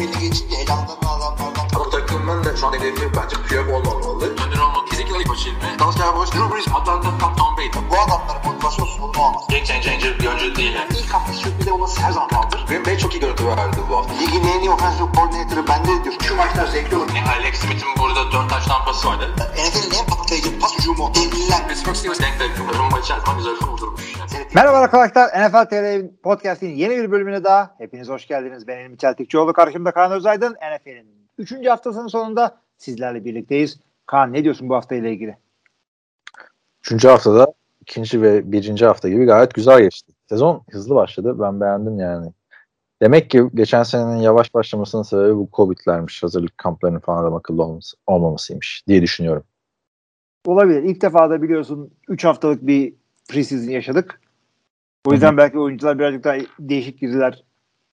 belli geçince elanlarını alanlardan. Bu takımın da şu an hedefi bence Piyok olmamalı. Önder olmalı. Kesinlikle ilk maçı ilmi. Dallas Cowboys, Drew Brees, Atlanta, Tom Brady. Bu adamların motivasyon sorunu olmaz. Game changer bir oyuncu değil. Yani. İlk hafta sürpriz olması her zaman kaldır. Green Bay çok iyi görüntü verdi bu hafta. Ligin en iyi offensive coordinator'ı bende diyor. Şu maçlar zevkli olur. Alex Smith'in burada 4 taş tampası vardı. NFL'in en patlayıcı pas hücumu. Devliler. Pittsburgh Steelers denk takım. Rumba içerisinde güzel kurdurmuş. Merhaba arkadaşlar. NFL TR Podcast'in yeni bir bölümüne daha hepiniz hoş geldiniz. Ben Elim Çeltikçioğlu. Karşımda Kaan Özaydın. NFL'in 3. haftasının sonunda sizlerle birlikteyiz. Kaan, ne diyorsun bu hafta ile ilgili? 3. haftada 2. ve 1. hafta gibi gayet güzel geçti. Sezon hızlı başladı. Ben beğendim yani. Demek ki geçen senenin yavaş başlamasının sebebi bu Covid'lermiş. Hazırlık kamplarının falan da akıllı olmamasıymış diye düşünüyorum. Olabilir. İlk defa da biliyorsun 3 haftalık bir preseason yaşadık. O yüzden belki oyuncular birazcık daha değişik girdiler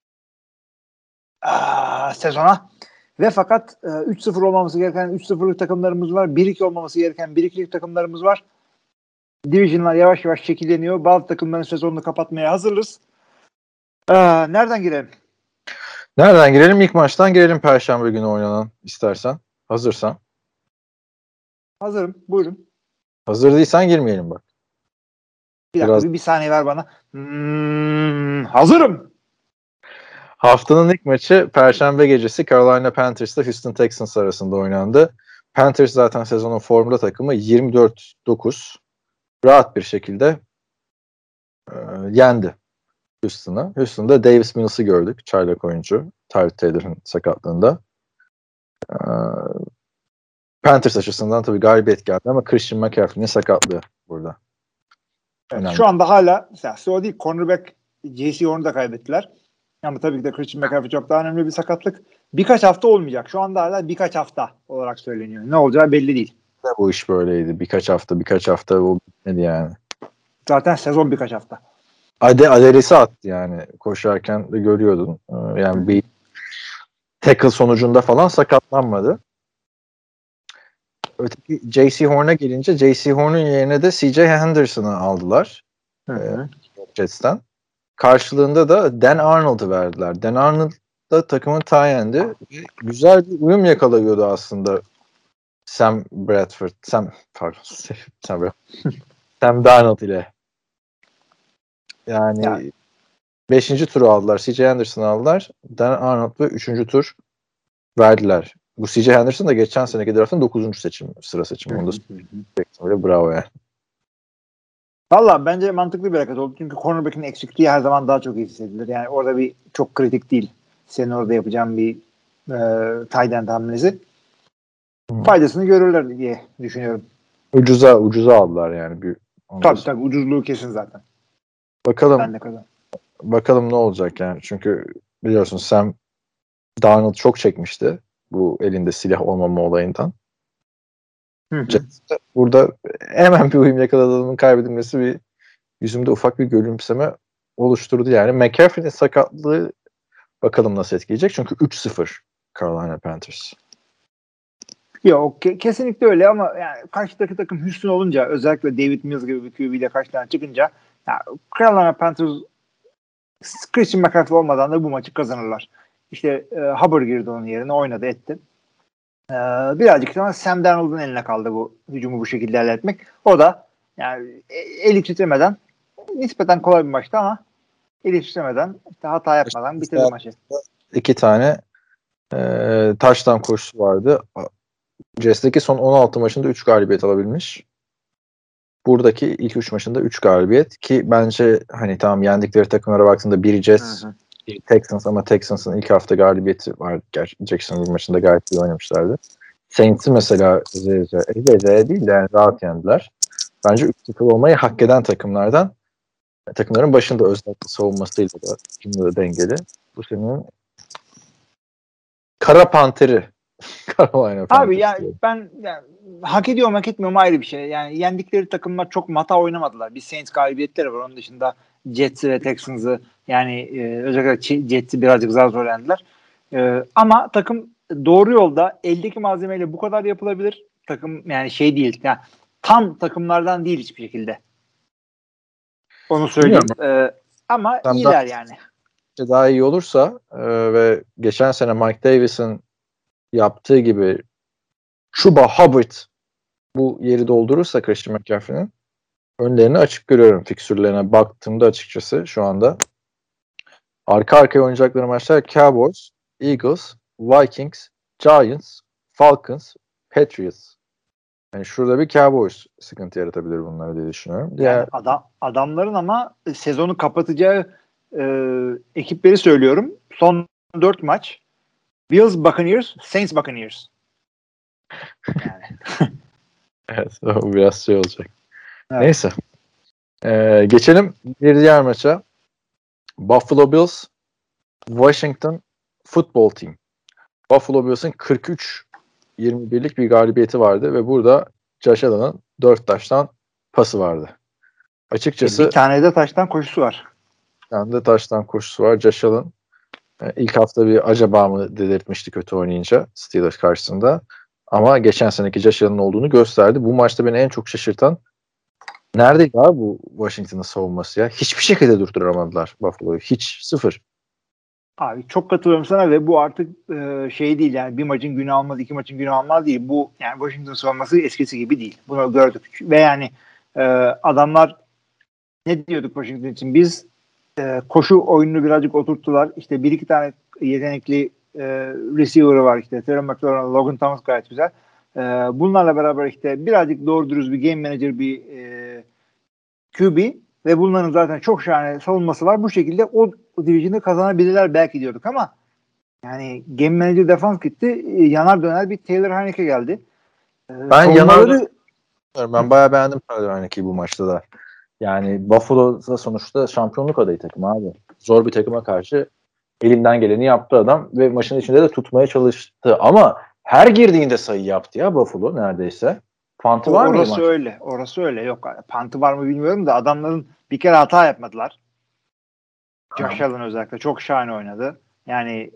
sezona. Ve fakat 3-0 olmaması gereken 3-0'lık takımlarımız var. 1-2 olmaması gereken 1-2'lik takımlarımız var. Division'lar yavaş yavaş şekilleniyor. Bazı takımların sezonunu kapatmaya hazırız. Nereden girelim? Nereden girelim? İlk maçtan girelim, Perşembe günü oynanan, istersen. Hazırsan. Hazırım. Buyurun. Hazır değilsen girmeyelim bak. Bir dakika, bir saniye ver bana. Hazırım. Haftanın ilk maçı Perşembe gecesi Carolina Panthers'la Houston Texans arasında oynandı. Panthers zaten sezonun formda takımı, 24-9 rahat bir şekilde yendi Houston'ı. Houston'da Davis Mills'ı gördük. Çaylak oyuncu. Tyrod Taylor'ın sakatlığında. Panthers açısından tabii galibiyet geldi ama Christian McCaffrey'nin sakatlığı burada. Evet, şu anda hala mesela o değil, cornerback J.C. Horn'u da kaybettiler. Ama tabii ki de Christian McCaffrey çok daha önemli bir sakatlık. Birkaç hafta olmayacak. Şu anda hala birkaç hafta olarak söyleniyor. Ne olacağı belli değil. Bu iş böyleydi. Birkaç hafta o bitmedi yani. Zaten sezon birkaç hafta. Adelesi attı yani. Koşarken de görüyordun. Yani bir tackle sonucunda falan sakatlanmadı. Öteki J.C. Horn'a gelince J.C. Horn'un yerine de C.J. Henderson'ı aldılar. Jets'ten. Karşılığında da Dan Arnold'u verdiler. Dan Arnold da takımın tight güzel bir uyum yakalıyordu aslında Sam Darnold ile. Yani 5. turu aldılar. C.J. Henderson'ı aldılar. Dan Arnold ve 3. tur verdiler. Bu C.J. Henderson da geçen seneki draftın 9. sıra seçimi. Onu da söyleyeyim. Bravo yani. Valla bence mantıklı bir hareket oldu. Çünkü cornerback'in eksikliği her zaman daha çok iyi hissedilir. Yani orada bir çok kritik değil. Senin orada yapacağın bir tight end hamlesi. Faydasını görürler diye düşünüyorum. Ucuza aldılar yani. Tabii ucuzluğu kesin zaten. Bakalım ne olacak yani. Çünkü biliyorsun Sam Darnold çok çekmişti bu elinde silah olmama olayından. Burada hemen bir uyum yakaladığının kaybedilmesi bir yüzümde ufak bir gülümseme oluşturdu yani. McCaffrey'nin sakatlığı bakalım nasıl etkileyecek. Çünkü 3-0 Carolina Panthers. Yok, kesinlikle öyle ama yani karşıdaki takım Houston olunca, özellikle David Mills gibi bir QB ile karşıdan çıkınca Carolina Panthers Christian McCaffrey olmadan da bu maçı kazanırlar. İşte Hubbard girdi onun yerine, oynadı etti. Birazcık ama Sam Darnold'un eline kaldı bu hücumu bu şekilde halletmek. O da yani eli titremeden, nispeten kolay bir maçtı ama eli titremeden, işte hata yapmadan bitirdi maçı. 2 tane touchdown koşusu vardı. Jets'teki son 16 maçında 3 galibiyet alabilmiş. Buradaki ilk 3 maçında 3 galibiyet ki bence hani tamam, yendikleri takımlara baktığında biri Jets, biri Texans ama Texans'ın ilk hafta galibiyeti var. Jacksonville maçında gayet iyi oynamışlardı. Saints'i mesela değil de yani rahat yendiler. Bence 3-0 olmayı hak eden takımların başında özellikle savunmasıyla da şimdi dengeli. Bu senin Kara Panteri. Carolina Panthers. Abi yani ben hak ediyorum hak etmiyorum ayrı bir şey. Yani yendikleri takımlar çok mata oynamadılar. Bir Saints galibiyetleri var. Onun dışında Jets'i ve Texans'ı yani özellikle Jets'i birazcık zor yendiler. Ama takım doğru yolda, eldeki malzemeyle bu kadar yapılabilir. Takım yani şey değil. Yani tam takımlardan değil hiçbir şekilde. Onu söyleyeyim. Ama iyiler yani. şey daha iyi olursa ve geçen sene Mike Davis'in yaptığı gibi Chuba Hubbard bu yeri doldurursa Christian McCaffrey'nin önlerini açık görüyorum fiksürlerine baktığımda açıkçası şu anda. Arka arkaya oynayacakları maçlar Cowboys, Eagles, Vikings, Giants, Falcons, Patriots. Yani şurada bir Cowboys sıkıntı yaratabilir bunları diye düşünüyorum. Yani adamların ama sezonu kapatacağı ekipleri söylüyorum. Son 4 maç. Bills Buccaneers, Saints Buccaneers. Yani. Evet, o biraz şey olacak. Evet. Neyse. Geçelim bir diğer maça. Buffalo Bills, Washington Football Team. Buffalo Bills'in 43-21'lik bir galibiyeti vardı ve burada Josh Allen'ın 4 taştan pası vardı. Açıkçası bir tane de taştan koşusu var. Bir tane de taştan koşusu var. Josh Allen ilk hafta bir acaba mı dedirtmişti kötü oynayınca Steelers karşısında. Ama geçen seneki Josh Allen'ın olduğunu gösterdi. Bu maçta beni en çok şaşırtan neredeydi abi bu Washington'ın savunması ya? Hiçbir şekilde durduramadılar Buffalo'yu. Hiç. Sıfır. Abi çok katılıyorum sana ve bu artık şey değil yani bir maçın günü almaz, 2 maçın günü almaz değil. Bu yani Washington savunması eskisi gibi değil. Bunu gördük. Ve yani adamlar ne diyorduk Washington için? Biz koşu oyununu birazcık oturttular. İşte bir iki tane yetenekli receiver'ı var işte. Terry McLaurin, Logan Thomas gayet güzel. Bunlarla beraber işte birazcık doğru dürüst bir game manager bir QB ve bunların zaten çok şahane savunması var. Bu şekilde o division'ı kazanabilirler belki diyorduk ama yani game manager defans gitti. Yanar döner bir Taylor Heinicke geldi. Ben bayağı beğendim Taylor Heinicke'yi bu maçta da. Yani Buffalo'da sonuçta şampiyonluk adayı takım abi. Zor bir takıma karşı elinden geleni yaptı adam ve maçın içinde de tutmaya çalıştı. Ama her girdiğinde sayı yaptı ya Buffalo neredeyse. Pantı var mı? Orası öyle. Orası öyle. Yok. Pantı var mı bilmiyorum da adamların bir kere hata yapmadılar. Josh Allen özellikle çok şahane oynadı. Yani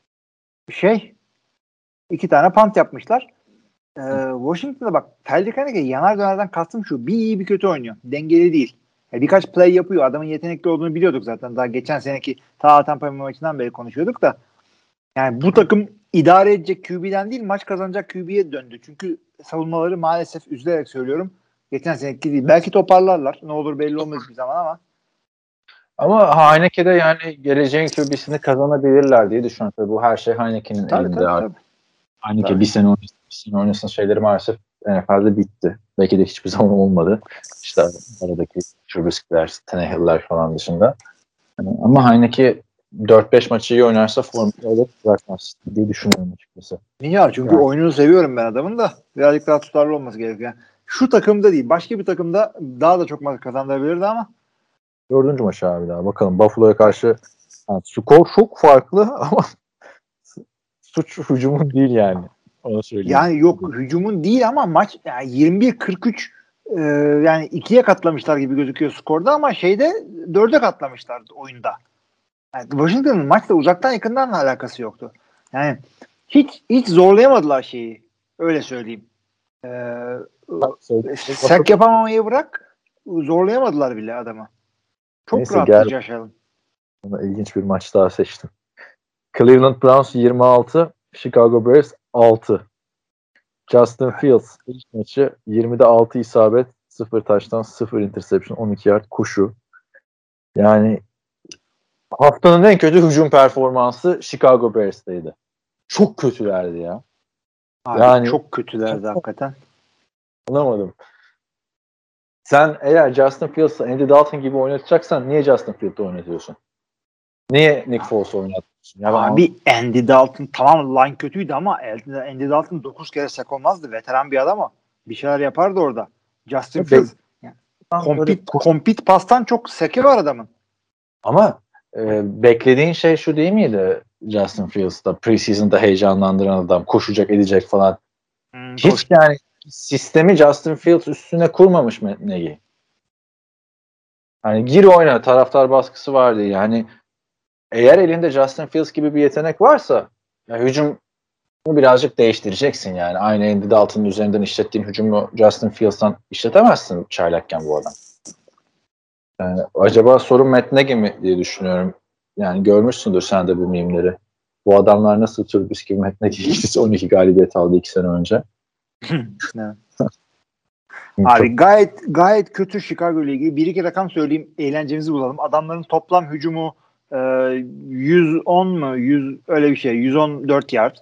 2 tane pant yapmışlar. Washington'da bak Tyler Heinicke yanar dönerden kastım şu. Bir iyi bir kötü oynuyor. Dengeli değil. Birkaç play yapıyor. Adamın yetenekli olduğunu biliyorduk zaten. Daha geçen seneki Tampa Bay maçından beri konuşuyorduk da. Yani bu takım idare edecek QB'den değil maç kazanacak QB'ye döndü. Çünkü savunmaları maalesef üzülerek söylüyorum. Geçen seneki değil. Belki toparlarlar. Ne olur belli olmaz bir zaman ama. Ama Heinicke'de yani geleceğin QB'sini kazanabilirler diye düşünüyorum. Tabii bu her şey Heinicke'nin elinde. Tabii. Heinicke bir sene oynasın şeyleri maalesef NFL'de bitti. Belki de hiçbir zaman olmadı. İşte aradaki Trubisky'ler, Tannehill'ler falan dışında. Ama Heinicke 4-5 maçı iyi oynarsa formülü alıp bırakmaz diye düşünüyorum açıkçası. Niye? Çünkü oyununu seviyorum ben adamın da. Birazcık daha tutarlı olması gerekiyor. Yani şu takımda değil. Başka bir takımda daha da çok maç kazandırabilirdi ama. 4. maçı abi daha. Bakalım Buffalo'ya karşı skor çok farklı ama suç hücumun değil yani. Onu söyleyeyim. Yani yok hücumun değil ama maç yani 21-43 yani 2'ye katlamışlar gibi gözüküyor skorda ama 4'e katlamışlar oyunda. Yani Washington'ın maçla uzaktan yakından da alakası yoktu. Yani hiç zorlayamadılar şeyi. Öyle söyleyeyim. Sack yapamamayı bırak zorlayamadılar bile adamı. Çok rahattı Josh Allen. İlginç bir maç daha seçtim. Cleveland Browns 26, Chicago Bears 6. Justin Fields ilk maçı 20'de 6 isabet, 0 taştan 0 interception, 12 yard koşu. Yani haftanın en kötü hücum performansı Chicago Bears'teydi. Çok kötülerdi ya. Abi yani çok kötülerdi hakikaten. Anlamadım. Sen eğer Justin Fields'ı Andy Dalton gibi oynatacaksan niye Justin Fields'ı oynatıyorsun? Niye Nick Foles'u oynatıyorsun? Ya abi Andy Dalton tamam line kötüydü ama Andy Dalton 9 kere sack olmazdı. Veteran bir adam o. Bir şeyler yapardı orada. Justin Fields compete pastan çok sack'i var adamın. Ama beklediğin şey şu değil miydi Justin Fields'da? Preseason'da heyecanlandıran adam. Koşacak edecek falan. Hiç yani sistemi Justin Fields üstüne kurmamış mı Nagy? Hani gir oyna, taraftar baskısı var diye. Yani eğer elinde Justin Fields gibi bir yetenek varsa ya hücumu birazcık değiştireceksin yani. Aynı Andy Dalton'un üzerinden işlettiğin hücumu Justin Fields'tan işletemezsin çaylakken bu adam. Yani acaba sorun Matt Nagy mi diye düşünüyorum. yani görmüşsündür sen de bu mimleri. Bu adamlar nasıl Trubisky ikisi 12 galibiyet aldı 2 sene önce. Evet. Abi gayet kötü Chicago ile ilgili. Bir iki rakam söyleyeyim. Eğlencemizi bulalım. Adamların toplam hücumu 110 mu? 100 öyle bir şey. 114 yard.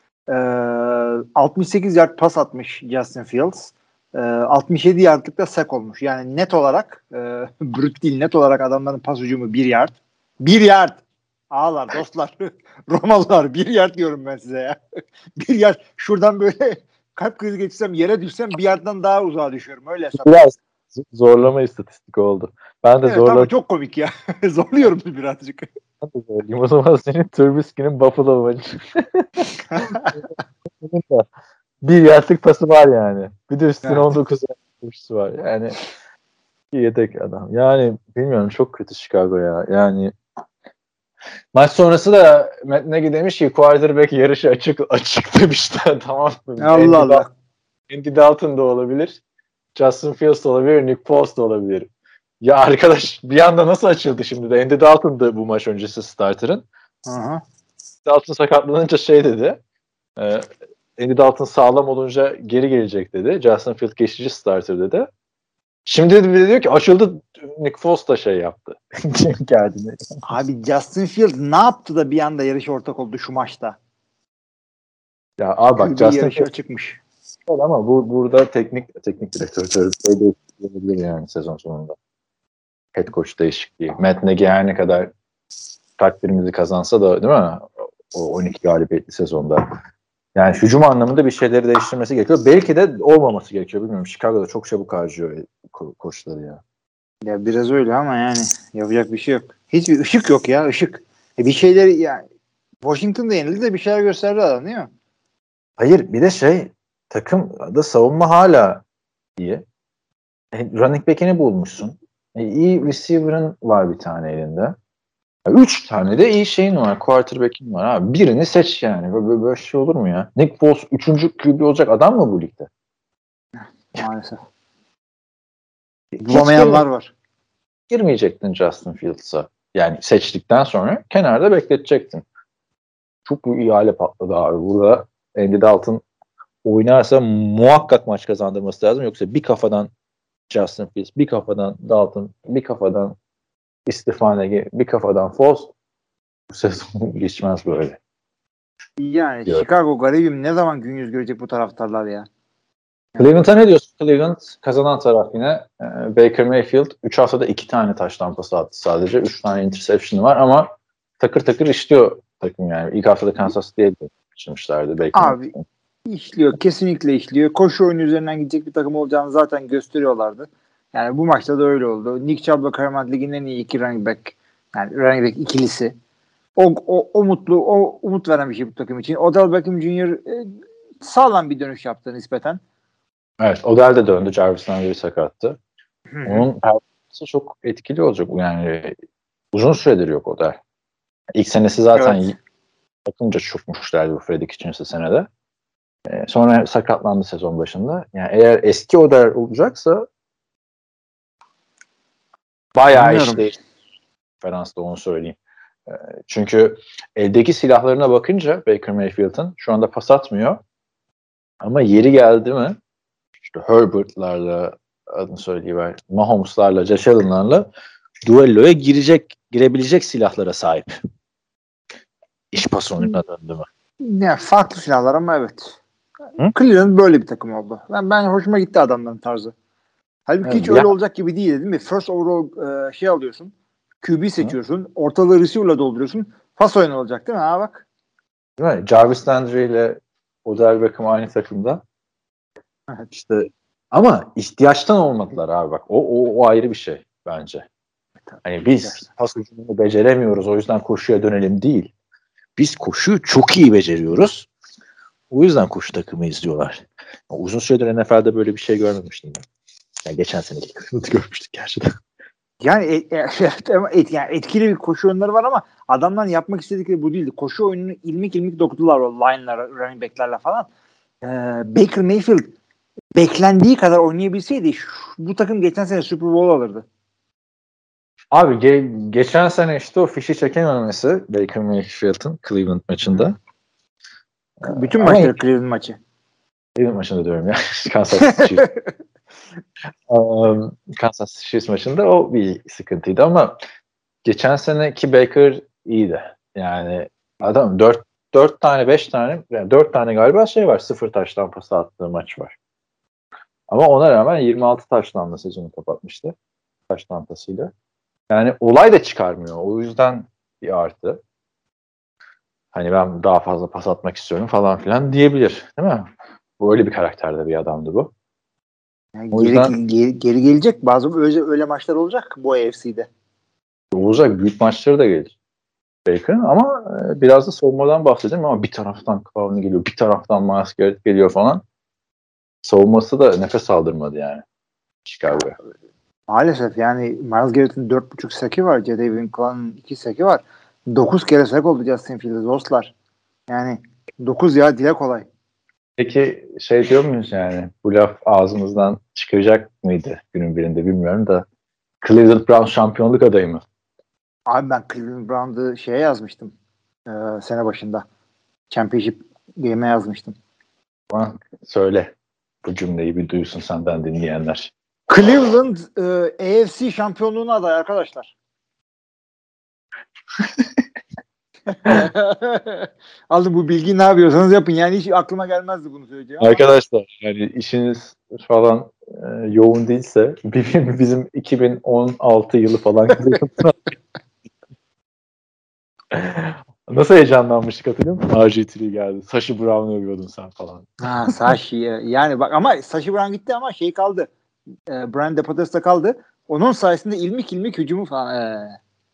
68 yard pas atmış Justin Fields. 67 yardlık da sack olmuş. Yani net olarak brüt değil, net olarak adamların pas hücumu 1 yard. 1 yard. Ağlar dostlar. Romalılar 1 yard diyorum ben size ya. 1 yard. Şuradan böyle kalp krizi geçirsem yere düşsem bir yardtan daha uzağa düşüyorum. Öyle hesaplıyorum. Biraz zorlama istatistik oldu. Ben de Evet zorladım. ama çok komik ya. Zorluyorum birazcık. O zaman senin Trubisky'nin Buffalo maçı. Bir yardlık pası var yani. Bir de üstüne Evet. 19 yardlık koşusu var. Yani yedek adam. Yani bilmiyorum, çok kötü Chicago ya. Yani maç sonrası da Matt Nagy demiş ki quarterback yarışı açık demişler. Tamam mı? Allah Allah. Andy Dalton da olabilir. Justin Fields da olabilir. Nick Foles da olabilir. Ya arkadaş, bir anda nasıl açıldı şimdi de? Andy Dalton da bu maç öncesi starter'ın. Aha. Dalton sakatlanınca şey dedi. Andy Dalton sağlam olunca geri gelecek dedi. Justin Fields geçici starter dedi. Şimdi de diyor ki açıldı, Nick Foles da şey yaptı. Geldi. Abi Justin Fields ne yaptı da bir anda yarış ortak oldu şu maçta? Ya abi bak, Justin yarışa Fields çıkmış. ama burada teknik direktör olabilir yani sezon sonunda. Head coach değişikliği. Matt Nagy her ne kadar takdirimizi kazansa da, değil mi? O 12 galibiyetli sezonda. Yani hücum anlamında bir şeyleri değiştirmesi gerekiyor. Belki de olmaması gerekiyor. Bilmiyorum. Chicago'da çok çabuk harcıyor koçları ya. Ya biraz öyle ama yani yapacak bir şey yok. Hiçbir ışık yok ya, ışık. Bir şeyleri yani Washington'da yenildi de bir şeyler gösterdi adam, değil mi? Hayır, bir de takımda savunma hala iyi. Running back'ini bulmuşsun. İyi receiver'ın var bir tane elinde. 3 tane de iyi şeyin var. Quarterback'in var abi. Birini seç yani. Böyle şey olur mu ya? Nick Foles 3. QB olacak adam mı bu ligde? Maalesef. Bulamayanlar var. Girmeyecektin Justin Fields'a. Yani seçtikten sonra kenarda bekletecektin. Çok iyi hale patladı abi. Burada Andy Dalton oynarsa muhakkak maç kazandırması lazım. Yoksa bir kafadan Justin Fields, bir kafadan Dalton, bir kafadan Stefanski, bir kafadan Foles, bu sezon geçmez böyle. Yani Diyor. Chicago garibim, ne zaman gün yüz görecek bu taraftarlar ya? Cleveland'a ne diyorsun? Cleveland kazanan taraf yine. Baker Mayfield 3 haftada 2 tane taş tampası attı sadece. 3 tane interception'ı var ama takır takır işliyor takım yani. İlk haftada Kansas City'ye geçirmişlerdi Baker Abi Mayfield. işliyor. Kesinlikle işliyor. Koşu oyunu üzerinden gidecek bir takım olacağını zaten gösteriyorlardı. Yani bu maçta da öyle oldu. Nick Chubb ve Kareem Lig'in en iyi iki running back. Yani running back ikilisi. O umut veren bir şey bu takım için. Odell Beckham Jr. Sağlam bir dönüş yaptı nispeten. Evet, Odell de döndü. Jarvis Landry sakattı. Onun performansı çok etkili olacak. Yani uzun süredir yok Odell. İlk senesi zaten bakınca çökmüşlerdi bu Freddy Kitchens'ı senede. Sonra sakatlandı sezon başında. Yani eğer eski Odell olacaksa bayağı iş değişti. Konferansda onu söyleyeyim. Çünkü eldeki silahlarına bakınca Baker Mayfield'ın şu anda pas atmıyor. Ama yeri geldi mi işte Herbert'larla, adını söyleyiver, Mahomes'larla, Josh Allen'larla duelloya girebilecek silahlara sahip. İş pas oyununa döndü mü? Ya farklı silahlar ama evet. Hı? Cleveland böyle bir takım oldu. Ben hoşuma gitti adamların tarzı. Halbuki hiç öyle olacak gibi değil mi? First overall şey alıyorsun. QB seçiyorsun. Hı? Ortalığı receiver'la dolduruyorsun. Pas oyunu olacak değil mi? Ha bak. Değil mi? Jarvis Landry ile Odell Beckham aynı takımda. Evet. İşte ama ihtiyaçtan olmadılar abi bak. O ayrı bir şey bence. Hani biz pas hücumunu beceremiyoruz, o yüzden koşuya dönelim değil. Biz koşuyu çok iyi beceriyoruz. O yüzden koşu takımı izliyorlar. Uzun süredir NFL'de böyle bir şey görmemiştim ben. Yani geçen seneki görmüştük gerçekten. Yani yani etkili bir koşu oyunları var ama adamların yapmak istedikleri bu değildi. Koşu oyununu ilmik dokudular o line'lara, running back'lerle falan. Baker Mayfield beklendiği kadar oynayabilseydi bu takım geçen sene Super Bowl alırdı. Abi geçen sene işte o fişi çekememesi Baker Mayfield'ın Cleveland maçında. Bütün Ama maçları Cleveland maçı. Cleveland maçında diyorum ya. Kansas Chiefs. Kansas Chiefs maçında o bir sıkıntıydı ama geçen seneki Baker iyiydi. Yani adam 4 tane 5 tane yani 4 tane galiba var. 0 taştan pası attığı maç var. Ama ona rağmen 26 taştanla sezonu kapatmıştı. Taş tampasıyla. Yani olay da çıkarmıyor. O yüzden bir artı. Hani ben daha fazla pas atmak istiyorum falan filan diyebilir. Değil mi? Bu öyle bir karakterde bir adamdı bu. Yani O yüzden geri gelecek. Bazı öyle maçlar olacak bu AFC'de. olacak. Büyük maçları da gelir. Baker'ın ama biraz da savunmadan bahsedelim ama bir taraftan Clowney geliyor. Bir taraftan Myles Garrett geliyor falan. Savunması da nefes aldırmadı yani. Chicago'ya. Maalesef yani Myles Garrett'in 4.5 seki var. Jadeveon Clowney'nin 2 seki var. 9 kere sek oldu Justin Fields dostlar. Yani 9 ya dile kolay. Peki şey diyor muyuz yani? Bu laf ağzımızdan çıkacak mıydı günün birinde bilmiyorum da. Cleveland Browns şampiyonluk adayı mı? Abi ben Cleveland Browns'ı şeye yazmıştım. Sene başında. Championship game'e yazmıştım. Ama söyle. Bu cümleyi bir duysun senden dinleyenler. Cleveland AFC şampiyonluğuna aday arkadaşlar. Alın bu bilgiyi ne yapıyorsanız yapın. Yani hiç aklıma gelmezdi bunu söyleyeceğim ama. Arkadaşlar yani işiniz falan yoğun değilse bizim 2016 yılı falan nasıl heyecanlanmıştık hatırlıyor musun? RG3 geldi. Sashi Brown'u övüyordun sen falan. Ha Sashi yani bak ama Sashi Brown gitti ama şey kaldı. Brian DePodesta kaldı. Onun sayesinde ilmik hücumu falan.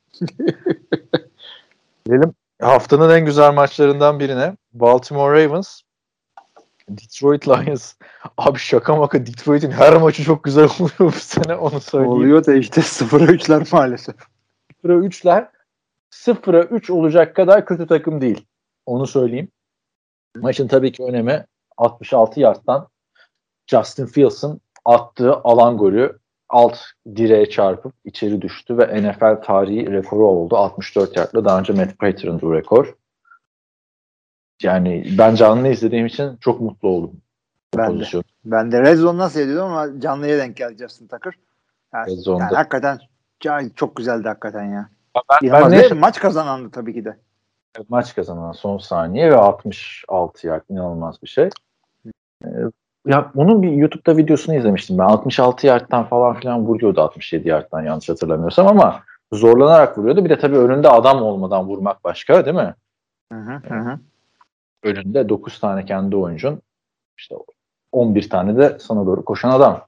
Gelelim haftanın en güzel maçlarından birine. Baltimore Ravens Detroit Lions. Abi şaka maka Detroit'in her maçı çok güzel oluyor bu sene onu söyleyeyim. Oluyor da işte 0'a 3'ler maalesef. 0'a 3'ler 0'a 3 olacak kadar kötü takım değil. Onu söyleyeyim. Maçın tabii ki önemi 66 yardtan Justin Fields'ın attığı alan golü alt direğe çarpıp içeri düştü ve NFL tarihi rekoru oldu. 64 yardla. Daha önce Matt Prater'ın bu rekor. Yani ben canlı izlediğim için çok mutlu oldum. Ben de Red Zone'dan seyrediyordum ama canlıya denk geldi Justin Tucker. Yani hakikaten çok güzeldi hakikaten ya. Ben maç kazanandı tabii ki de. Maç kazanan son saniye ve 66 yard inanılmaz bir şey. Ya onun bir YouTube'da videosunu izlemiştim ben. 66 yardtan falan filan vuruyordu 67 yardtan yanlış hatırlamıyorsam ama zorlanarak vuruyordu. Bir de tabii önünde adam olmadan vurmak başka değil mi? Hı. Önünde 9 tane kendi oyuncun işte 11 tane de sana doğru koşan adam.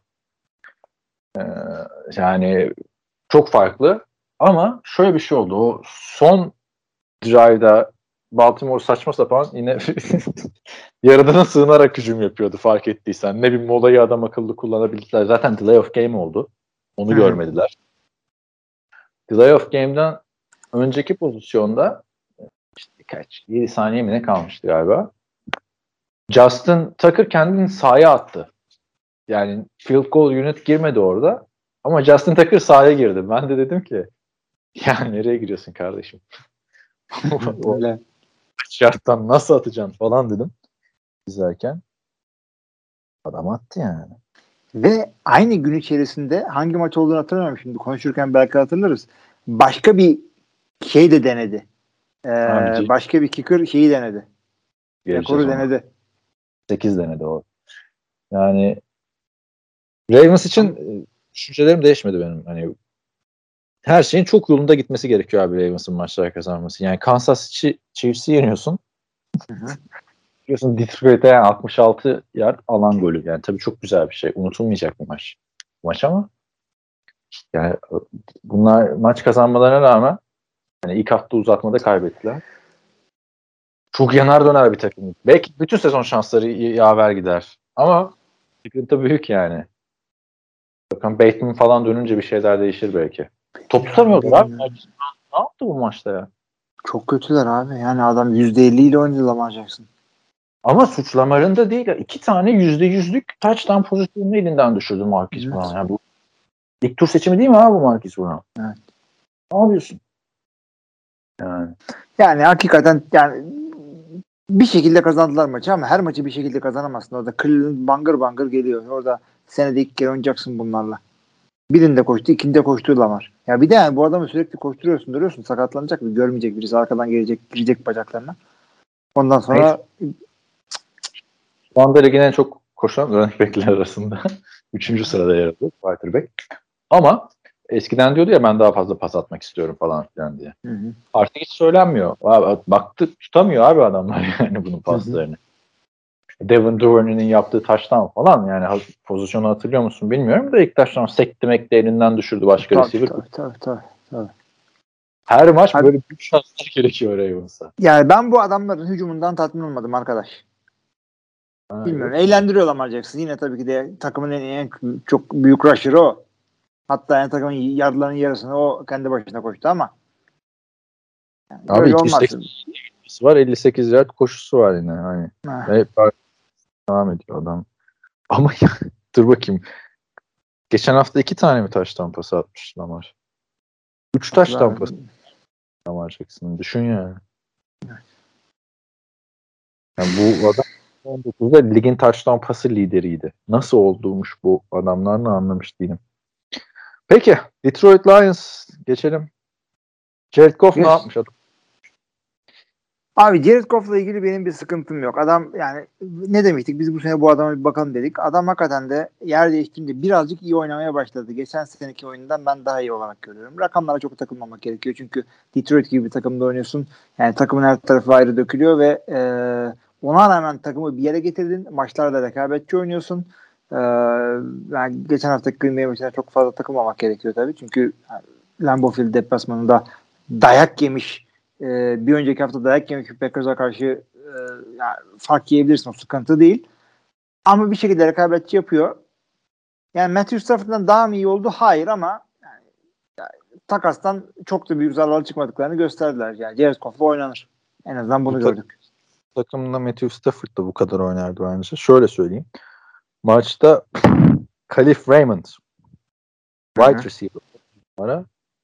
Yani çok farklı ama şöyle bir şey oldu. O son drive'da Baltimore saçma sapan yine yaradana sığınarak hücum yapıyordu fark ettiysen. Ne bir molayı adam akıllı kullanabildiler. Zaten delay of game oldu. Onu görmediler. Delay of game'den önceki pozisyonda işte 7 saniye mi ne kalmıştı galiba. Justin Tucker kendini sahaya attı. Yani field goal unit girmedi orada. Ama Justin Tucker sahaya girdi. Ben de dedim ki ya nereye giriyorsun kardeşim? Öyle. Şarttan nasıl atacaksın falan dedim izlerken. Adam attı yani. Ve aynı gün içerisinde hangi maç olduğunu hatırlamıyorum şimdi. Konuşurken belki hatırlarız. Başka bir şey de denedi. Başka bir kicker şeyi denedi. Rekoru denedi. 8 denedi o. Yani Ravens için düşüncelerim değişmedi benim. Hani her şeyin çok yolunda gitmesi gerekiyor abi Ravens'ın maçlar kazanması. Yani Kansas Chiefs'i yeniyorsun. Biliyorsun Detroit'e yani 66 yard alan golü. Yani tabii çok güzel bir şey. Unutulmayacak bir maç ama yani bunlar maç kazanmalarına rağmen yani ilk hafta uzatmada kaybettiler. Çok yanar döner bir takım. Belki bütün sezon şansları yaver gider. Ama sıkıntı büyük yani. Bakın Bateman falan dönünce bir şeyler değişir belki. Top tutamıyorlar abi. Ne yaptı bu maçta ya? Çok kötüler abi. Yani adam %50 ile oynadı Lamar Jackson. Ama suçlamalarında değil. 2 tane %100'lük touchdown pozisyonunu elinden düşürdü Marquise Brown. Yani bu ilk tur seçimi değil mi abi bu Marquise Brown? Evet. Ne yapıyorsun? Yani hakikaten yani bir şekilde kazandılar maçı ama her maçı bir şekilde kazanamazsın. Orada Cleveland bangır bangır geliyor. Orada senede 2 kere oynayacaksın bunlarla. Birinde koştu, ikinde koştu Lamar. Ya bir de yani bu adamı sürekli koşturuyorsun, duruyorsun. Sakatlanacak mı? Görmeyecek birisi. Arkadan gelecek, girecek bacaklarına. Ondan sonra Şu anda ligin en çok koşan running back'ler arasında. 3. sırada yer alıyor quarterback. Ama eskiden diyordu ya ben daha fazla pas atmak istiyorum falan filan diye. hı. Artık hiç söylenmiyor. Abi, baktık tutamıyor abi adamlar yani bunun paslarını. Devin Duvernay'nin yaptığı taştan falan yani pozisyonu hatırlıyor musun bilmiyorum da ilk taştan sekti mekti elinden düşürdü başka receiver. Tabii. Her maç böyle büyük şanslar gerekiyor Ravens'a. Yani ben bu adamların hücumundan tatmin olmadım arkadaş. Bilmiyorum. Eğlendiriyor Lamar Jackson. Yine tabii ki de takımın en çok büyük rusher'ı o. Hatta yani takımın yardlarının yarısını o kendi başına koştu ama yani abi öyle olmaz. var 58 yard koşusu var yine hani. Hep devam ediyor adam. Ama dur bakayım. Geçen hafta 2 tane mi taş tampası atmış Lamar? 3 taş tampası Lamar Jackson'ın. Düşün yani. Yani bu adam 19'da ligin taş tampası lideriydi. Nasıl olduğumuş bu adamlarla anlamış değilim. Peki. Detroit Lions geçelim. Jared Goff ne yapmış adam? Abi Jared Goff'la ilgili benim bir sıkıntım yok. Adam yani ne demiştik? Biz bu sene bu adama bir bakalım dedik. Adam hakikaten de yer değiştiğinde birazcık iyi oynamaya başladı. Geçen seneki oyundan ben daha iyi olarak görüyorum. Rakamlara çok takılmamak gerekiyor. Çünkü Detroit gibi bir takımda oynuyorsun. Yani takımın her tarafı ayrı dökülüyor ve ona rağmen takımı bir yere getirdin. Maçlarda rekabetçi oynuyorsun. Yani geçen haftaki Green Bay maçına çok fazla takılmamak gerekiyor tabii. Çünkü Lambeau Field deplasmanında dayak yemiş bir önceki hafta dayak yemiş Packers'a karşı yani fark yiyebilirsin. O sıkıntı değil. Ama bir şekilde rekabetçi yapıyor. Yani Matthew Stafford'dan daha mı iyi oldu? Hayır ama yani takastan çok da büyük zararlı çıkmadıklarını gösterdiler. Yani Jared Goff'la oynanır. En azından bunu gördük. Takımda Matthew Stafford da bu kadar oynardı bence. Şöyle söyleyeyim. Maçta Khalif Raymond wide receiver var.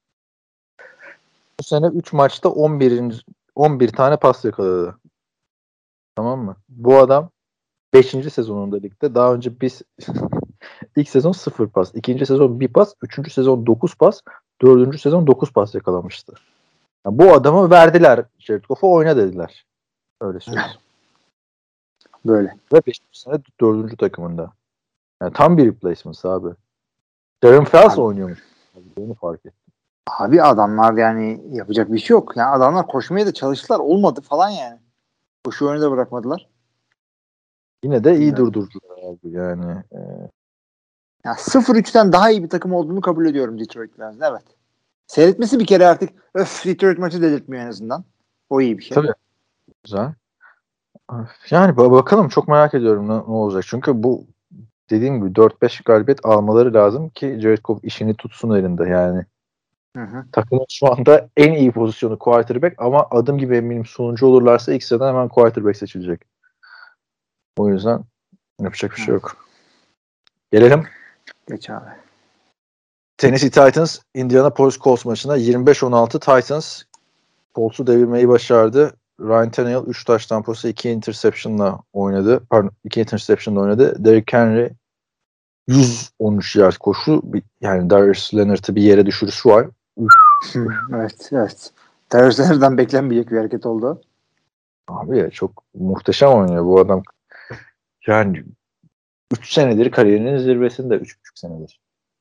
Bu sene 3 maçta 11 tane pas yakaladı. Tamam mı? Bu adam 5. sezonunda ligde. Daha önce biz ilk sezon 0 pas, 2. sezon 1 pas, 3. sezon 9 pas, 4. sezon 9 pas yakalamıştı. Yani bu adamı verdiler. Jared Goff'a oyna dediler. Öyle söyleyeyim. Böyle. Ve 5. sene 4. takımında. Yani tam bir replacement abi. Darren Fells oynuyormuş. Onu fark ettim. Abi adamlar yani yapacak bir şey yok. Yani adamlar koşmaya da çalıştılar. Olmadı falan yani. Koşu oyunu da bırakmadılar. Yine de iyi durdurdular abi yani. Yani 0-3'ten daha iyi bir takım olduğunu kabul ediyorum Detroit Lions'ın. Evet. Seyretmesi bir kere artık Detroit maçı dedirtmiyor en azından. O iyi bir şey. Tabii. Güzel. Yani bakalım çok merak ediyorum ne olacak. Çünkü bu dediğim gibi 4-5 galibiyet almaları lazım ki Jared Goff işini tutsun elinde yani. Takımın şu anda en iyi pozisyonu quarterback ama adım gibi eminim sonuncu olurlarsa ilk sıradan hemen quarterback seçilecek. O yüzden yapacak bir şey yok. Gelelim. Geç abi. Tennessee Titans Indianapolis Colts maçına 25-16 Titans Colts'u devirmeyi başardı. Ryan Tannehill 3 taş tampası 2 interception'la oynadı. Pardon 2 interception'la oynadı. Derrick Henry 113 yard koşu. Yani Darius Leonard'ı bir yere düşürüsü var. Evet. Darius Leonard'dan beklenmeyecek bir hareket oldu. Abi ya çok muhteşem oynuyor bu adam. Yani 3 senedir kariyerinin zirvesinde 3,5 senedir.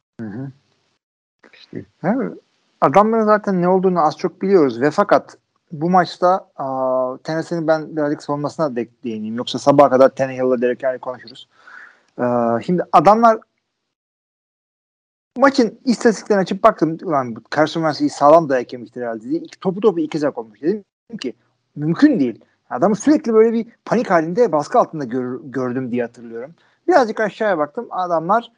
Yani adamların zaten ne olduğunu az çok biliyoruz ve fakat bu maçta Tennessee'nin ben birazcık savunmasına değineyim. Yoksa sabaha kadar Tannehill'la Derek Henry konuşuruz. Şimdi adamlar maçın istatistiklerine açıp baktım. Ulan Carson Wentz'i sağlam dayak yemiştir herhalde diye. Topu 2 olmuş. Dedim ki mümkün değil. Adamı sürekli böyle bir panik halinde baskı altında gördüm diye hatırlıyorum. Birazcık aşağıya baktım. Adamlar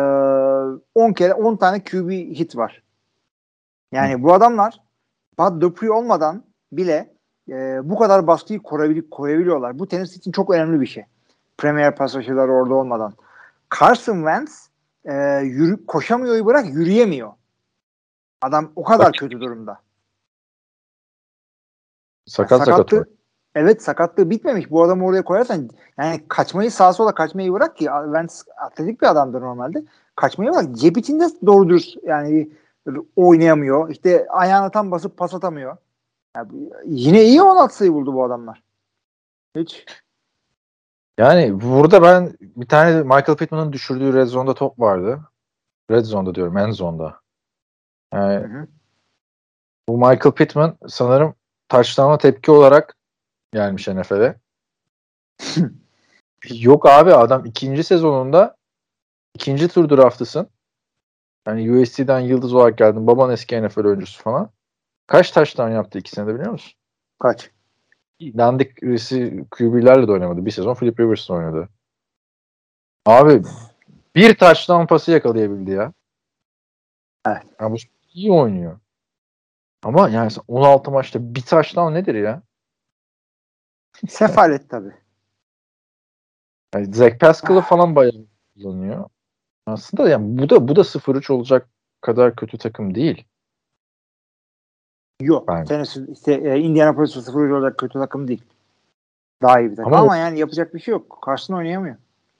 10 tane QB hit var. Yani bu adamlar Bud Dupree olmadan bile bu kadar baskıyı koruyabiliyorlar. Bu Tennessee için çok önemli bir şey. Premier pass rusher'lar orada olmadan. Carson Wentz koşamıyor bırak yürüyemiyor. Adam o kadar kötü durumda. Sakat. Evet, sakatlığı bitmemiş. Bu adamı oraya koyarsan yani kaçmayı sağa sola kaçmayı bırak ki Wentz atletik bir adamdır normalde. Kaçmayı bırak. Cep içinde doğru dürüst yani oynayamıyor. İşte ayağına tam basıp pas atamıyor. Yani yine iyi 16 sayı buldu bu adamlar. Hiç. Yani burada ben bir tane Michael Pittman'ın düşürdüğü red zone'da top vardı. Red zone'da diyorum, end zone'da. Yani Hı. bu Michael Pittman sanırım touchdown'a tepki olarak gelmiş NFL'e. Yok abi, adam ikinci sezonunda ikinci tur draftlısın. Yani USC'den yıldız olarak geldin. Baban eski NFL oyuncusu falan. Kaç touchdown yaptı 2 senede biliyor musun? Kaç? Dandik QB'lerle de oynamadı. Bir sezon Philip Rivers'la oynadı. Abi bir touchdown pası yakalayabildi ya. Evet. Yani bu iyi oynuyor. Ama yani 16 maçta bir touchdown nedir ya? Sefalet tabii. Yani Zach Pascal'ı falan bayağı kullanıyor. Aslında yani bu da 0-3 olacak kadar kötü takım değil. Yok. Bence. Tennessee, Indianapolis 0 olarak kötü takım değil. Daha iyi bir takım. Ama yani yapacak bir şey yok. Karşısına oynayamıyor.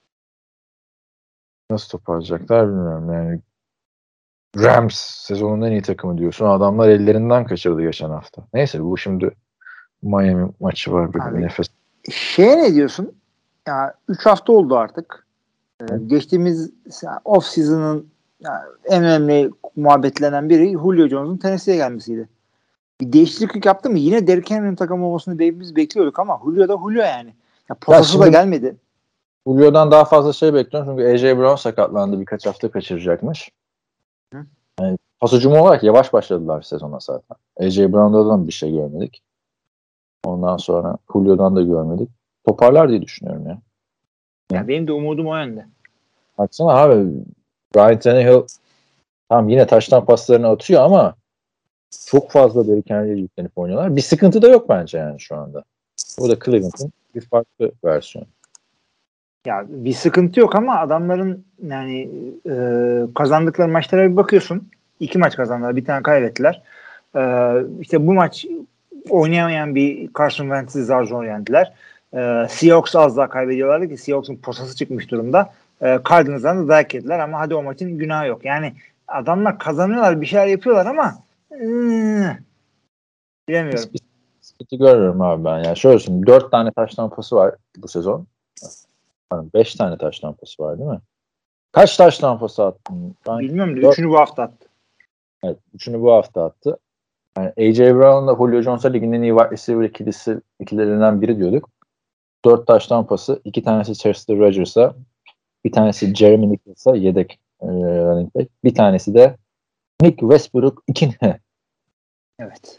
Nasıl toparlayacaklar bilmiyorum. Yani Rams sezonun en iyi takımı diyorsun. Adamlar ellerinden kaçırdı geçen hafta. Neyse, bu şimdi Miami maçı var. Bir nefes. Şeye ne diyorsun? Ya 3 hafta oldu artık. Geçtiğimiz off season'ın en önemli muhabbetlenen biri Julio Jones'un Tennessee'ye gelmesiydi. Bir değişiklik yaptı mı? Yine Derrick Henry'nin takım olmasını biz bekliyorduk ama Julio da Julio yani. Ya potası da gelmedi. Julio'dan daha fazla şey bekliyorum çünkü AJ Brown sakatlandı. Birkaç hafta kaçıracakmış. Yani pas hücumu olarak yavaş başladılar sezona zaten. AJ Brown'dan bir şey görmedik. Ondan sonra Julio'dan da görmedik. Toparlar diye düşünüyorum ya. Ya benim de umudum o yönde. Baksana abi, Ryan Tannehill tam yine taştan paslarını atıyor ama çok fazla Derrick Henry'e yüklenip oynuyorlar. Bir sıkıntı da yok bence yani şu anda. Bu da Cleveland'ın bir farklı versiyonu. Ya bir sıkıntı yok ama adamların yani kazandıkları maçlara bir bakıyorsun. 2 maç kazandılar. Bir tane kaybettiler. İşte bu maç oynayamayan bir Carson Wentz'i zar zor yendiler. Seahawks az daha kaybediyorlardı ki Seahawks'un posası çıkmış durumda. Cardinals'dan da dayak yediler ama hadi o maçın günahı yok. Yani adamlar kazanıyorlar, bir şeyler yapıyorlar ama bilemiyorum. Sıkıntı görmüyorum abi ben. Yani şöyle söyleyeyim. 4 tane taştan pası var bu sezon. 5 tane taştan pası var değil mi? Kaç taştan pası attın? Bilmiyorum da 3'ünü bu hafta attı. Evet, 3'ünü bu hafta attı. Yani AJ Brown'la Julio Jones'a ligin en iyi wide receiver ikililerinden biri diyorduk. 4 taştan pası. 2 tanesi Chester Rodgers'a. Bir tanesi Jeremy Nichols'a yedek running back. Bir tanesi de Nick Westbrook ikine. Evet.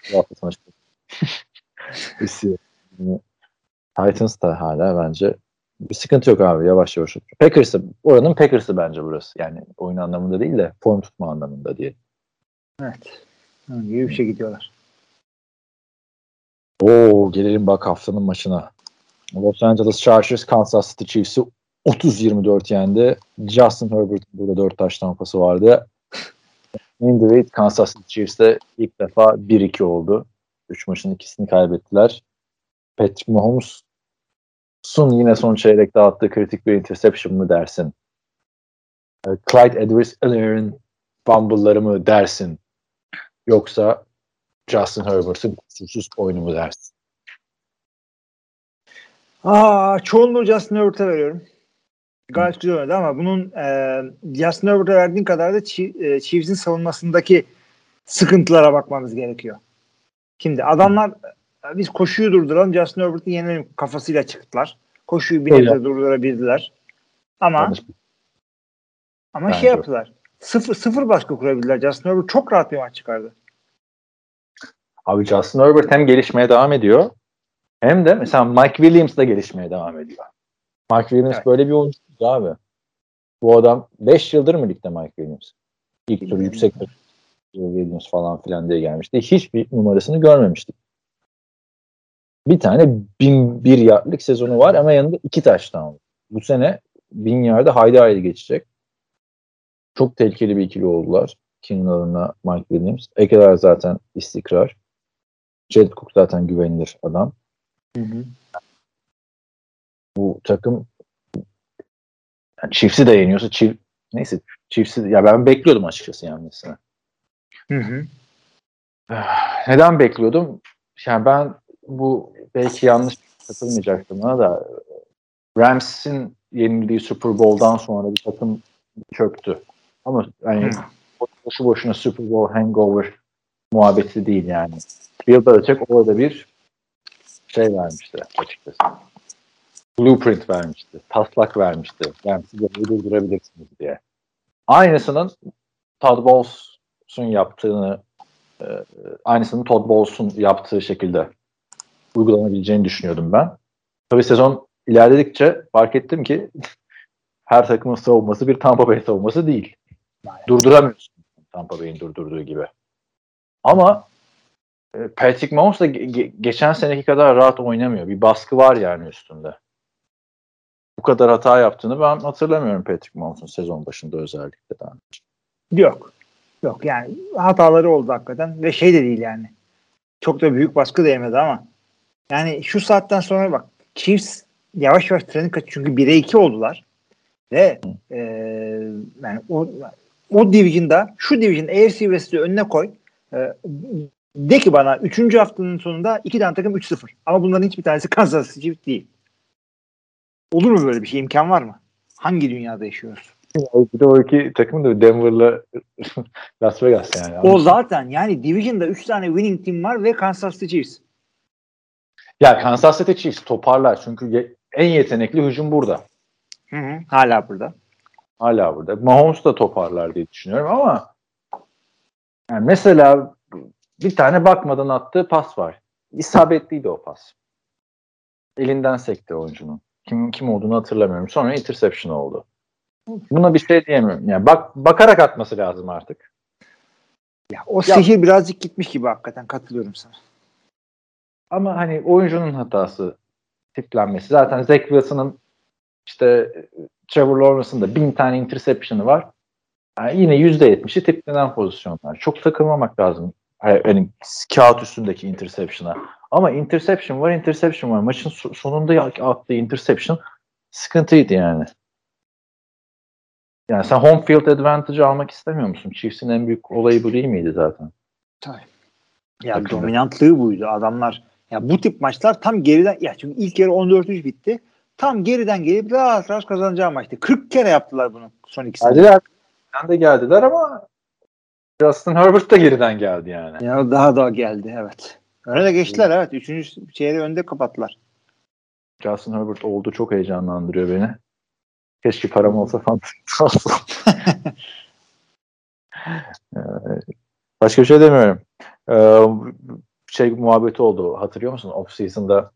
Titans da hala bence bir sıkıntı yok abi, yavaş yavaş. Oranın Packers'ı bence burası. Yani oyun anlamında değil de form tutma anlamında diye. Evet. İyi bir şey gidiyorlar. Gelelim bak haftanın maçına. Los Angeles Chargers Kansas City Chiefs'i 30-24 yendi. Justin Herbert'ın burada 4 taş tampası vardı. Andy Reid Kansas City Chiefs'te ilk defa 1-2 oldu. 3 maçın ikisini kaybettiler. Patrick Mahomes'un yine son çeyrekte attığı kritik bir interception mı dersin? Clyde Edwards-Helaire'in fumble'ları mı dersin? Yoksa Justin Herbert'ın kusursuz oyunu mu dersin? Çoğunluğu Justin Herbert'a veriyorum. Gayet güzel oynadı ama bunun Justin Herbert'a verdiğin kadar da Chiefs'in savunmasındaki sıkıntılara bakmamız gerekiyor. Şimdi adamlar biz koşuyu durduralım, Justin Herbert'ı yenelim kafasıyla çıktılar. Koşuyu bir nebze durdurabildiler. Ama şey yaptılar. Sıfır baskı kurabildiler. Justin Herbert çok rahat bir maç çıkardı. Abi Justin Herbert hem gelişmeye devam ediyor hem de mesela Mike Williams da gelişmeye devam ediyor. Mike Williams böyle bir oyuncu abi. Bu adam 5 yıldır mı ligde Mike Williams? İlk tur yüksek Williams falan filan diye gelmişti. Hiçbir numarasını görmemiştik. Bir tane 1001 yardlık sezonu var ama yanında 2 touchdown. Bu sene 1000 yarda haydi geçecek. Çok tehlikeli bir ikili oldular. Keenan Allen'la Mike Williams. Ekeler zaten istikrar. Jared Cook zaten güvenilir adam. Hı hı. Bu takım yani Chiefs'i de yeniyorsa neyse Chiefs'i ya ben bekliyordum açıkçası yenmesini. Hı hı. Neden bekliyordum? Yani ben bu belki yanlış katılmayacaktım bana da Rams'in yenildiği Super Bowl'dan sonra bir takım çöktü. Ama hani boşu boşuna Super Bowl hangover muhabbeti değil yani. Bill Belichick orada bir şey vermişti açıkçası. Blueprint vermişti. Taslak vermişti. Yani siz de durdurabilirsiniz diye. Aynısının Todd Bowles'un yaptığını aynısını Todd Bowles'un yaptığı şekilde uygulanabileceğini düşünüyordum ben. Tabii sezon ilerledikçe fark ettim ki her takımın savunması bir Tampa Bay savunması değil. Durduramıyorsun Tampa Bay'in durdurduğu gibi. Ama Patrick Mahomes da geçen seneki kadar rahat oynamıyor. Bir baskı var yani üstünde. Bu kadar hata yaptığını ben hatırlamıyorum Patrick Mahomes'un sezon başında özellikle daha önce. Yok. Yok yani hataları oldu hakikaten ve şey de değil yani. Çok da büyük baskı da yemedi ama yani şu saatten sonra bak Chiefs yavaş yavaş treni kaçıyor çünkü 1'e 2 oldular ve yani o division'da şu division AFC West'i önüne koy de ki bana 3. haftanın sonunda 2 tane takım 3-0 ama bunların hiçbir tanesi Kansas City Chiefs değil. Olur mu böyle bir şey? İmkan var mı? Hangi dünyada yaşıyoruz? Bir de o iki takım da Denver'la Las Vegas yani. O zaten yani Division'da 3 tane winning team var ve Kansas City Chiefs. Ya Kansas City Chiefs toparlar çünkü en yetenekli hücum burada. Hı. Hala burada. Hala burada. Mahomes da toparlar diye düşünüyorum ama yani mesela bir tane bakmadan attığı pas var. İsabetliydi o pas. Elinden sekti oyuncunun. Kim olduğunu hatırlamıyorum. Sonra interception oldu. Buna bir şey diyemiyorum. Yani bakarak atması lazım artık. Ya o sihir birazcık gitmiş gibi hakikaten katılıyorum sana. Ama hani oyuncunun hatası tiplenmesi. Zaten Zach Wilson'ın işte Trevor Lawrence'ın da 1000 tane interception'ı var. Yani yine %70'i tiplenen pozisyonlar. Çok takılmamak lazım. Yani kağıt üstündeki interception'a. Ama interception var. Maçın sonunda attığı interception sıkıntıydı yani. Yani sen home field advantage almak istemiyor musun? Chiefs'in en büyük olayı bu değil miydi zaten? Tabii. Ya dominantlığı buydu. Adamlar ya bu tip maçlar tam geriden ya çünkü ilk yarı 14-3 bitti. Tam geriden gelip rahat rahat kazanacağı maçtı. 40 kere yaptılar bunu son 2 sene. Geriden de geldiler ama Justin Herbert da geriden geldi yani. Ya daha geldi evet. Öne de geçtiler evet. 3. çeyreği önde kapattılar. Justin Herbert oldu çok heyecanlandırıyor beni. Keşke param olsa fantastik olsa. Başka bir şey demiyorum. Muhabbeti oldu. Hatırlıyor musun? Off-season'da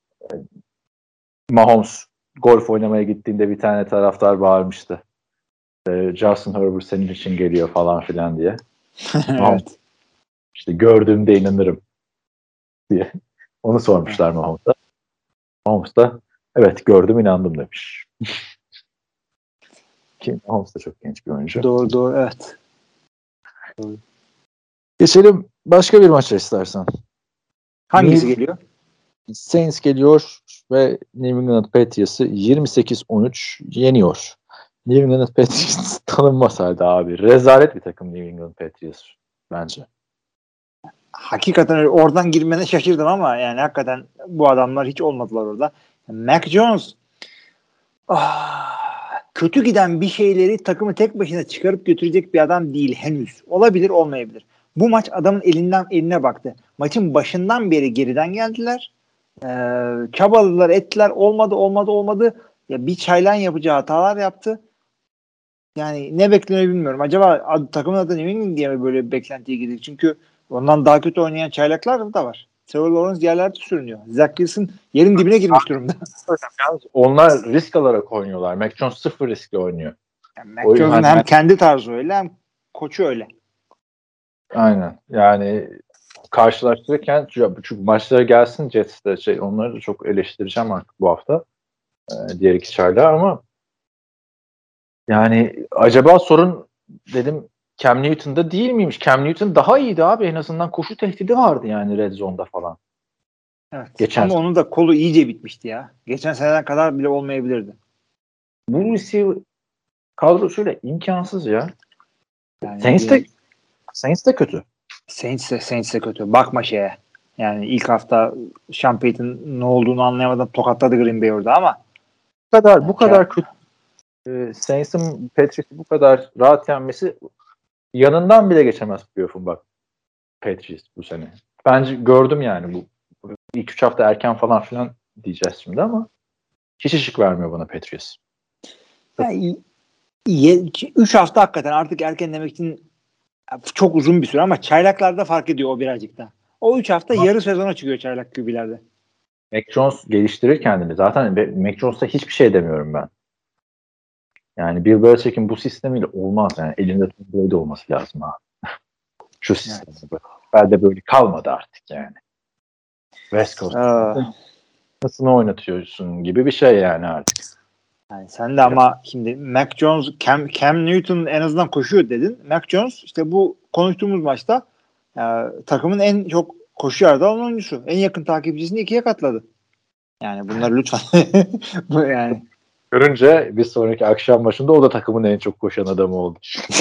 Mahomes golf oynamaya gittiğinde bir tane taraftar bağırmıştı. Justin Herbert senin için geliyor falan filan diye. Evet. İşte gördüğümde inanırım diye. Onu sormuşlar Mahomes'a. Mahomes da evet gördüm inandım demiş. Ki Mahomes da çok genç bir oyuncu. Doğru evet. Doğru. Geçelim başka bir maça istersen. Hangisi geliyor? Saints geliyor ve New England Patriots'ı 28-13 yeniyor. New England Patriots tanınmaz halde abi. Rezalet bir takım New England Patriots bence. Hakikaten öyle. Oradan girmene şaşırdım ama yani hakikaten bu adamlar hiç olmadılar orada. Mac Jones kötü giden bir şeyleri takımı tek başına çıkarıp götürecek bir adam değil henüz. Olabilir olmayabilir. Bu maç adamın eline baktı. Maçın başından beri geriden geldiler. Çabaladılar ettiler. Olmadı. Ya bir çaylan yapacağı hatalar yaptı. Yani ne bekleniyor bilmiyorum. Acaba takımın adı New England diye mi böyle bir beklentiye girdik? Çünkü ondan daha kötü oynayan çaylaklar da var. Trevor Lawrence yerlerde sürünüyor. Zach Wilson yerin dibine girmiş durumda. Onlar risk alarak oynuyorlar. Mac Jones sıfır riskle oynuyor. Yani Mac Jones'un hem kendi tarzı öyle hem koçu öyle. Aynen. Yani karşılaştırırken çünkü maçlara gelsin Jets'te onları da çok eleştireceğim artık bu hafta. Diğer iki çaylar ama yani acaba sorun dedim Cam Newton'da değil miymiş? Cam Newton daha iyiydi abi. En azından koşu tehdidi vardı yani red zone'da falan. Evet. Geçen Ama onun da kolu iyice bitmişti ya. Geçen seneden kadar bile olmayabilirdi. bu receiver kadrosuyla imkansız ya. Yani Saints de kötü. Saints de kötü. Bakma şeye. Yani ilk hafta Sean Payton ne olduğunu anlayamadan tokatladı Green Bay orada ama Bu kadar kötü. Saints'in Patriots'ı bu kadar rahat yenmesi yanından bile geçemez playoff'un bak. Patriots bu sene. Bence gördüm yani bu. İlk 3 hafta erken falan filan diyeceğiz şimdi ama hiç ışık vermiyor bana Patriots. yani 3 hafta hakikaten artık erken demek için çok uzun bir süre ama çaylaklarda fark ediyor o birazcık da. O 3 hafta yarı sezona çıkıyor çaylak QB'lerde. Mac Jones geliştirir kendini. Zaten Mac Jones'a hiçbir şey demiyorum ben. Yani Bill Belichick'in bu sistemiyle olmaz. Yani elinde Tom Brady olması lazım abi. Şu sistem. Evet. Ben de böyle kalmadı artık yani. West Coast. Nasıl oynatıyorsun gibi bir şey yani artık. Yani sen de ama şimdi Mac Jones, Cam Newton en azından koşuyor dedin. Mac Jones işte bu konuştuğumuz maçta takımın en çok koşu yardı alan oyuncusu. En yakın takipçisini 2'ye katladı. Yani bunları lütfen bu yani. Görünce bir sonraki akşam başında o da takımın en çok koşan adamı oldu.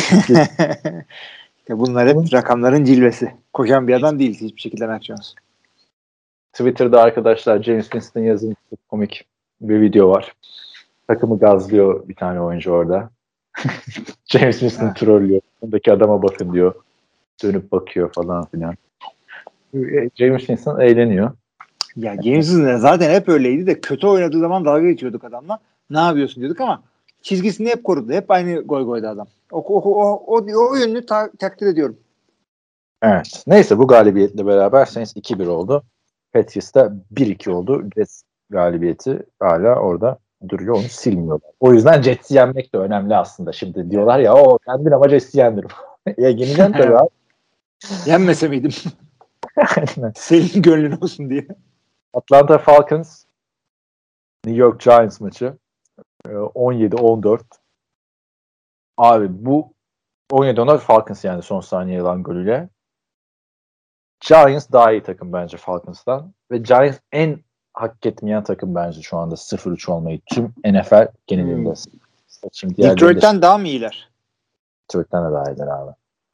Bunlar hep rakamların cilvesi. Koşan bir adam değil hiçbir şekilde Mac Jones. Twitter'da arkadaşlar James Winston yazın komik bir video var. Takımı gazlıyor bir tane oyuncu orada. James Winston trollüyor. Ondaki adama bakın diyor. Dönüp bakıyor falan filan. James Winston eğleniyor. Ya James Winston zaten hep öyleydi de kötü oynadığı zaman dalga geçiyorduk adamla. Ne yapıyorsun diyorduk ama çizgisini hep korudu. Hep aynı goydu adam. O yönünü takdir ediyorum. Evet. Neyse bu galibiyetle beraber Saints 2-1 oldu. Patriots'ta 1-2 oldu. Jets galibiyeti hala orada duruyor. Onu silmiyorlar. O yüzden Jets'i yenmek de önemli aslında. Şimdi diyorlar ya o kendin ama Jets'i yendim. Ya yeneceğim tabii abi. Yenmese miydim? Senin gönlün olsun diye. Atlanta Falcons New York Giants maçı 17-14. Abi bu 17-14 Falcons yani son saniye lan golüyle. Giants daha iyi takım bence Falcons'tan. Ve Giants en hak etmeyen takım bence şu anda 0-3 olmayı. Tüm NFL genelinde. Detroit'ten daha mı iyiler? Detroit'ten de daha iyiler abi.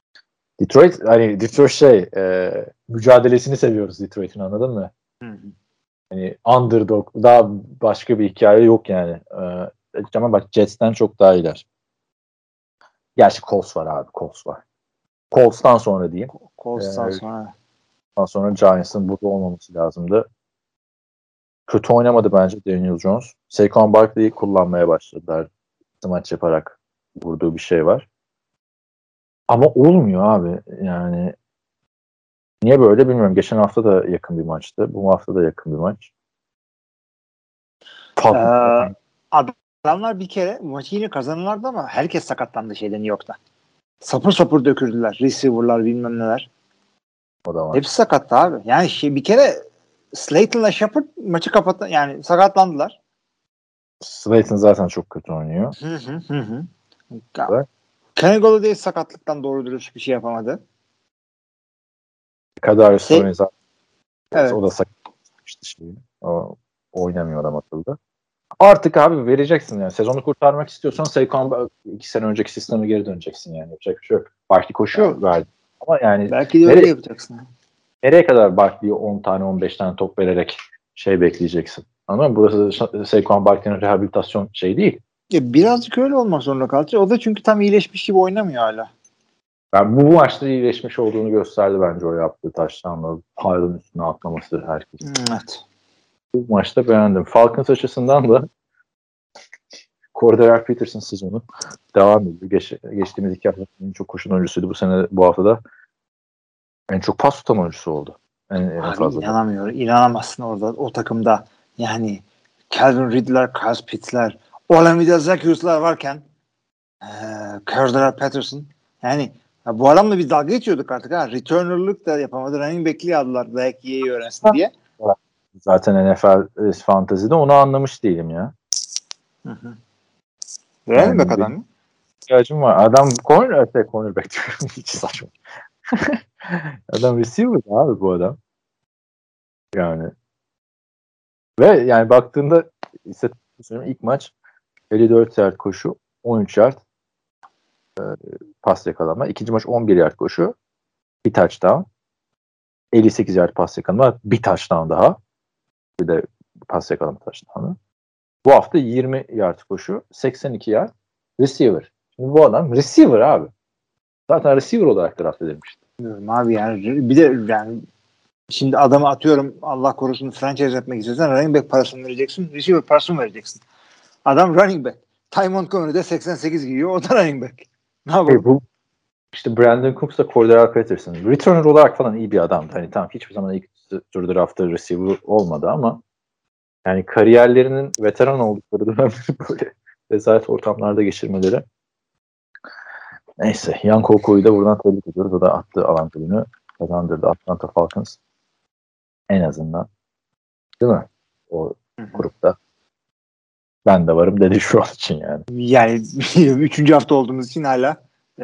Detroit mücadelesini seviyoruz Detroit'in anladın mı? Hı. Hani underdog daha başka bir hikaye yok yani. Ama bak Jets'ten çok daha iyiler. Gerçi Colts var abi. Colts var. Colts'tan sonra diyeyim. Colts'tan sonra. Ondan sonra Giants'ın burada olmaması lazımdı. Kötü oynamadı bence Daniel Jones. Saquon Barkley'i kullanmaya başladılar. Maç yaparak vurduğu bir şey var. Ama olmuyor abi. Yani niye böyle bilmiyorum. Geçen hafta da yakın bir maçtı. Bu hafta da yakın bir maç. Adamlar bir kere maçı yine kazanırlardı ama herkes sakatlandı şeyden New Sapır sapır dökürdüler. Receiver'lar bilmem neler. O da var. Hepsi sakattı abi. Yani bir kere Slayton'la Shepard maçı kapattı. Yani sakatlandılar. Slayton zaten çok kötü oynuyor. Evet. Kenny Golladay sakatlıktan doğru dürüst bir şey yapamadı. Kadar Sony zaten. Evet. O da sakatmıştı şeyi. O oynamıyor adam akıllı. Artık abi vereceksin yani. Sezonu kurtarmak istiyorsan Saquon 2 sene önceki sisteme geri döneceksin yani. Yapacak bir şey yok. Barkley koşuyor galiba. Ama yani belki de öyle yapacaksın. Nereye kadar Barkley'e 10 tane 15 tane top vererek bekleyeceksin. Anladın mı? Burası Saquon Barkley'nin rehabilitasyon değil. Birazcık öyle olmak zorunda kalacak. O da çünkü tam iyileşmiş gibi oynamıyor hala. Yani bu maçta iyileşmiş olduğunu gösterdi bence o yaptığı taştanla. Harden üstüne atlaması herkes. Evet. Bu maçta beğendim. Falcons açısından da Cordell Patterson sezonu devam ediyor. Geçtiğimiz 2 hafta en çok koşun oyuncusuydu. Bu hafta da en çok pas tutan oyuncusu oldu. En fazla. İnanamıyorum. İnanamazsın orada o takımda. Yani Calvin Ridley'ler, Kyle Pitts'ler, Olamide Zacchaeus'lar varken Cordell Patterson yani bu adamla biz dalga geçiyorduk artık ha. Returner'lık da yapamadı. Running back'liği aldılar. Belki iyi öğrensin diye. Zaten NFL fantezide onu anlamış değilim ya. Running back adam mı? ihtiyacım var. Adam cornerback diyorum. Hiç saçma. Adam receiver abi bu adam. Yani. Ve yani baktığında ilk maç 54 yard koşu, 13 yard pas yakalama. İkinci maç 11 yard koşu, bir touchdown. 58 yard pas yakalama, bir touchdown daha. Bir de pas yakalama touchdown'ı. Bu hafta 20 yard koşu, 82 yard receiver. Şimdi bu adam receiver abi. Zaten receiver olarak draft edilmişti. Bilmiyorum abi yani. Bir de yani şimdi adamı atıyorum Allah korusun franchise etmek istiyorsan running back parasını vereceksin. Receiver parasını vereceksin. Adam running back. Ty Montgomery de 88 giyiyor. O da running back. Ne yapalım? Bu işte Brandon Cooks da Cordell Patterson. Returner olarak falan iyi bir adamdı. Hani tamam hiçbir zaman ilk tur draft'ta receiver olmadı ama yani kariyerlerinin veteran oldukları dönemleri böyle rezalet ortamlarda geçirmeleri. Neyse. Yan Koko'yu da buradan tebrik ediyoruz. O da attığı alan golünü kazandırdı. Atlanta Falcons en azından. Değil mi? O grupta. Ben de varım dedi şu an için yani. Yani 3. hafta olduğumuz için hala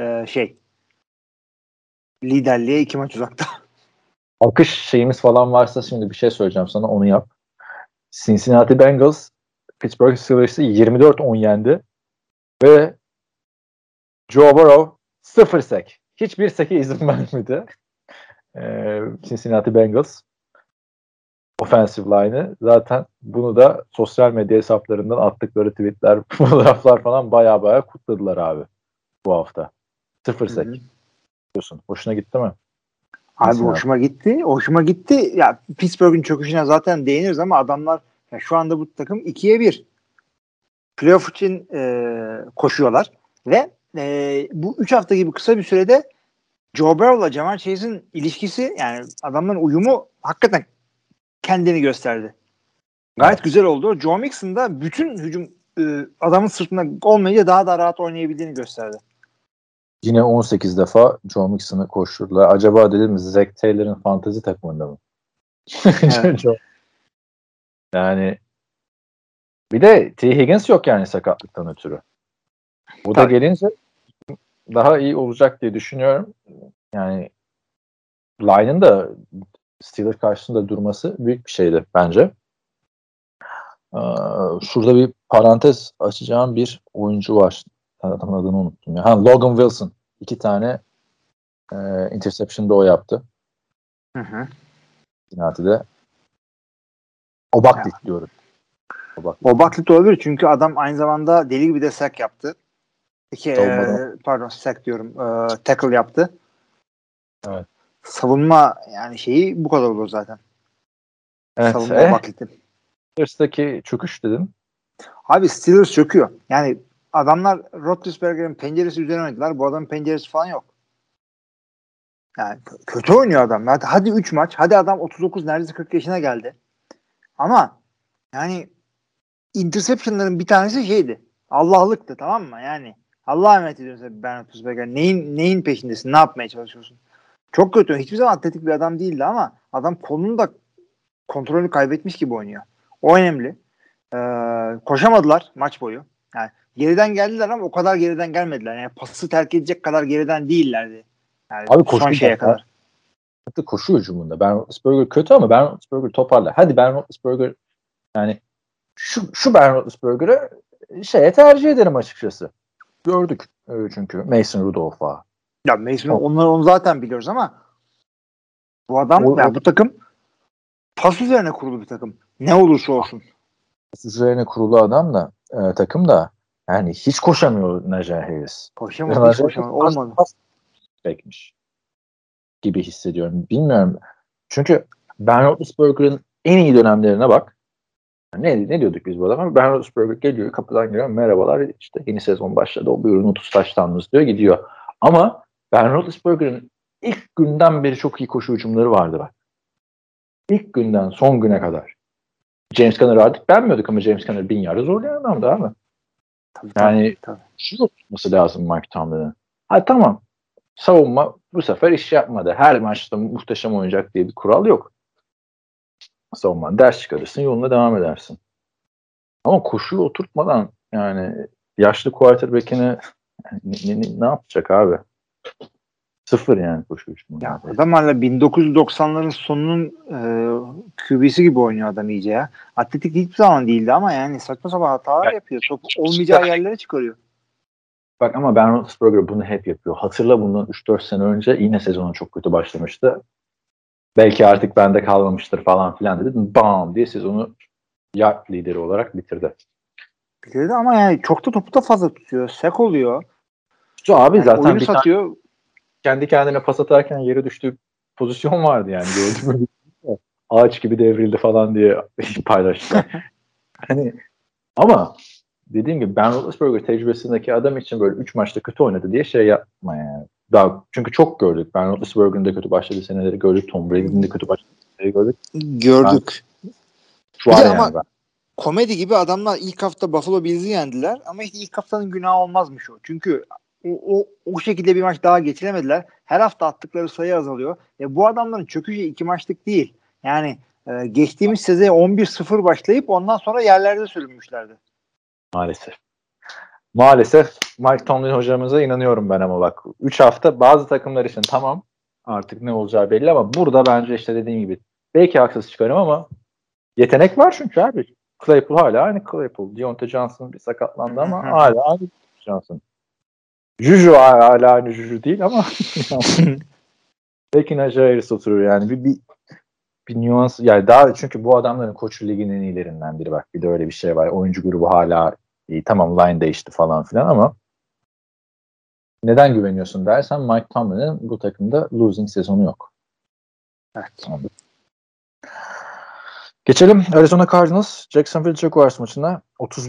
liderliğe 2 maç uzakta. Alkış şeyimiz falan varsa şimdi bir şey söyleyeceğim sana, onu yap. Cincinnati Bengals Pittsburgh Steelers'ı 24-10 yendi ve Joe Burrow 0 sack. Hiçbir sack'e izin vermedi. Cincinnati Bengals offensive line'ı. Zaten bunu da sosyal medya hesaplarından attıkları tweetler, fotoğraflar falan baya kutladılar abi bu hafta. 0 sack. Diyorsun. Hoşuna gitti mi? Abi hoşuma gitti. Hoşuma gitti. Ya Pittsburgh'ün çöküşüne zaten değiniriz ama adamlar ya şu anda bu takım 2'ye 1. Playoff için koşuyorlar ve bu 3 hafta gibi kısa bir sürede Joe Burrow'la Ja'Marr Chase'in ilişkisi, yani adamların uyumu hakikaten kendini gösterdi. Gayet güzel oldu. Joe Mixon da bütün hücum adamın sırtında olmayınca daha da rahat oynayabildiğini gösterdi. Yine 18 defa Joe Mixon'ı koşturdular. Acaba dedim Zach Taylor'ın fantezi takımında mı? Evet. Yani bir de T. Higgins yok yani sakatlıktan ötürü. Bu da gelince daha iyi olacak diye düşünüyorum. Yani line'ın da Steelers karşısında durması büyük bir şeydi bence. Şurada bir parantez açacağım bir oyuncu var. Adamın adını unuttum ya. Logan Wilson. 2 tane interception'da o yaptı. Cincinnati'de. Obaklit diyorum. Obaklit olabilir çünkü adam aynı zamanda deli gibi de sack yaptı. Sack diyorum. Tackle yaptı. Evet. Savunma yani şeyi bu kadar olur zaten. Evet. Savunma Obaklit'in. Steelers'taki çöküş dedim. Abi Steelers çöküyor. Yani adamlar Roethlisberger'in penceresi üzerine oynadılar. Bu adamın penceresi falan yok. Yani kötü oynuyor adam. Hadi 3 maç. Hadi adam 39 neredeyse 40 yaşına geldi. Ama yani interception'ların bir tanesi şeydi. Allah'lıktı, tamam mı? Yani Allah'a emanet ediyorsun Ben Roethlisberger. Neyin peşindesin? Ne yapmaya çalışıyorsun? Çok kötü. Hiçbir zaman atletik bir adam değildi ama adam kolunu da kontrolü kaybetmiş gibi oynuyor. O önemli. Koşamadılar maç boyu. Yani geriden geldiler ama o kadar geriden gelmediler. Yani pası terk edecek kadar geriden değillerdi. Yani abi son şeye kadar. Hatta koşu hücumunda Ben Roethlisberger kötü ama Ben Roethlisberger toparlar. Hadi Ben Roethlisberger yani şu Ben Roethlisberger'ı tercih ederim açıkçası. Gördük çünkü Mason Rudolph'a. Ya Mason onu zaten biliyoruz ama bu adam bu takım pas üzerine kurulu bir takım. Ne olursa olsun. Pas üzerine kurulu adam da takım da yani hiç koşamıyor Najee Harris. Hiç koşamadı. Olmadı. Bekmiş gibi hissediyorum. Bilmiyorum. Çünkü Ben Roethlisberger'ın en iyi dönemlerine bak. Ne diyorduk biz bu adama? Ben Roethlisberger geliyor, kapıdan geliyor. Merhabalar, işte yeni sezon başladı. O buyurun 30 taştanınız diyor, gidiyor. Ama Ben Roethlisberger'ın ilk günden beri çok iyi koşu hücumları vardı bak. İlk günden son güne kadar. James Conner'ı artık beğenmiyorduk ama James Conner 1000 yarda zorlayan adamdı abi. Yani şu tutması lazım Mike Tomlin'in. Tamam. Savunma bu sefer iş yapmadı. Her maçta muhteşem oynayacak diye bir kural yok. Savunma ders çıkarırsın, yoluna devam edersin. Ama koşuyu oturtmadan yani yaşlı quarterback'ini Ne yapacak abi? Sıfır yani koşu hücumu. Ya adam hala 1990'ların sonunun QB'si gibi oynuyor adam iyice ya. Atletik hiçbir zaman değildi ama yani saçma sapan hatalar yapıyor. Top olmayacağı yerlere çıkarıyor. Bak ama Ben Roethlisberger bunu hep yapıyor. Hatırla bundan 3-4 sene önce yine sezonu çok kötü başlamıştı. Belki artık bende kalmamıştır falan filan dedi. Bam diye sezonu yard lideri olarak bitirdi. Bitirdi ama yani çok da topu da fazla tutuyor. Sek oluyor. Şu abi Yani zaten oyunu bir satıyor. tane kendi kendine pas atarken yere düştüğü pozisyon vardı yani. Gördün mü? Ağaç gibi devrildi falan diye paylaştılar. Hani ama dediğim gibi Ben Roethlisberger tecrübesindeki adam için böyle 3 maçta kötü oynadı diye şey yapma yani. Daha, çünkü çok gördük. Ben Roethlisberger'ın de kötü başladığı seneleri gördük. Tom Brady'nin de kötü başladığı seneleri gördük. Gördük. Şu Bir var de yani ama ben. komedi gibi adamlar ilk hafta Buffalo Bills'i yendiler ama işte ilk haftanın günahı olmazmış o. Çünkü o şekilde bir maç daha geçiremediler. Her hafta attıkları sayı azalıyor. Bu adamların çöküşü 2 maçlık değil. Yani geçtiğimiz sezon 11-0 başlayıp ondan sonra yerlerde sürünmüşlerdi. Maalesef. Maalesef Mike Tomlin hocamıza inanıyorum ben ama bak. 3 hafta bazı takımlar için tamam artık ne olacağı belli ama burada bence işte dediğim gibi belki haksız çıkarım ama yetenek var çünkü abi. Claypool hala aynı Claypool. Deontay Johnson bir sakatlandı ama hala aynı Johnson. Juju hala aynı Juju değil ama belki Najee Harris oturur yani bir nüans yani daha çünkü bu adamların koçu ligin en iyilerinden biri bak bir de öyle bir şey var. Oyuncu grubu hala iyi. Tamam line değişti falan filan ama neden güveniyorsun dersen Mike Tomlin'in bu takımda losing sezonu yok. Evet. Anladım. Geçelim Arizona Cardinals Jacksonville Jaguars maçına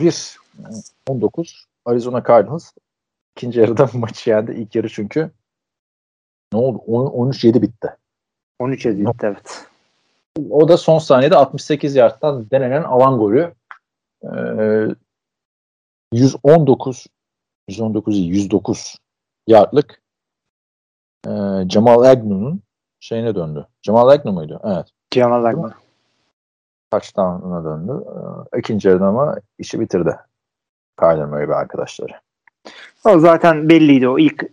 31-19 Arizona Cardinals ikinci yarıda maçı yendi. İlk yarı çünkü ne oldu? 13-7 bitti. 13'e bitti evet. O da son saniyede 68 yardtan denenen alan golü. 119 yardlık Jamal Agnew'nun şeyine döndü. Jamal Agnew muydu? Evet. Jamal Agnew. Touchdown'una döndü. İkinci yarıda ama işi bitirdi. Kyler Murray ve arkadaşları. O zaten belliydi o ilk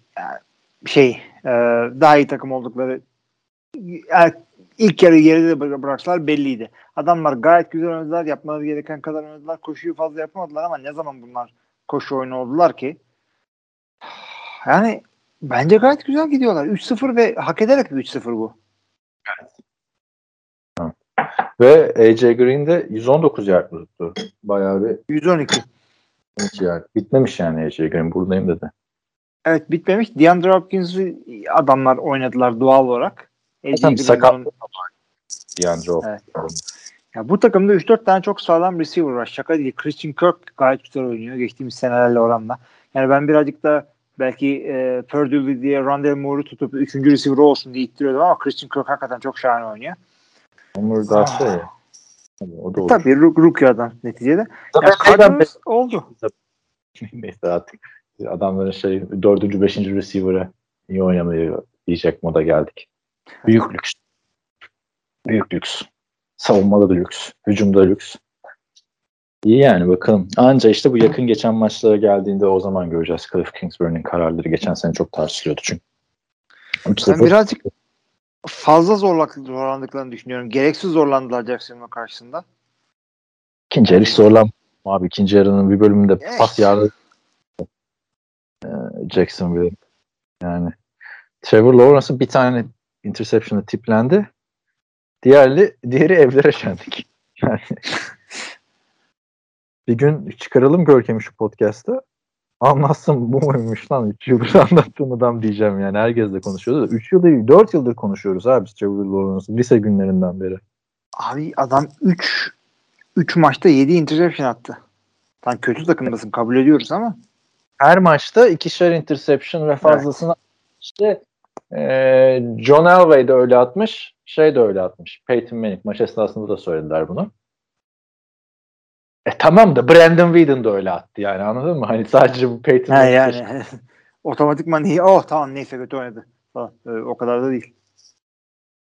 daha iyi takım oldukları ilk yarı geride bıraksalar belliydi. Adamlar gayet güzel oynadılar. Yapmaları gereken kadar oynadılar. Koşuyu fazla yapamadılar ama ne zaman bunlar koşu oyunu oldular ki? Yani bence gayet güzel gidiyorlar. 3-0 ve hak ederek bir 3-0 bu. Ve AJ Green de 119 yard tuttu. Bayağı bir 112. yard. Bitmemiş yani AJ Green. Buradayım dedi. Evet bitmemiş. DeAndre Hopkins'i adamlar oynadılar doğal olarak. Zaten sakatlık DeAndre Evet. Hopkins. Ya bu takımda 3-4 tane çok sağlam receiver var. Şaka değil. Christian Kirk gayet güzel oynuyor. Geçtiğimiz senelerle oranla. Yani ben birazcık da belki Purdue diye Rondale Moore'u tutup 3. receiver olsun diye ittiriyordum ama Christian Kirk hakikaten çok şahane oynuyor. Onur daha şey. O da olur. Tabii rookie adam neticede. Zaten Ya Cardinals oldu. Neyse artık adamların 4. 5. receiver'a iyi oynamayı diyecek moda geldik. Büyük lüks. Büyük lüks. Savunmada da lüks. Hücumda lüks. İyi yani bakalım. Anca işte bu yakın geçen maçlara geldiğinde o zaman göreceğiz. Cliff Kingsbury'nin kararları geçen sene çok tartışılıyordu çünkü. Ben birazcık fazla zorlandıklarını düşünüyorum. Gereksiz zorlandılar Jacksonville karşısında. İkinci yarı hiç zorlanmadım. Abi ikinci yarının bir bölümünde pas yardı Jacksonville. Yani Trevor Lawrence'ın bir tane interception'ı tiplendi. Diğeri evlere şenlik. Yani bir gün çıkaralım Görkem'i şu podcast'ta. Anlatsın bu muymuş lan 3 yıldır anlattığım adam diyeceğim yani. Herkes de konuşuyordu da 3 yıl değil 4 yıldır konuşuyoruz abi biz Trevor Lawrence'ı lise günlerinden beri. Abi adam 3 maçta 7 interception attı. Sen kötü takımdasın kabul ediyoruz ama. Her maçta 2'şer interception ve fazlasını işte John Elway de öyle atmış. De öyle atmış. Peyton Manning maç esnasında da söylediler bunu. Tamam da Brandon Whedon da öyle attı yani anladın mı? Hani sadece bu Peyton Manning yani otomatikman iyi. Tamam neyse kötü oynadı. Falan. O kadar da değil.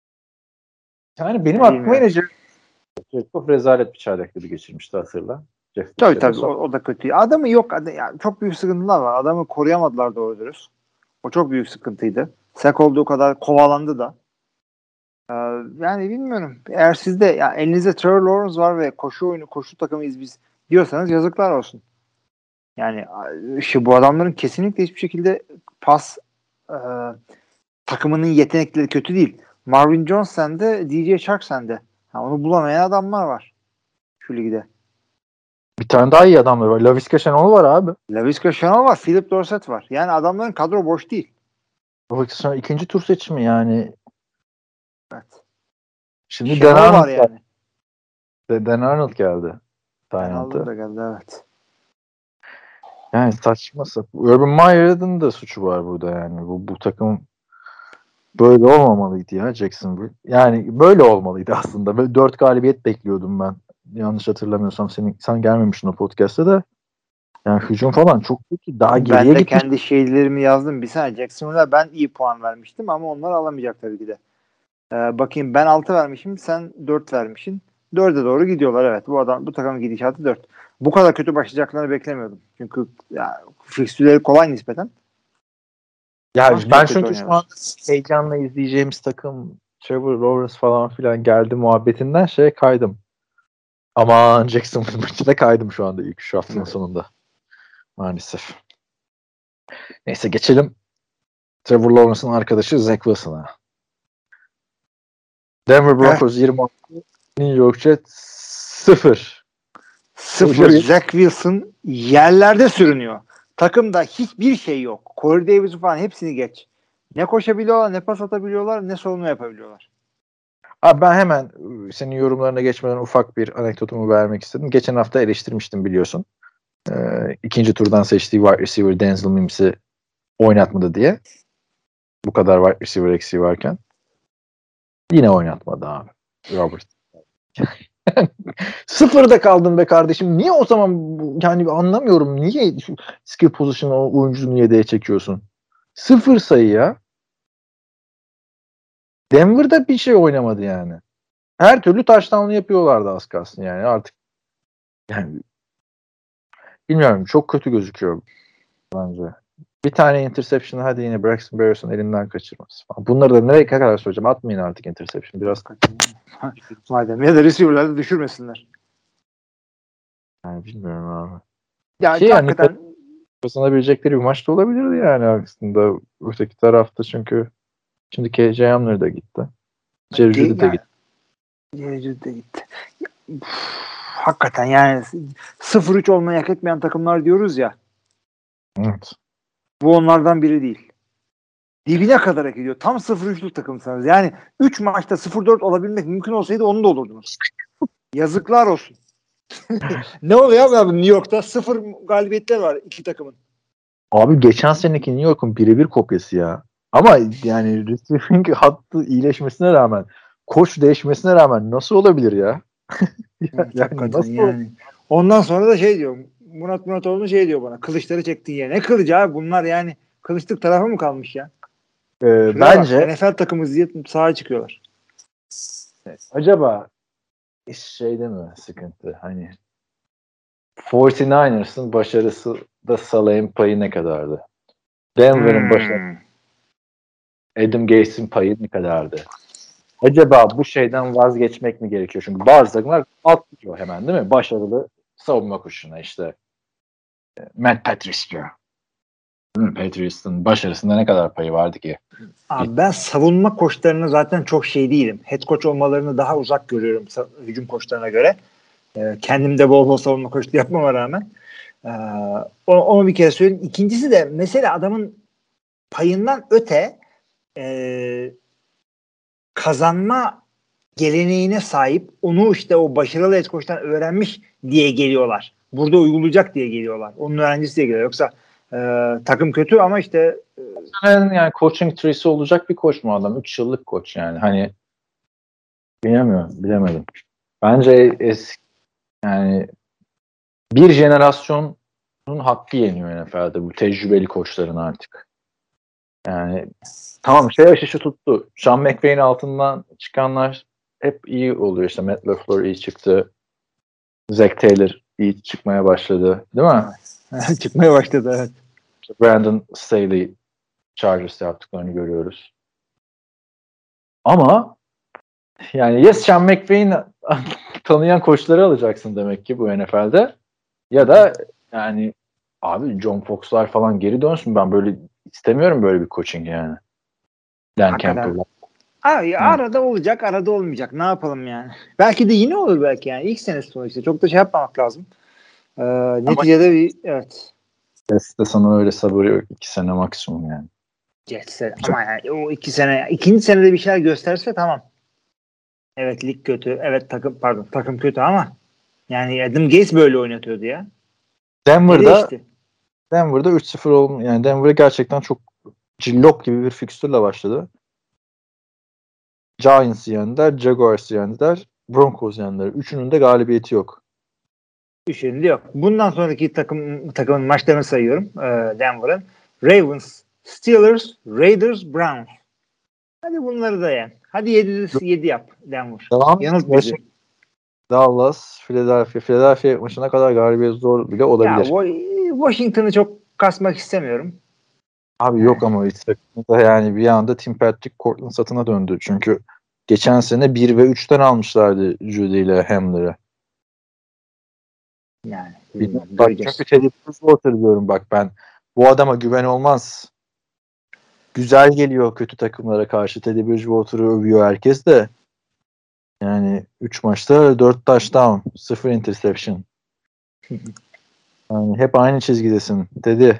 Yani benim aklıma yine çok rezalet bir çaylak gibi geçirmişti hatırla. Tabii o da kötü. Adamı yok. Yani çok büyük sıkıntılar var. Adamı koruyamadılar doğru dürüst. O çok büyük sıkıntıydı. Sek olduğu kadar kovalandı da. Yani bilmiyorum. Eğer sizde yani elinizde Trevor Lawrence var ve koşu takımıyız biz diyorsanız yazıklar olsun. Yani bu adamların kesinlikle hiçbir şekilde pas takımının yetenekleri kötü değil. Marvin Jones sende, DJ Chark sende. Onu bulamayan adamlar var şu ligde. Bir tane daha iyi adamlar var. Laviska Shenault var abi. Laviska Shenault var. Philip Dorsett var. Yani adamların kadro boş değil. Laviska ikinci tur seçimi yani. Evet. Şimdi Shenault Dan var yani. Dan Arnold geldi. Dan Arnold da geldi evet. Yani saçma sapan. Urban Meyer'ın da suçu var burada yani. Bu takım böyle olmamalıydı ya Jacksonville. Yani böyle olmalıydı aslında. Böyle 4 galibiyet bekliyordum ben. Yanlış hatırlamıyorsam sen gelmemiştin o podcast'ta da. Yani hücum falan çok kötü. Daha geriye Ben de gitmiş. kendi şeylerimi yazdım. Bir saniye Jacksonville'a ben iyi puan vermiştim ama onlar alamayacak tabii ki de. Bakayım ben 6 vermişim. Sen 4 vermişsin. 4'e doğru gidiyorlar evet. Bu takımın gidişatı 4. Bu kadar kötü başlayacaklarını beklemiyordum. Çünkü fikstürleri kolay nispeten. Ya ama ben çünkü şu an heyecanla izleyeceğimiz takım Trevor Lawrence falan filan geldi muhabbetinden kaydım. Ama Jacksonville maçına kaydım şu anda ilk 3 haftanın sonunda. Maalesef. Neyse geçelim Trevor Lawrence'ın arkadaşı Zach Wilson'a. Denver Broncos 26, New York Jets 0. 0. Zach Wilson yerlerde sürünüyor. Takımda hiçbir şey yok. Corey Davis falan hepsini geç. Ne koşabiliyorlar, ne pas atabiliyorlar, ne savunma yapabiliyorlar. Abi ben hemen senin yorumlarına geçmeden ufak bir anekdotumu vermek istedim. Geçen hafta eleştirmiştim biliyorsun. İkinci turdan seçtiği wide receiver Denzel Mims'i oynatmadı diye. Bu kadar wide receiver eksiği varken. Yine oynatmadı abi. Robert. Sıfırda kaldın be kardeşim. Niye o zaman yani anlamıyorum. Niye skill position oyuncusunu yedeğe çekiyorsun? 0 sayı ya. Denver'da bir şey oynamadı yani. Her türlü touchdown'u yapıyorlardı az kalsın yani artık. Yani bilmiyorum çok kötü gözüküyor bence. Bir tane interception hadi yine Braxton Berrios'un elinden kaçırması falan. Bunları da nereye kadar söyleyeceğim? Atmayın artık interception. Biraz madem ya da receiver'ları düşürmesinler. yani bilmiyorum abi. Ya hakikaten kazanabilecekleri bir maç da olabilirdi yani aslında. Öteki tarafta çünkü şimdi KJ Hamler da gitti. Jerry Jeudy de gitti. Jerry Jeudy de gitti. Hakikaten yani 0-3 olmayı hak etmeyen takımlar diyoruz ya. Evet. Bu onlardan biri değil. Dibine kadar hak ediyor. Tam 0-3'lük takımsınız. Yani 3 maçta 0-4 olabilmek mümkün olsaydı onu da olurdunuz. Yazıklar olsun. Ne oluyor abi New York'ta? 0 galibiyetler var iki takımın. Abi geçen seneki New York'un birebir kopyası ya. Ama yani receiving hattı iyileşmesine rağmen, koç değişmesine rağmen nasıl olabilir ya? yani nasıl yani. Ondan sonra da diyor. Murat Muratoğlu diyor bana. Kılıçları çektin ya. Ne kılıcı abi bunlar yani. Kılıçlık tarafı mı kalmış ya? Bence bak, NFL takımız diye sahaya çıkıyorlar. acaba şeyde mi sıkıntı? Hani 49ers'ın başarısı da Saleh'in payı ne kadardı? Denver'ın başarısı Adam Gates'in payı ne kadardı? Acaba bu şeyden vazgeçmek mi gerekiyor? Çünkü bazı takımlar atlıyor hemen değil mi? Başarılı savunma koşuna işte. Matt Patricia. Patriots'ın başarısında ne kadar payı vardı ki? Abi ben savunma koçlarına zaten çok değilim. Head coach olmalarını daha uzak görüyorum hücum koçlarına göre. Kendim de bol bol savunma koçluğu yapmama rağmen. Onu bir kere söyleyeyim. İkincisi de mesela adamın payından öte kazanma geleneğine sahip, onu o başarılı head coach'tan öğrenmiş diye geliyorlar. Burada uygulayacak diye geliyorlar. Onun öğrencisi diye geliyor. Yoksa takım kötü ama yani coaching tree'si olacak bir koç mu adam? 3 yıllık koç yani. Hani bilemedim. Bence yani bir jenerasyonun hakkı yeniyor NFL'de bu tecrübeli koçların artık. Yani tamam aşışı tuttu. Sean McVay'in altından çıkanlar hep iyi oluyor. İşte Matt LaFleur iyi çıktı. Zach Taylor iyi çıkmaya başladı. Değil mi? Evet. Çıkmaya başladı, evet. Brandon Staley Chargers yaptıklarını görüyoruz. Ama yani ya Sean McVay'in tanıyan koçları alacaksın demek ki bu NFL'de, ya da yani abi John Fox'lar falan geri dönsün. Ben böyle istemiyorum, böyle bir coaching yani. Dan Campbell'lar. Abi, arada olacak, arada olmayacak. Ne yapalım yani? Belki de yine olur belki yani. İlk senesi sonuçta. Çok da şey yapmamak lazım. Neticede bir evet. Jets'te sana öyle sabır yok. 2 sene maksimum yani. Jets'e ama yani o 2 sene, ikinci senede bir şeyler gösterse tamam. Evet, lig kötü. Evet, takım kötü ama yani Adam Gase böyle oynatıyordu ya. Denver'da 3-0 oldu. Yani Denver'a gerçekten çok cillop gibi bir fikstürle başladı. Giants yendiler, Jaguars yendiler, Broncos yendiler. Üçünün de galibiyeti yok. Üçünde yok. Bundan sonraki takımın maçlarını sayıyorum. Denver'ın. Ravens, Steelers, Raiders, Browns. Hadi bunları da yen. Hadi 7 yap Denver. Devam. Yanılt bizi. Dallas, Philadelphia maçına kadar galibiyet zor bile olabilir. Ya Washington'ı çok kasmak istemiyorum. Abi yok ama yani bir anda Tim Patrick Courtland satına döndü. Çünkü geçen sene 1 ve 3'ten almışlardı Judy ile Hamler'ı. Yani Bak, çünkü Teddy Bridgewater diyorum, bak ben bu adama güven olmaz. Güzel geliyor kötü takımlara karşı. Teddy Bridgewater'ı övüyor herkes de. Yani 3 maçta 4 touchdown, 0 interception. Yani hep aynı çizgidesin. Teddy.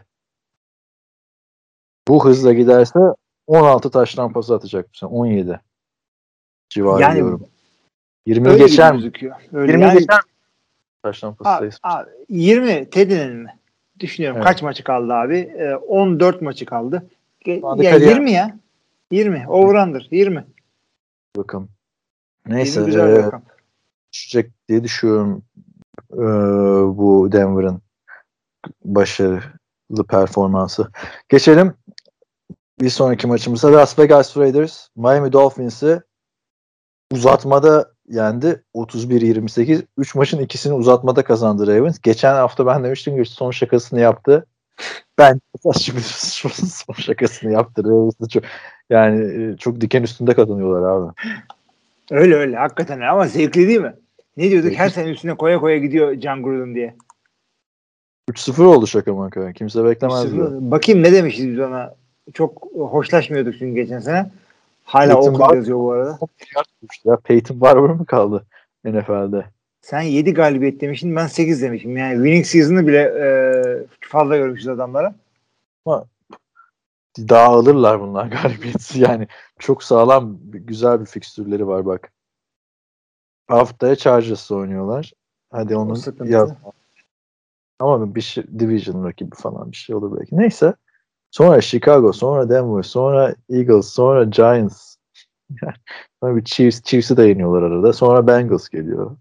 Bu hızla giderse 16 touchdown pası atacak bu sene. 17 civarı yani, diyorum. 20 geçer mi? 20 yani, geçer mi? Touchdown pası sayısı. 20 Teddy'nin mi? Düşünüyorum. Evet. Kaç maçı kaldı abi? 14 maçı kaldı. Ya kariyer. 20 ya. 20. Over-under. 20. Bakalım. 20 Neyse. güzel bir rakam. Düşecek diye düşünüyorum bu Denver'ın başarılı performansı. Geçelim bir sonraki maçımıza. Las Vegas Raiders Miami Dolphins'i uzatmada yendi. 31-28. 3 maçın ikisini uzatmada kazandı Ravens. Geçen hafta ben demiştim ki son şakasını yaptı. Ben şimdi son şakasını yaptı. Ravens'ı çok, yani çok diken üstünde kazanıyorlar abi. Öyle hakikaten ama zevkli değil mi? Ne diyorduk? Zevkli. Her sene üstüne koya gidiyor John Gruden diye. 3-0 oldu şaka maka. Kimse beklemezdi. Bakayım ne demişiz biz ona. Çok hoşlaşmıyorduk çünkü geçen sene. Hala Peyton Oakland yazıyor bu arada. Ya Peyton Barber mı kaldı NFL'de? Sen 7 galibiyet demişsin, ben 8 demişim. Yani winning season'ı bile fazla görmüşüz adamlara. Ama daha alırlar bunlar galibiyeti. Yani çok sağlam, güzel bir fikstürleri var bak. Haftaya Chargers'la oynuyorlar. Hadi onun yaz. Ama bir şey, division rakibi falan bir şey olur belki. Neyse. Sonra Chicago, sonra Denver, sonra Eagles, sonra Giants. Sonra bir Chiefs'i de yeniyorlar arada. Sonra Bengals geliyor.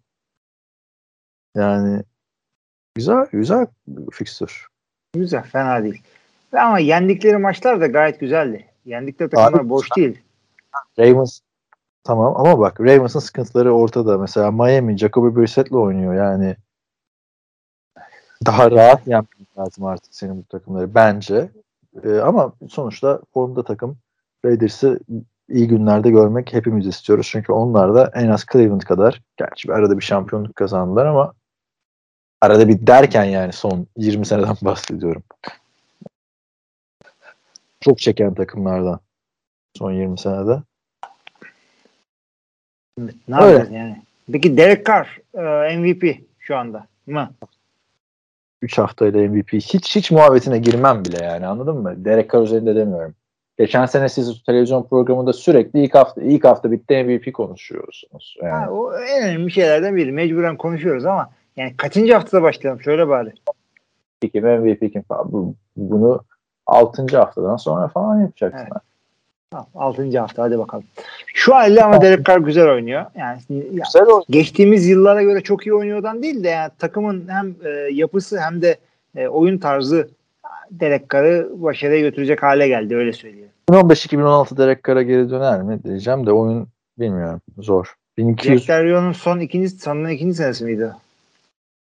Yani güzel fikstür. Güzel, fena değil. Ama yendikleri maçlar da gayet güzeldi. Yendikleri takımlar Abi, boş değil. Ravens tamam ama bak Ravens'ın sıkıntıları ortada. Mesela Miami Jacoby Brissett'le oynuyor. Yani daha rahat yenmek lazım artık senin bu takımları bence. Ama sonuçta formda takım. Raiders'ı iyi günlerde görmek hepimiz istiyoruz. Çünkü onlar da en az Cleveland kadar, gerçi arada bir şampiyonluk kazandılar ama arada bir derken yani son 20 seneden bahsediyorum. Çok çeken takımlardan son 20 senede. Ne yapacağız yani? Peki Derek Carr MVP şu anda mı? 3 haftayla MVP. Hiç muhabbetine girmem bile yani, anladın mı? Derek Carr üzerinde demiyorum. Geçen sene siz televizyon programında sürekli ilk hafta bitti MVP konuşuyorsunuz. Yani. O en önemli şeylerden biri. Mecburen konuşuyoruz ama yani kaçıncı haftada başlayalım? Söyle bari. Kim MVP kim falan. Bunu 6. haftadan sonra falan yapacaksın. Evet. Tamam, 6. hafta hadi bakalım. Şu halde ama Derek Carr güzel oynuyor. Yani Güzel oynuyor. Geçtiğimiz yıllara göre çok iyi oynuyordan değil de yani takımın hem yapısı hem de oyun tarzı Derek Carr'ı başarıya götürecek hale geldi, öyle söyleyeyim. 2015-2016 Derek Carr'a geri döner mi diyeceğim de oyun bilmiyorum. Zor. 1200 Jack Del Rio'nun son ikinci senesi miydi?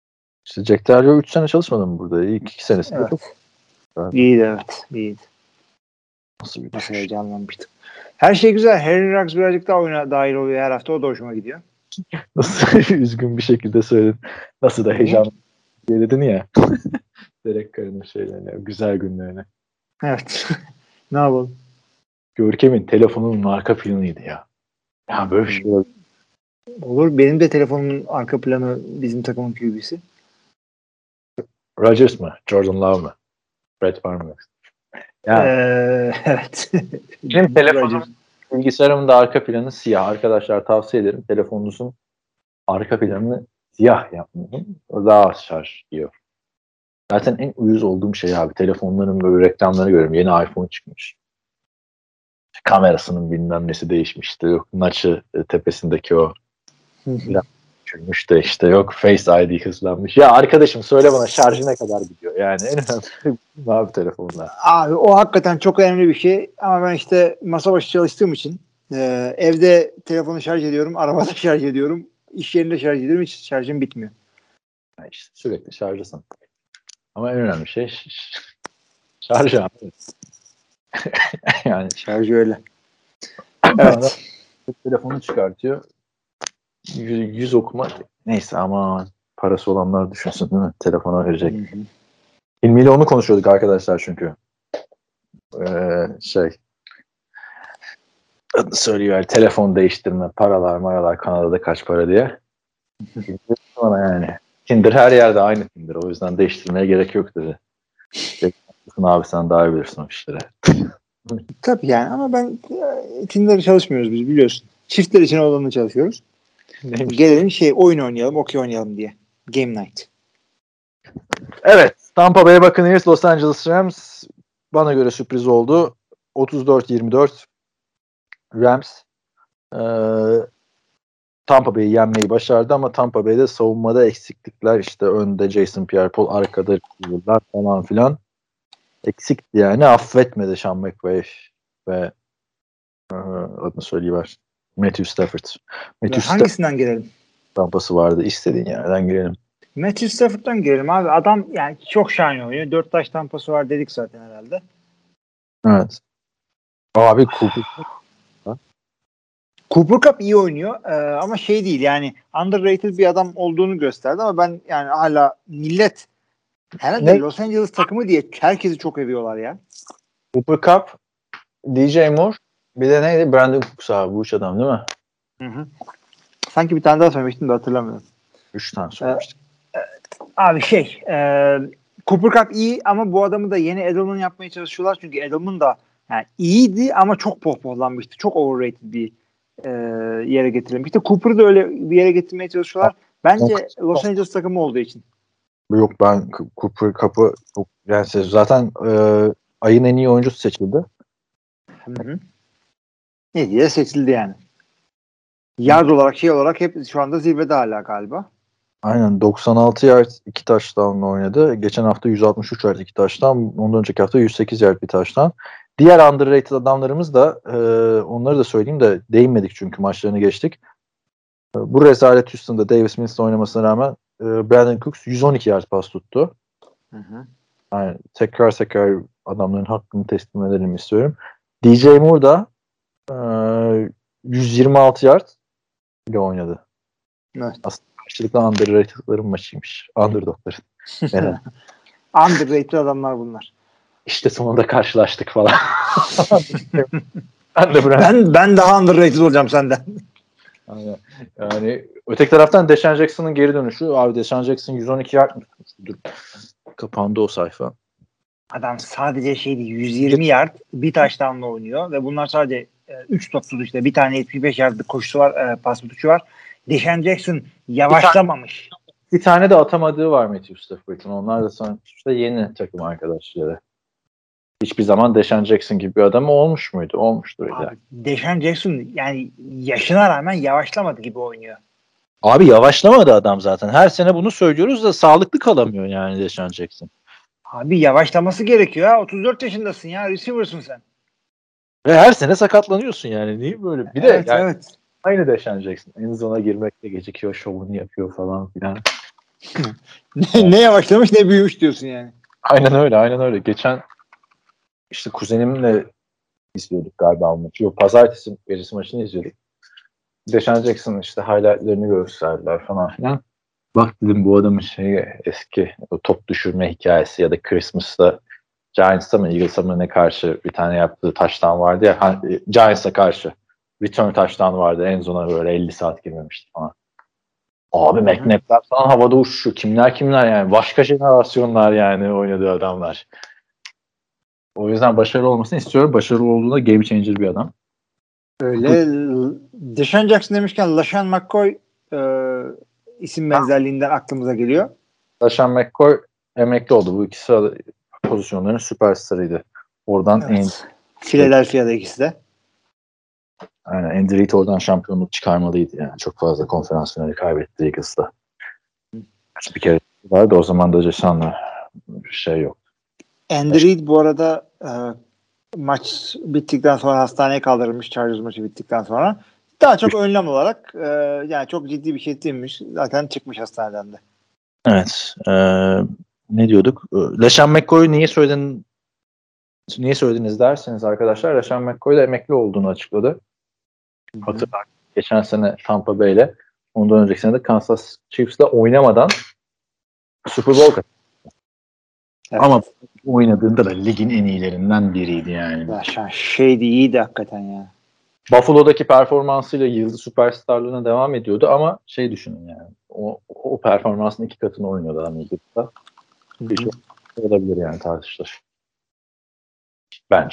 İşte Jack Delio 3 sene çalışmadı mı burada? İlk 2 senesinde Evet. çok İyiydi evet. İyiydi. nasıl bir Nasıl düşüş. heyecanlanmıştım. Her şey güzel. Harry Ruggs birazcık daha oyuna dahil oluyor her hafta. O da hoşuma gidiyor. Nasıl üzgün bir şekilde söyledin. Nasıl da heyecanlı dedin ya. Derek Carr'ın şeylerine, güzel günlerine. Evet. Ne yapalım? Görkem'in telefonunun arka planıydı ya. Ya böyle bir şey olabilir. Olur. Benim de telefonumun arka planı bizim takımın QB'si. Rodgers mı? Jordan Love mı? Brett Favre mı? Yani Evet. benim telefonum, bilgisayarımın da arka planı siyah. Arkadaşlar tavsiye ederim. Telefonunuzun arka planını siyah yapmayın. O daha az şarj yiyor. Zaten en uyuz olduğum şey abi. Telefonların böyle reklamlarını görüyorum. Yeni iPhone çıkmış. Kamerasının bilmem nesi değişmişti. Yok Notch'ı tepesindeki o küçülmüş de işte yok Face ID hızlanmış. Ya arkadaşım söyle bana şarjı ne kadar gidiyor? Yani en önemli abi telefonlar. Abi o hakikaten çok önemli bir şey. Ama ben işte masa başı çalıştığım için evde telefonu şarj ediyorum. Arabada şarj ediyorum. İş yerinde şarj ediyorum. Hiç şarjım bitmiyor. Yani işte sürekli şarjdasın. Ama en önemli şey şarj abi. Yani Şarjı öyle. Evet. telefonu çıkartıyor. 100 okuma. Neyse ama parası olanlar düşünsün değil mi? Telefona verecek. Hilmi ile onu konuşuyorduk arkadaşlar çünkü. Adını söylüyor telefon değiştirme, paralar Kanada'da kaç para diye. Bana yani. Tinder her yerde aynı Tinder. O yüzden değiştirmeye gerek yok dedi. Abi sen daha iyi bilirsin o işleri. Tabii yani ama ben Tinder'ı çalışmıyoruz biz biliyorsun. Çiftler için olanı çalışıyoruz. Neymiş? Gelelim oyun oynayalım, okey oynayalım diye. Game night. Evet. Tampa Bay Buccaneers, Los Angeles Rams bana göre sürpriz oldu. 34-24 Rams Tampa Bay'i yenmeyi başardı ama Tampa Bay'de savunmada eksiklikler işte önde Jason Pierre-Paul, arkada yıllar falan filan eksikti yani affetmedi Sean McVay ve adını söyleyiver Matthew Stafford. Hangisinden girelim? Tampası vardı istediğin yerden girelim. Matthew Stafford'dan girelim abi. Adam yani çok şahane oynuyor. 4 taş tampası var dedik zaten herhalde. Evet. Abi Cooper Kupp iyi oynuyor ama değil yani underrated bir adam olduğunu gösterdi ama ben yani hala millet herhalde Los Angeles takımı diye herkesi çok övüyorlar ya. Cooper Kupp, DJ Moore bir de neydi? Brandon Cooks abi bu üç adam değil mi? Hı. Sanki bir tane daha söylemiştim de hatırlamıyorum. 3 tane söylemiştim. Abi Cooper Kupp iyi ama bu adamı da yeni Edelman yapmaya çalışıyorlar çünkü Edelman da yani iyiydi ama çok pohpohlanmıştı. Çok overrated bir yere getirilmişti. Cooper'ı da öyle bir yere getirmeye çalışıyorlar. Bence Los Angeles takımı olduğu için. Yok ben Cooper Kupp'ı çok yani zaten ayın en iyi oyuncusu seçildi. Hı. Ne diye seçildi yani. Yard olarak hep şu anda zirvede hala galiba. Aynen 96 yard 2 touchdown'la oynadı. Geçen hafta 163 yard 2 touchdown. Ondan önceki hafta 108 yard bir touchdown. Diğer underrated adamlarımız da onları da söyleyeyim de değinmedik çünkü maçlarını geçtik. Bu rezalet Houston'da Davis Mills'le oynamasına rağmen Brandon Cooks 112 yard pas tuttu. Hı. Yani tekrar adamların hakkını teslim edelim istiyorum. DJ Moore da 126 yard ile oynadı. Evet. Aslında karşılıklı underrated'ların maçıymış. Underdog'ların. Neden? Underrated adamlar bunlar. İşte sonunda karşılaştık falan. ben daha underrated olacağım senden. Aynen. Yani öteki taraftan Deshaun Jackson'ın geri dönüşü. Abi Deshaun Jackson 112 yard mı tutmuştu? Kapandı o sayfa. Adam sadece 120 yard bir touchdown'la oynuyor ve bunlar sadece 3 topsuz işte. Bir tane 75 yardlık koşusu var, pas tutuşu var. Deshaun Jackson yavaşlamamış. Bir tane de atamadığı var Matthew Stafford'ın. Onlar da sonuçta yeni takım arkadaşları. Hiçbir zaman Deshaun Jackson gibi bir adam olmuş muydu? Olmuştur. Abi, Deshaun Jackson yani yaşına rağmen yavaşlamadı gibi oynuyor. Abi yavaşlamadı adam zaten. Her sene bunu söylüyoruz da sağlıklı kalamıyor yani Deshaun Jackson. Abi yavaşlaması gerekiyor ha. 34 yaşındasın ya. Receiver'sın sen. Ve her sene sakatlanıyorsun yani. Niye böyle? Bir de yani evet. aynı Deshaun Jackson. En zona girmekte gecikiyor, şovunu yapıyor falan filan. Ne yavaşlamış ne büyümüş diyorsun yani. Aynen öyle. Geçen işte kuzenimle izliyorduk galiba o maçı. Yok, pazartesi gecesi maçını izliyorduk. Deshaun Jackson işte highlightlarını gösterdiler falan filan. Bak dedim, bu adamın eski o top düşürme hikayesi ya da Christmas'ta Giants'a mı Eagles'a mı ne karşı bir tane yaptığı touchdown vardı ya, Giants'a karşı return touchdown vardı, en sona böyle 50 saat girmemişti falan. Abi McNabb'ler falan havada uçuşuyor. Kimler yani. Başka jenerasyonlar yani oynadığı adamlar. O yüzden başarılı olmasını istiyorum. Başarılı olduğunda game changer bir adam. Öyle. Deshaun Jackson demişken LaShawn McCoy isim benzerliğinden aklımıza geliyor. LaShawn McCoy emekli oldu. Bu ikisi pozisyonların süperstarıydı. Oradan evet. Philadelphia'da ikisi de. Aynen. Andy Reid oradan şampiyonluk çıkarmalıydı yani. Çok fazla konferans finali kaybetti Eagles'da. Bir kere vardı, o zaman da Jason'la bir şey yok. Andy Reid bu arada maç bittikten sonra hastaneye kaldırılmış, Chargers maçı bittikten sonra. Daha çok önlem olarak yani çok ciddi bir şey değilmiş. Zaten çıkmış hastaneden de. Evet. Ne diyorduk? LaShawn McCoy'u niye söylediniz derseniz arkadaşlar, LaShawn McCoy da emekli olduğunu açıkladı. Hatırlar. Geçen sene Tampa Bay'le, ondan önceki sene de Kansas Chiefs'le oynamadan Super Bowl kazandı. Evet. Ama oynadığında da ligin en iyilerinden biriydi yani. LaShawn iyiydi hakikaten ya. Buffalo'daki performansıyla yıldız süperstarlığına devam ediyordu ama düşünün yani. O performansın 2 katını oynuyordu adam Eagles'ta. Bir şey olabilir yani, tartışılır. Bence.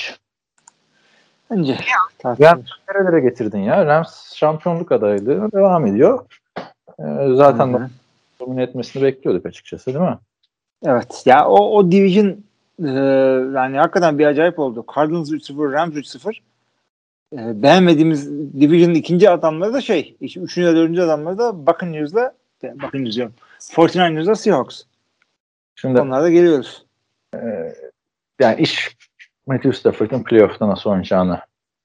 Rams nerelere getirdin ya? Rams şampiyonluk adaylığı devam ediyor. Zaten domine etmesini bekliyorduk açıkçası, değil mi? Evet. Ya o division yani hakikaten bir acayip oldu. Cardinals 3-0, Rams 3-0. Beğenmediğimiz division'ın ikinci adamları da üçüncü ve dördüncü adamları da Buccaneers'la 49ers'la Seahawks. Şimdi onlara da geliyoruz. Yani iş Matthew Stafford'ın playoff'ta nasıl oynayacağını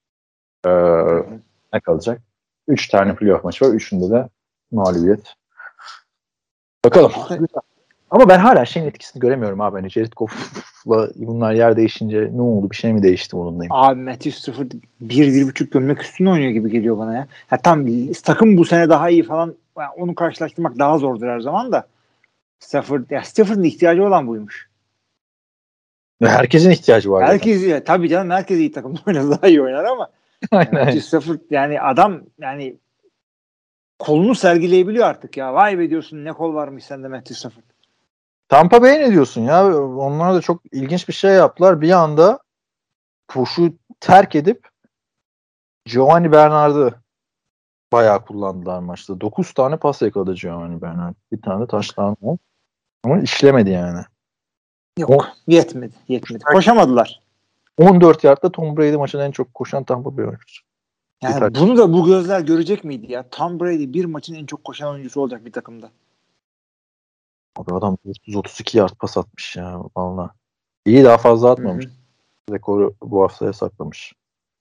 ne kalacak? 3 tane playoff maçı var. 3'ünde de mağlubiyet. Bakalım. Ama ben hala etkisini göremiyorum abi. Hani Jared Goff'la bunlar yer değişince ne oldu? Bir şey mi değişti bununlayım? Abi Matthew Stafford 1-1,5 gömlek üstüne oynuyor gibi geliyor bana ya. Tam takım bu sene daha iyi falan. Yani onu karşılaştırmak daha zordur her zaman da. Stafford'ın ihtiyacı olan buymuş. Herkesin ihtiyacı var. Herkes tabii canım, herkes iyi takımda oynar, daha iyi oynar ama Matthew Stafford yani adam yani kolunu sergileyebiliyor artık ya. Vay be diyorsun, ne kol varmış sende Matthew Stafford. Tampa Bay ne diyorsun ya? Onlar da çok ilginç bir şey yaptılar. Bir anda koşu terk edip Giovanni Bernard'ı bayağı kullandılar maçta. 9 tane pas yakaladı Giovanni Bernard. Bir tane taştan var. Ama işlemedi yani. Yok. Yetmedi. Koşamadılar. 14 yardta Tom Brady maçın en çok koşan Tampa Bay oyuncusu. Yani bunu da bu gözler görecek miydi ya? Tom Brady bir maçın en çok koşan oyuncusu olacak bir takımda. Abi adam 32 yard pas atmış ya vallahi. İyi, daha fazla atmamış. Rekoru bu haftaya saklamış.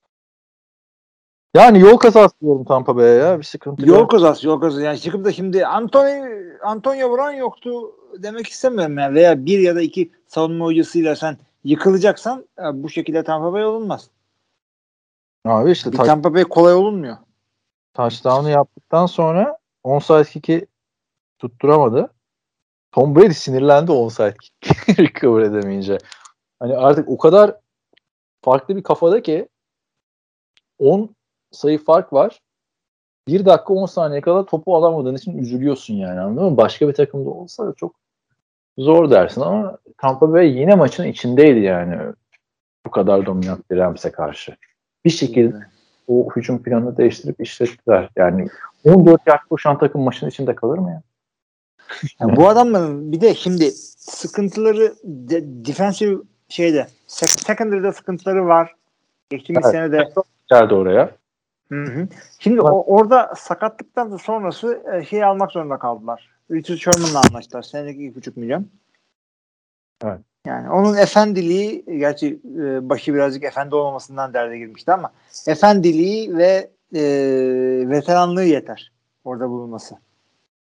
Yani yol kazası diyorum Tampa Bay'e ya. Bir sıkıntı yok. Yol kazası. Yani çıkıp da şimdi Antonio Brown yoktu demek istemiyorum yani. Veya bir ya da iki savunma hocasıyla sen yıkılacaksan bu şekilde Tampa Bay olunmaz. Abi işte Tampa Bay kolay olunmuyor. Touchdown'u yaptıktan sonra onside kick'i tutturamadı. Tom Brady sinirlendi onside kick'i recover edemeyince. Hani artık o kadar farklı bir kafada ki 10 sayı fark var. 1 dakika 10 saniye kadar topu alamadığın için üzülüyorsun yani, anladın mı? Başka bir takımda olsa da çok zor dersin ama Tampa Bay yine maçın içindeydi yani. Bu kadar dominant bir Rams'e karşı. Bir şekilde o hücum planını değiştirip işlettiler. Yani 14 yard koşan takım maçın içinde kalır mı ya? Yani bu adamların bir de şimdi sıkıntıları defensive secondary'de sıkıntıları var. Geçtiğimiz sene de geldi oraya. Şimdi orada sakatlıktan da sonrası almak zorunda kaldılar. Richard Sherman'la anlaştılar. Senedeki 2,5 milyon. Evet. Yani onun efendiliği, gerçi başı birazcık efendi olmamasından derde girmişti ama efendiliği ve veteranlığı yeter orada bulunması.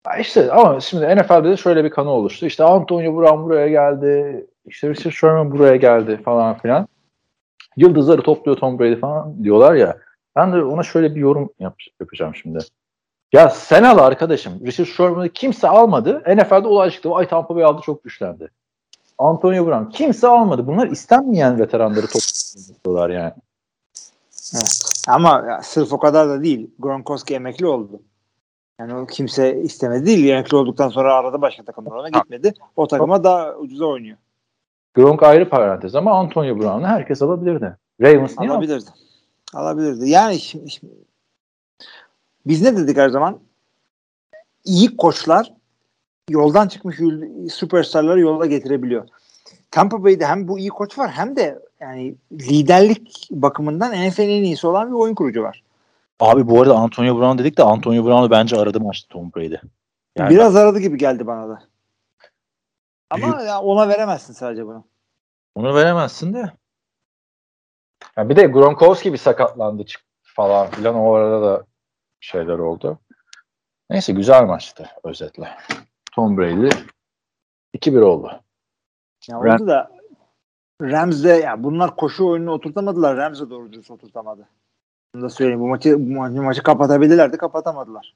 İşte ama şimdi NFL'de de şöyle bir kanı oluştu. İşte Antonio Brown buraya geldi. İşte Richard Sherman buraya geldi falan filan. Yıldızları topluyor Tom Brady falan diyorlar ya. Ben de ona şöyle bir yorum yapacağım şimdi. Ya sen al arkadaşım. Richard Sherman'ı kimse almadı. NFL'de olay çıktı. Ay Tampa Bay aldı, çok güçlendi. Antonio Brown kimse almadı. Bunlar istenmeyen veteranları topluyorlar yani. Evet. Ama ya, sırf o kadar da değil. Gronkowski emekli oldu. Yani o kimse istemedi değil. Emekli olduktan sonra arada başka takımlara gitmedi. O takıma daha ucuza oynuyor. Gronk ayrı parantez ama Antonio Brown'u herkes alabilirdi. Ravens niye alabilirdi? Alabilirdi. Yani şimdi biz ne dedik her zaman? İyi koçlar yoldan çıkmış süperstarları yolda getirebiliyor. Tampa Bay'de hem bu iyi koç var hem de yani liderlik bakımından NFL'in en iyisi olan bir oyun kurucu var. Abi bu arada Antonio Brown dedik de Antonio Brown'u bence aradı maçta Tom Brady. Yani biraz aradı gibi geldi bana da. Ama ya ona veremezsin sadece bunu. Onu veremezsin de. Ya bir de Gronkowski bir sakatlandı falan filan. O arada da şeyler oldu. Neyse güzel maçtı özetle. Tom Brady 2-1 oldu. Ya oldu da Rams'de ya bunlar koşu oyununu oturtamadılar. Rams'de doğru dürüst oturtamadı. Bunu da söyleyeyim. Bu maçı kapatabilirlerdi. Kapatamadılar.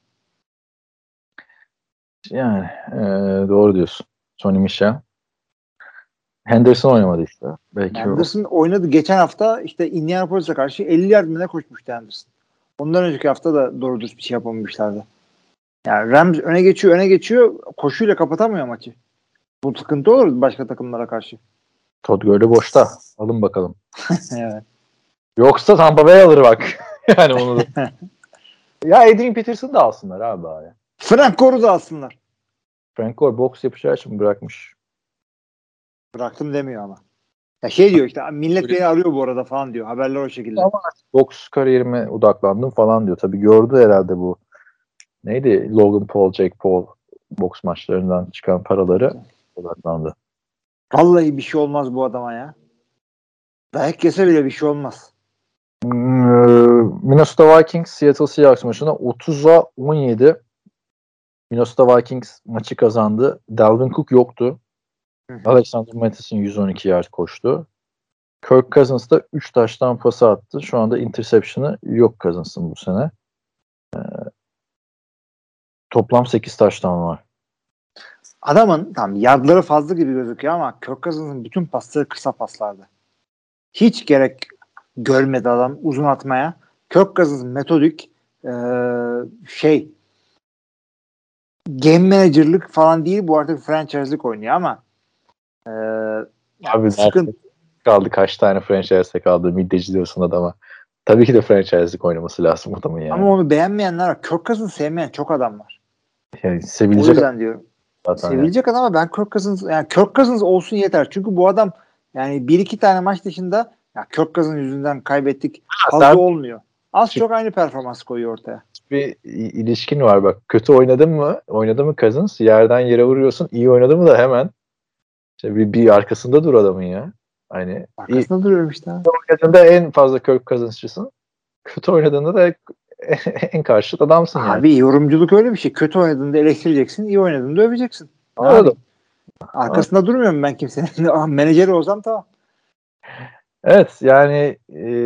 Yani doğru diyorsun. Sonny Michel. Henderson oynamadı işte. Belki Henderson oynadı. Geçen hafta işte Indianapolis'e karşı 50 yard mı ne koşmuştu Henderson. Ondan önceki hafta da doğru dürüst bir şey yapamamışlardı. Yani Rams öne geçiyor. Koşuyla kapatamıyor maçı. Bu sıkıntı olur başka takımlara karşı. Todd Gurley boşta. Alın bakalım. Evet. Yoksa Tampa Bay alır bak. Yani onu da. Ya Adrian Peterson da alsınlar abi bari. Frank Gore'u da alsınlar. Frank Gore boks yapacağı için bırakmış. Bıraktım demiyor ama. Ya şey diyor işte millet beni arıyor bu arada falan diyor. Haberler o şekilde. Ama boks kariyerime odaklandım falan diyor. Tabii gördü herhalde bu. Neydi? Logan Paul, Jake Paul boks maçlarından çıkan paraları odaklandı. Vallahi bir şey olmaz bu adama ya. Dayak yese bile bir şey olmaz. Minnesota Vikings Seattle Seahawks maçına 30'a 17 Minnesota Vikings maçı kazandı. Dalvin Cook yoktu. Alexander Mattison 112 yard koştu. Kirk Cousins da 3 taştan pası attı. Şu anda interception'ı yok Cousins'ın bu sene. Toplam 8 taştan var. Adamın tam yardları fazla gibi gözüküyor ama Kirk Cousins'ın bütün pasları kısa paslardı. Hiç gerek görmedi adam uzun atmaya. Kirk Cousins metodik game manager'lık falan değil, bu artık franchise'lık oynuyor ama Abi sıkıntı kaldı, kaç tane franchise'de kaldı, middeci diyorsun adama. Tabii ki de franchise'lık oynaması lazım adamın yani. Ama onu beğenmeyenler var. Kirk Cousins sevmeyen çok adam var. Yani O sevilecek yüzden diyorum. Sevilecek adam ama ben Kirk Cousins olsun yeter. Çünkü bu adam yani bir iki tane maç dışında ya Kirk Cousins yüzünden kaybettik fazla olmuyor. Az çok aynı performans koyuyor ortaya. Bir ilişkin var bak. Kötü oynadı mı Cousins, yerden yere vuruyorsun. İyi oynadı mı da hemen işte bir arkasında dur adamın ya. Hani arkasında duruyorum işte. Oynadığında en fazla Kirk Cousins'çısın. Kötü oynadığında da en karşıt adamsın yani. Abi yorumculuk öyle bir şey. Kötü oynadığında eleştireceksin, iyi oynadığında öveceksin. Anladım. Arkasında durmuyorum ben kimsenin. Menajeri olsam tamam. Evet yani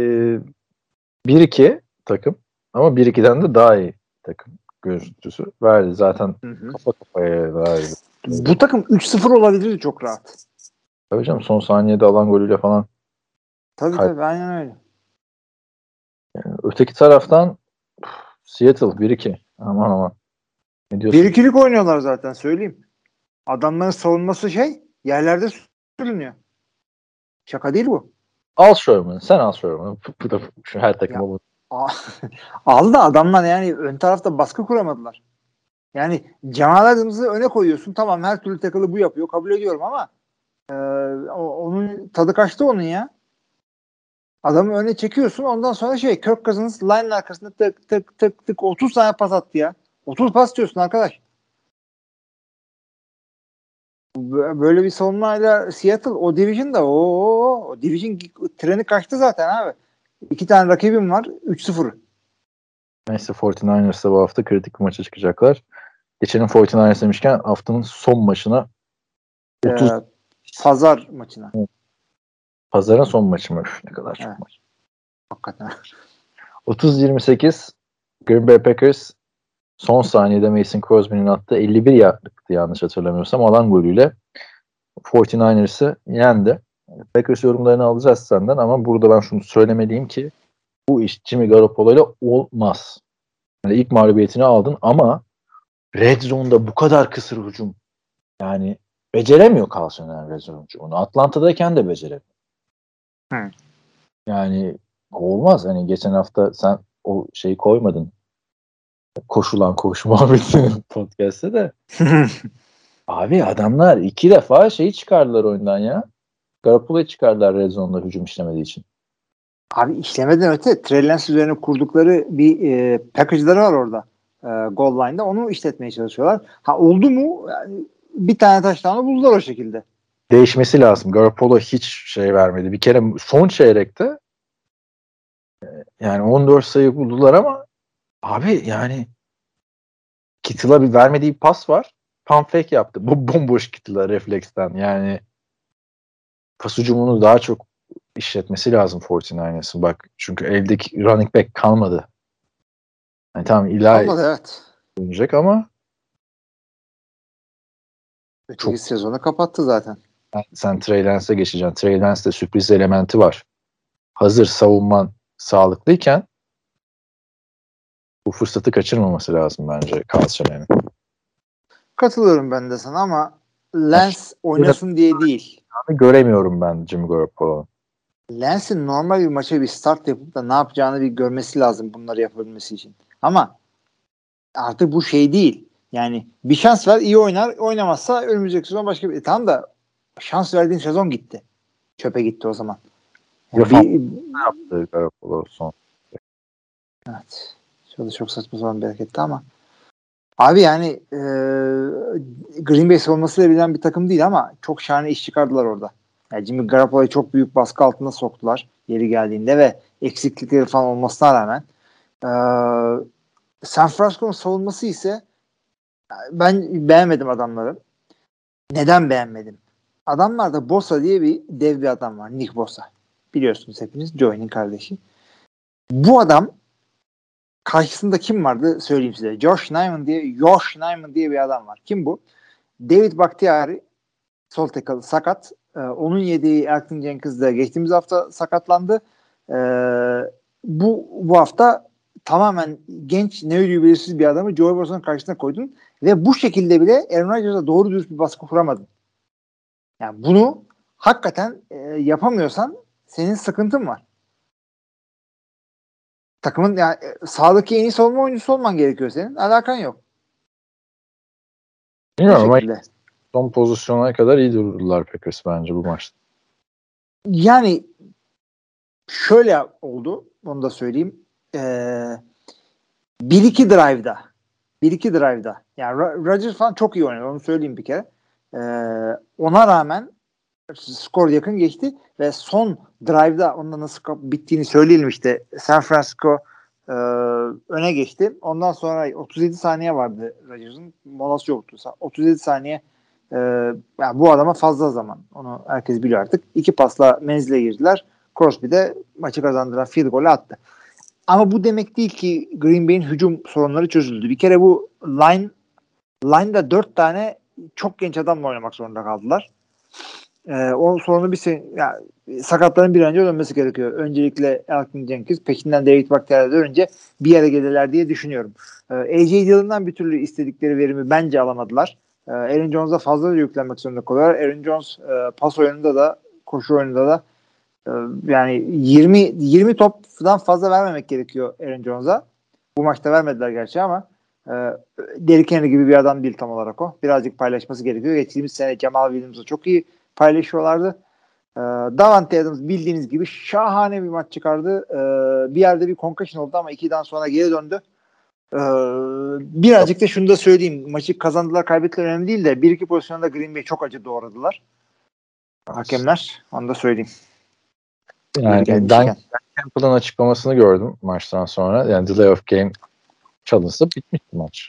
1-2 takım ama 1-2'den de daha iyi takım görüntüsü verdi. Zaten kafa kafaya verdi. Bu takım 3-0 olabilirdi çok rahat. Tabii canım, son saniyede alan golüyle falan. Tabii aynen öyle. Yani öteki taraftan Seattle 1-2. Aman. Ne diyorsun? 1-2'lik oynuyorlar zaten söyleyeyim. Adamların savunması yerlerde sürünüyor. Şaka değil bu. Al Sherman'ı. Sen al Sherman'ı. Bu da şu her takıma bu. Al da adamlar yani ön tarafta baskı kuramadılar. Yani Jamal Adams'ı öne koyuyorsun. Tamam, her türlü tackle'ı bu yapıyor. Kabul ediyorum ama onun tadı kaçtı onun ya. Adamı öne çekiyorsun. Ondan sonra Kirk Cousins line'ın arkasında tık 30 tane pas attı ya. 30 pas diyorsun arkadaş. Böyle bir savunmayla Seattle o division'da o division treni kaçtı zaten abi. 2 tane rakibim var. 3-0. Neyse 49ers'da bu hafta kritik bir maça çıkacaklar. geçelim 49ers demişken haftanın son maçına 30 Pazar maçına. Pazarın son maçı mı? Ne kadar çok Evet. maç. Hakikaten. 30-28 Green Bay Packers son saniyede Mason Crosby'nin attığı 51 yardlıktı yanlış hatırlamıyorsam alan golüyle 49ers'ı yendi. Packers yorumlarını alacağız senden ama burada ben şunu söylemeliyim ki bu iş Jimmy Garoppolo ile olmaz. Yani ilk mağlubiyetini aldın ama Red Zone'da bu kadar kısır hücum yani beceremiyor Carson Red Zone hücumunu. Atlanta'dayken de beceremiyor. Hı. Yani olmaz. Hani geçen hafta sen o şeyi koymadın. Koşulan koşu muhabbeti podcast'te de. Abi adamlar 2 defa şeyi çıkardılar oyundan ya. Garoppolo'yu çıkardılar Red Zone'da hücum işlemediği için. Abi işlemeden öte Trey Lance üzerine kurdukları bir package'ları var orada. Goal line'da. Onu işletmeye çalışıyorlar. Ha oldu mu? Yani bir tane taştanı buldular o şekilde. Değişmesi lazım. Garoppolo hiç şey vermedi. Bir kere son çeyrekte yani 14 sayı buldular ama abi yani Kittle'a bir vermediği bir pas var. Pump fake yaptı. Bu bomboş Kittle'a refleksten. Yani pas hücumunu daha çok işletmesi lazım 49ers'ın. Bak çünkü eldeki running back kalmadı. Yani tamam Olmadı evet. dönecek ama Öteki sezonu kapattı zaten. sen Trey Lance'e geçeceksin. Trey Lance'de sürpriz elementi var. Hazır savunman sağlıklıyken bu fırsatı kaçırmaması lazım bence Carlson'ın. Katılıyorum ben de sana ama Lance oynasın diye değil. Göremiyorum ben Jimmy Garoppolo'nun. Lance'in normal bir maça bir start yapıp da ne yapacağını bir görmesi lazım bunları yapabilmesi için. Ama artık bu şey değil. Yani bir şans ver iyi oynar. Oynamazsa önümüzdeki sezon başka bir... Tamam da şans verdiğin sezon gitti. Çöpe gitti o zaman. Yani ne yaptı Garoppolo son? Evet. Şöyle çok saçma sapan bir hareketti ama abi yani Green Bay savunmasıyla bilen bir takım değil ama çok şahane iş çıkardılar orada. Yani Jimmy Garoppolo'yu çok büyük baskı altında soktular yeri geldiğinde ve eksiklikleri falan olmasına rağmen San Francisco'nun savunması ise ben beğenmedim adamları. Neden beğenmedim? Adamlarda Bosa diye bir dev bir adam var. Nick Bosa. Biliyorsunuz hepiniz. Joey'nin kardeşi. Bu adam karşısında kim vardı söyleyeyim size. Josh Nijman diye bir adam var. Kim bu? David Bakhtiari sol tackle sakat. Onun yediği Elgton Jenkins de geçtiğimiz hafta sakatlandı. Bu hafta tamamen genç, ne ödüğü belirsiz bir adamı Joey Bosa'nın karşısına koydun ve bu şekilde bile Aaron Rodgers'a doğru dürüst bir baskı kuramadın. Yani bunu hakikaten yapamıyorsan senin sıkıntın var. Takımın yani sahadaki en iyi savunma oyuncusu olman gerekiyor senin. Alakan yok. Bilmiyorum ama son pozisyona kadar iyi durdular Packers bence bu maçta. Yani şöyle oldu. Onu da söyleyeyim. 1-2 drive'da. Yani Rodgers falan çok iyi oynadı. Onu söyleyeyim bir kere. Ona rağmen skor yakın geçti ve son drive'da onunla nasıl bittiğini söyleyelim işte. San Francisco öne geçti. Ondan sonra 37 saniye vardı Rodgers'ın. Molası yoktu. 37 saniye yani bu adama fazla zaman. Onu herkes biliyor artık. 2 pasla menzile girdiler. Crosby de maçı kazandıran field golü attı. Ama bu demek değil ki Green Bay'in hücum sorunları çözüldü. Bir kere bu line'da 4 tane çok genç adamla oynamak zorunda kaldılar. O sorunu sakatların bir an önce dönmesi gerekiyor. Öncelikle Elgton Jenkins, peşinden David Bakhtiari'den önce bir yere gelirler diye düşünüyorum. A.J. Dillon'dan bir türlü istedikleri verimi bence alamadılar. Aaron Jones'a fazla da yüklenmek zorunda kalıyorlar. Aaron Jones pas oyununda da koşu oyununda da yani 20 topdan fazla vermemek gerekiyor Aaron Jones'a. Bu maçta vermediler gerçi ama Derrick Henry gibi bir adam değil tam olarak o. Birazcık paylaşması gerekiyor. Geçtiğimiz sene Jamal Williams'la çok iyi paylaşıyorlardı. Davante Adams bildiğiniz gibi şahane bir maç çıkardı. Bir yerde bir concussion oldu ama 2'den sonra geri döndü. Birazcık da şunu da söyleyeyim. Maçı kazandılar kaybettiler önemli değil de 1-2 pozisyonda Green Bay çok acı doğradılar. Hakemler. Onu da söyleyeyim. Yani Dan Campbell'ın açıklamasını gördüm maçtan sonra. Yani delay of game çalınsa bitmişti maç.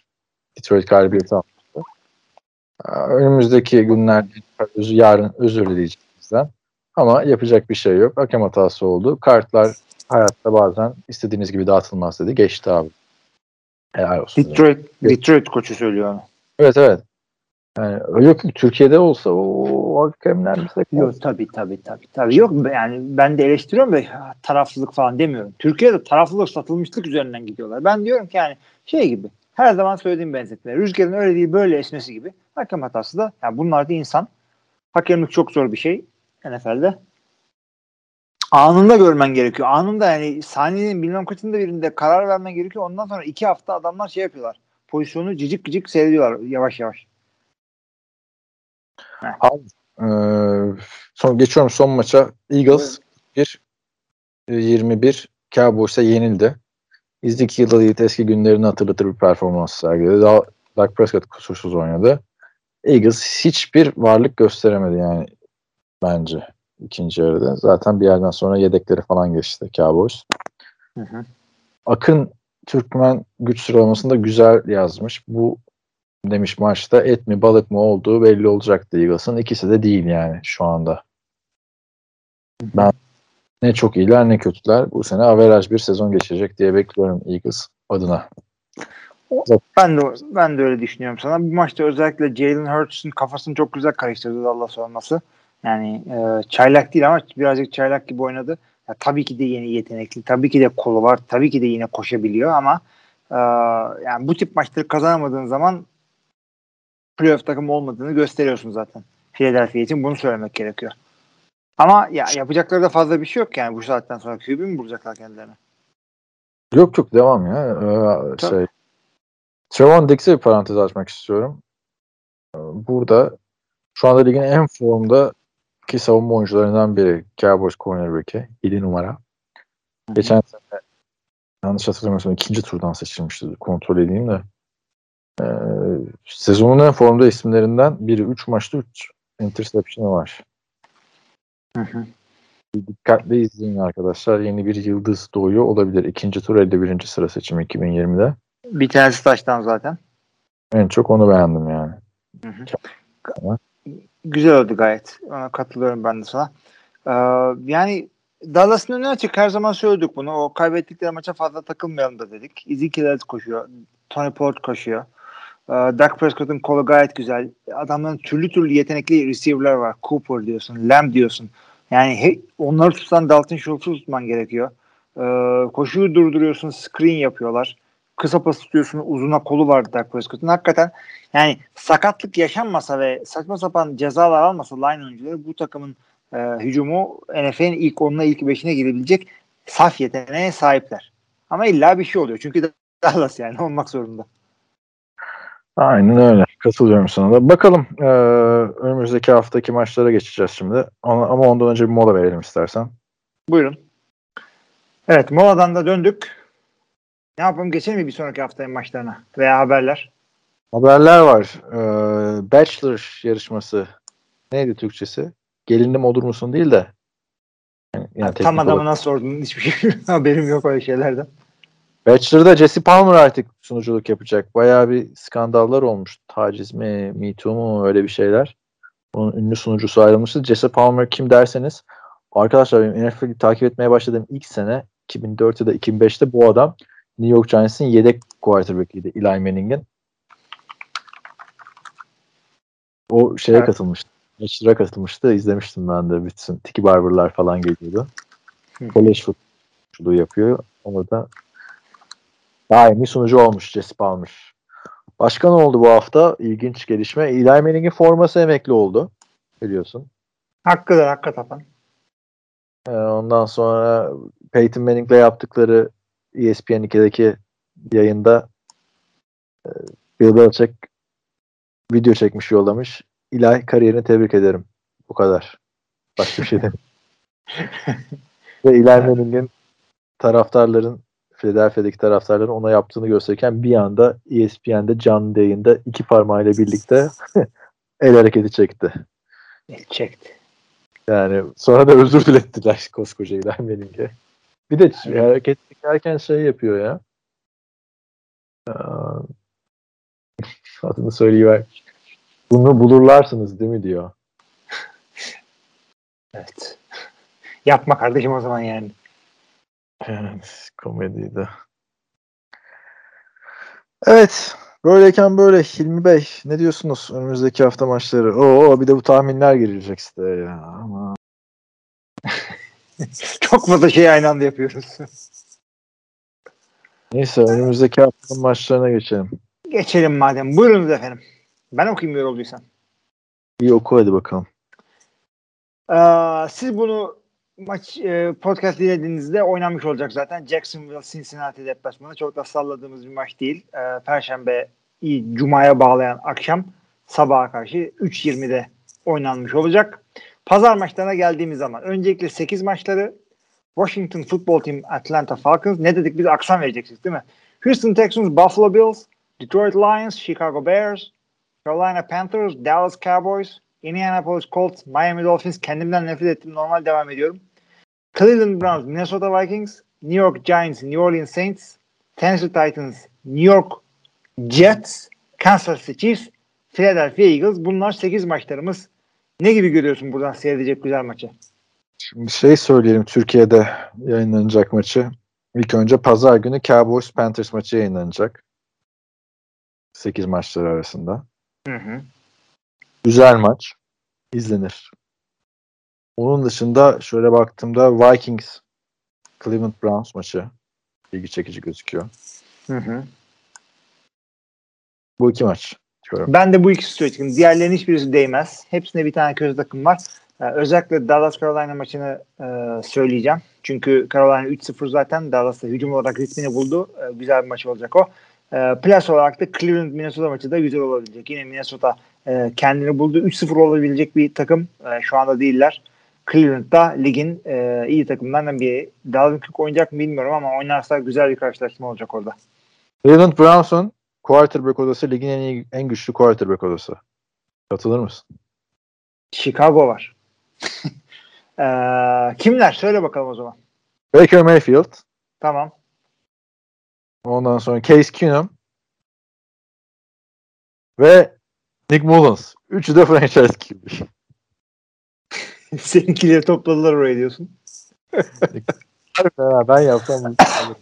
Detroit galibiyeti almıştı. Önümüzdeki günlerde yarın özür dileyeceğiz bizden. Ama yapacak bir şey yok. Hakem hatası oldu. Kartlar hayatta bazen istediğiniz gibi dağıtılmaz dedi. Geçti abi. Helal olsun. Detroit koçu söylüyor onu. Evet. Yani yok Türkiye'de olsa o hakemler mesela. Yok tabii. Yok yani ben de eleştiriyorum da tarafsızlık falan demiyorum. Türkiye'de taraflılık satılmışlık üzerinden gidiyorlar. Ben diyorum ki yani şey gibi her zaman söylediğim benzetme. Rüzgarın öyle değil böyle esmesi gibi. Hakem hatası da yani bunlar da insan. Hakemlik çok zor bir şey NFL'de. Anında görmen gerekiyor. Anında yani saniyenin bilmem kaçında birinde karar vermen gerekiyor. Ondan sonra 2 hafta adamlar şey yapıyorlar. Pozisyonu cicik seyrediyorlar yavaş yavaş. Abi, geçiyorum son maça. Eagles 1-21 Cowboys'a yenildi. Ezekiel Elliott eski günlerini hatırlatır bir performans sergiledi. Dak Prescott kusursuz oynadı. Eagles hiçbir varlık gösteremedi yani bence ikinci yarıda. Zaten bir yerden sonra yedekleri falan geçti Cowboys. Hı. Akın Türkmen güç sıralamasında güzel yazmış. Bu demiş maçta et mi balık mı olduğu belli olacaktı Eagles'ın. İkisi de değil yani şu anda. Ben ne çok iyiler ne kötüler. Bu sene averaj bir sezon geçirecek diye bekliyorum Eagles adına. Ben de öyle düşünüyorum sana. Bu maçta özellikle Jalen Hurts'un kafasını çok güzel karıştırdı Dallas olması. Yani çaylak değil ama birazcık çaylak gibi oynadı. Ya, tabii ki de yeni yetenekli. Tabii ki de kolu var. Tabii ki de yine koşabiliyor ama yani bu tip maçları kazanamadığın zaman playoff takımı olmadığını gösteriyorsun zaten. Philadelphia için bunu söylemek gerekiyor. Ama ya yapacakları da fazla bir şey yok yani bu saatten sonra QB mi bulacaklar kendilerine? Yok devam ya. Trevon Diggs'e bir parantez açmak istiyorum. Burada şu anda ligin en formdaki savunma oyuncularından biri Cowboys cornerback'i 7 numara. Geçen sene yanlış hatırlamıyorsam 2. turdan seçilmişti. Kontrol edeyim de. Sezonun en formda isimlerinden biri. 3 maçta 3 interception'ı var. Hı. Dikkatli izleyin arkadaşlar. Yeni bir yıldız doğuyor olabilir. 2. tur 51. sıra seçimi 2020'de. Bir tanesi taştan zaten. En çok onu beğendim yani. Hı. Güzel oldu gayet. Ona katılıyorum ben de sana. Yani Dallas'ın önüne açık. Her zaman söyledik bunu. O kaybettikleri maça fazla takılmayalım da dedik. Ezekiel koşuyor. Tony Pollard koşuyor. Dak Prescott'un kolu gayet güzel. Adamların türlü yetenekli receiver'lar var. Cooper diyorsun. Lamb diyorsun. Yani onları tutsan Dalton Schultz'u tutman gerekiyor. Koşuyu durduruyorsun. Screen yapıyorlar. Kısa pas tutuyorsun. Uzuna kolu var Dak Prescott'un. Hakikaten yani sakatlık yaşanmasa ve saçma sapan cezalar almasa line oyuncuları bu takımın hücumu NFL'in ilk 10'una ilk 5'ine girebilecek saf yeteneğe sahipler. Ama illa bir şey oluyor. Çünkü Dallas yani olmak zorunda. Aynen öyle. Katılıyorum sana da. Bakalım önümüzdeki haftaki maçlara geçeceğiz şimdi. Ama ondan önce bir mola verelim istersen. Buyurun. Evet moladan da döndük. Ne yapalım geçelim mi bir sonraki haftaya maçlarına veya haberler? Haberler var. Bachelor yarışması. Neydi Türkçesi? Gelinim olur musun değil de. Yani Tam adamı nasıl sordun hiçbir şey haberim yok öyle şeylerden. Bachelor'da Jesse Palmer artık sunuculuk yapacak. Bayağı bir skandallar olmuş. Taciz mi, Me Too mu öyle bir şeyler. Onun ünlü sunucusu ayrılmıştı. Jesse Palmer kim derseniz arkadaşlar benim NFL'i takip etmeye başladığım ilk sene 2004 ya da 2005'te bu adam New York Giants'in yedek quarterback'iydi Eli Manning'in. O şeye katılmıştı. Bachelor'a katılmıştı. İzlemiştim ben de. Bütün Tiki Barber'lar falan geliyordu. College futbolu yapıyor. Orada daimi sunucu olmuş Jesse Palmer. Başka ne oldu bu hafta? İlginç gelişme. Eli Manning'in forması emekli oldu. Biliyorsun. Hakkıdır hakka tapan. Ondan sonra Peyton Manning'le yaptıkları ESPN 2'deki yayında Bill Belichick video çekmiş yollamış. İlahi kariyerini tebrik ederim. Bu kadar. Başka bir şey demiyorum. Ve Eli Manning'in Philadelphia'daki taraftarların ona yaptığını gösterirken bir anda ESPN'de canlı yayında 2 parmağıyla birlikte el hareketi çekti. Çekti. Yani sonra da özür dilettiler koskoca Eli Manning'e. Bir de hareket çekerken şey yapıyor ya. Adını söyleyiver. Bunu bulurlarsınız değil mi diyor. Evet. Yapma kardeşim o zaman yani. Evet, komediydi. Evet, böyleyken böyle Hilmi Bey ne diyorsunuz önümüzdeki hafta maçları? Bir de bu tahminler girilecek siteye ya. Ama Çok fazla şey aynı anda yapıyoruz. neyse önümüzdeki haftanın maçlarına geçelim. Geçelim madem. Buyurunuz efendim. Ben okuyayım yorulduysan. İyi oku hadi bakalım. Siz bunu podcast dinlediğinizde oynanmış olacak zaten. Jacksonville Cincinnati deplasmanı çok da salladığımız bir maç değil. Perşembe Cuma'ya bağlayan akşam sabaha karşı 3:20'de oynanmış olacak. Pazar maçlarına geldiğimiz zaman öncelikle 8 maçları Washington Football Team Atlanta Falcons. Ne dedik biz aksan vereceksiniz değil mi? Houston Texans Buffalo Bills, Detroit Lions, Chicago Bears, Carolina Panthers, Dallas Cowboys, Indianapolis Colts, Miami Dolphins. Kendimden nefret ettim. Normal devam ediyorum. Cleveland Browns, Minnesota Vikings, New York Giants, New Orleans Saints, Tennessee Titans, New York Jets, Kansas City Chiefs, Philadelphia Eagles. Bunlar 8 maçlarımız. Ne gibi görüyorsun buradan seyredecek güzel maçı? Şimdi söyleyelim Türkiye'de yayınlanacak maçı. İlk önce pazar günü Cowboys Panthers maçı yayınlanacak. 8 maçları arasında. Hı. Güzel maç. İzlenir. Onun dışında şöyle baktığımda Vikings Cleveland Browns maçı ilgi çekici gözüküyor. Hı. Bu iki maç diyorum. Ben de bu ikisi söyleyeceğim. Diğerlerinin hiçbirisi değmez. Hepsinde bir tane kötü takım var. Özellikle Dallas Carolina maçını söyleyeceğim. Çünkü Carolina 3-0 zaten. Dallas'ta hücum olarak ritmini buldu. Güzel bir maç olacak o. Plus olarak da Cleveland Minnesota maçı da güzel olabilecek. Yine Minnesota kendini buldu. 3-0 olabilecek bir takım. Şu anda değiller. Cleveland da ligin iyi takımlarından biri. Dalvin Cook oynayacak mı bilmiyorum ama oynarsa güzel bir karşılaşma olacak orada. Cleveland Browns'un quarterback odası ligin en güçlü quarterback odası. Katılır mısın? Chicago var. Kimler? Söyle bakalım o zaman. Baker Mayfield. Tamam. Ondan sonra Case Keenum ve Nick Mullins. Üçü de franchise QB. Seninkileri topladılar oraya diyorsun. Ben yapsam.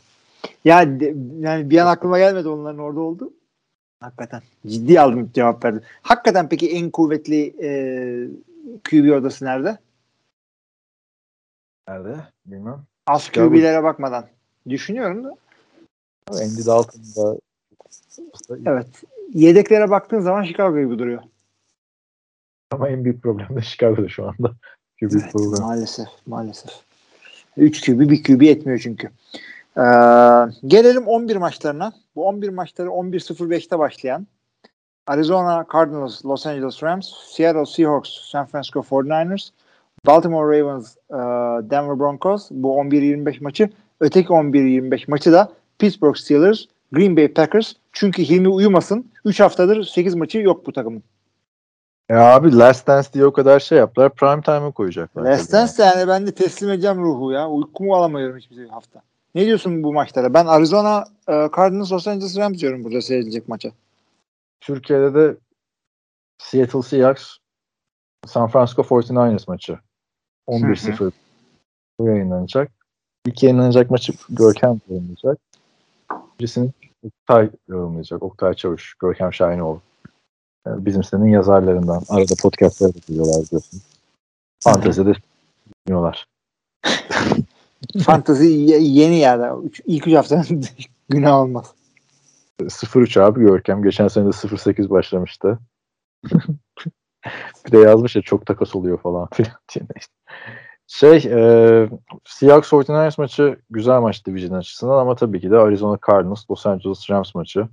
Yani bir an aklıma gelmedi onların orada oldu. Hakikaten. Ciddi aldım cevap verdim. Hakikaten peki en kuvvetli QB odası nerede? Nerede? Bilmem. Az Chicago. QB'lere bakmadan. Düşünüyorum da. Andy Dalton'da. Evet. Yedeklere baktığın zaman Chicago gibi duruyor. Ama en büyük problem de Chicago'da şu anda. QB Evet, program. maalesef. 3 QB, 1 QB etmiyor çünkü. Gelelim 11 maçlarına. Bu 11 maçları 11:05'te başlayan Arizona Cardinals, Los Angeles Rams, Seattle Seahawks, San Francisco 49ers, Baltimore Ravens, Denver Broncos. Bu 11:25 maçı. Öteki 11:25 maçı da Pittsburgh Steelers, Green Bay Packers. Çünkü Hilmi uyumasın. 3 haftadır 8 maçı yok bu takımın. Ya abi Last Dance diye o kadar şey yaptılar. Prime Time'ı koyacaklar. Last Dance yani ben de teslim edeceğim ruhu ya. Uykumu alamıyorum hiçbir hafta. Ne diyorsun bu maçlara? Ben Arizona Cardinals, Los Angeles Rams diyorum burada seyredilecek maça. Türkiye'de de Seattle Seahawks San Francisco 49ers maçı. 11-0 bu yayınlanacak. İlk yayınlanacak maçı Görkem yorumlayacak. Birisini Oktay yorumlayacak. Oktay Çavuş, Görkem Şahinoğlu. Yani bizim sitenin yazarlarından. Arada podcastları da diyorlar diyorsun. Fantezi'de dinliyorlar. Fantezi yeni yerde. İlk 3 haftanın günah olmaz. 0-3 abi Görkem. Geçen sene de 0-8 başlamıştı. Bir de yazmış ya çok takas oluyor falan filan diye. Seahawks 49ers maçı güzel maç division açısından ama tabii ki de Arizona Cardinals Los Angeles Rams maçı.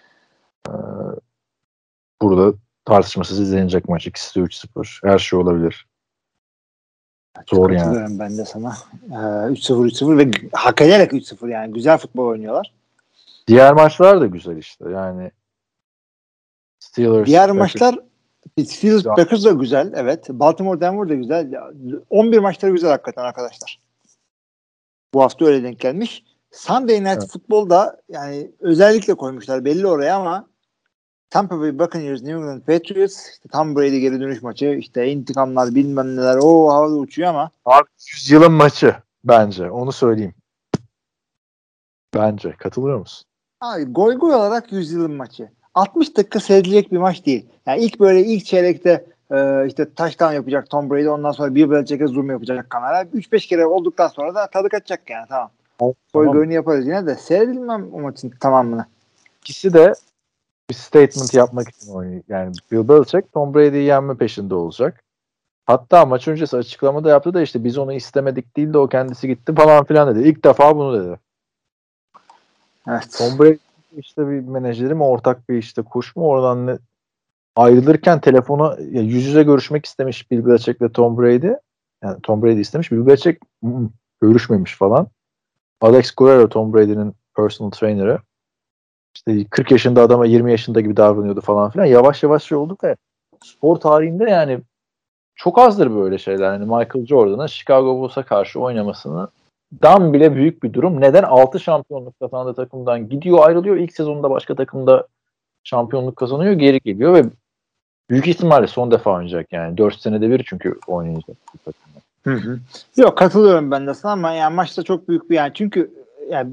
Burada tartışmasız izlenecek maç. İkisi de 3-0. Her şey olabilir. Zor yani. Ben de sana. 3-0 ve hak ederek 3-0 yani. Güzel futbol oynuyorlar. Diğer maçlar da güzel işte. Yani Steelers. Diğer maçlar Steelers Packers da güzel. Evet. Baltimore Denver da güzel. 11 maçları güzel hakikaten arkadaşlar. Bu hafta öyle denk gelmiş. Sunday Night Football'da yani özellikle koymuşlar belli oraya ama Tampa Bay Buccaneers, New England Patriots, işte Tom Brady geri dönüş maçı, işte intikamlar bilmem neler, o havada uçuyor ama Abi 100 yılın maçı bence. Onu söyleyeyim. Bence. Katılıyor musun? abi gol olarak 100 yılın maçı. 60 dakika seyredilecek bir maç değil. Yani ilk çeyrekte işte touchdown yapacak Tom Brady, ondan sonra bir Belichick'e zoom yapacak kamera. 3-5 kere olduktan sonra da tadı kaçacak yani, tamam. Gol golünü yaparız yine de seyredilmem o maçın tamamını. İkisi de bir statement yapmak için oynuyor. Yani Bill Belichick Tom Brady'yi yenme peşinde olacak. Hatta maç öncesi açıklamada yaptı da işte biz onu istemedik değil de o kendisi gitti falan filan dedi. İlk defa bunu dedi. Evet. Tom Brady işte bir menajeri mi, ortak bir işte kuş mu, oradan ayrılırken telefona yüz yüze görüşmek istemiş Bill Belichick'le Tom Brady. Yani Tom Brady istemiş. Bill Belichick görüşmemiş falan. Alex Guerrero, Tom Brady'nin personal trainer'ı, İşte 40 yaşında adama 20 yaşında gibi davranıyordu falan filan. Yavaş yavaş şey oldu da spor tarihinde yani çok azdır böyle şeyler. Yani Michael Jordan'ın Chicago Bulls'a karşı oynamasını dan bile büyük bir durum. Neden? 6 şampiyonluk kazandığı takımdan gidiyor, ayrılıyor. İlk sezonunda başka takımda şampiyonluk kazanıyor, geri geliyor ve büyük ihtimalle son defa oynayacak yani. 4 senede bir çünkü oynayacak. Hı. Yok, katılıyorum ben de sana ama yani maçta çok büyük bir, yani çünkü yani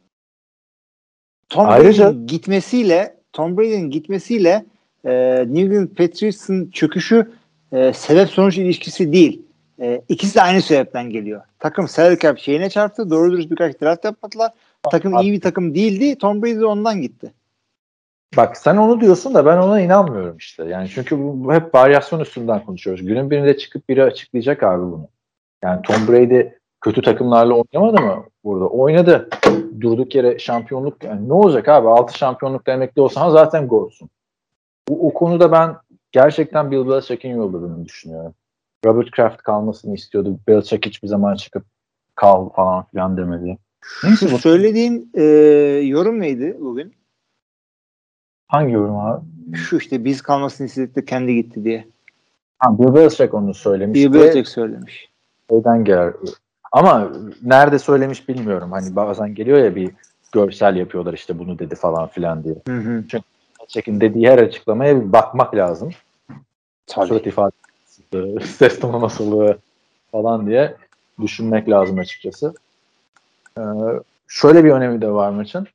Tom Brady'nin gitmesiyle New England Patriots'ın çöküşü sebep sonuç ilişkisi değil. İkisi de aynı sebepten geliyor. Takım salary cap şeyine çarptı. Doğru dürüst birkaç draft yapmadılar. Takım iyi bir takım değildi. Tom Brady de ondan gitti. Bak sen onu diyorsun da ben ona inanmıyorum işte. Yani çünkü bu hep varyasyon üstünden konuşuyoruz. Günün birinde çıkıp biri açıklayacak abi bunu. Yani Tom Brady kötü takımlarla oynamadı mı burada? Oynadı. Durduk yere şampiyonluk, yani ne olacak abi? 6 şampiyonlukta emekli olsan zaten golsün. O konuda ben gerçekten Bill Belichick'in yolladığını düşünüyorum. Robert Kraft kalmasını istiyordu. Belichick hiçbir zaman çıkıp kal falan filan demedi. Neyse, Şu söylediğin yorum neydi bugün? hangi yorum abi? Şu işte biz kalmasını istedik de kendi gitti diye. Bill Belichick onu söylemişti. Bill Belichick söylemiş. Oradan gelir. Ama nerede söylemiş bilmiyorum. Hani bazen geliyor ya, bir görsel yapıyorlar işte bunu dedi falan filan diye. Hı. Çünkü Belichick'in dediği her açıklamaya bir bakmak lazım. Tabii. Surat ifadesi, ses tonu nasıllığı falan diye düşünmek lazım açıkçası. Şöyle bir önemi de var maçın.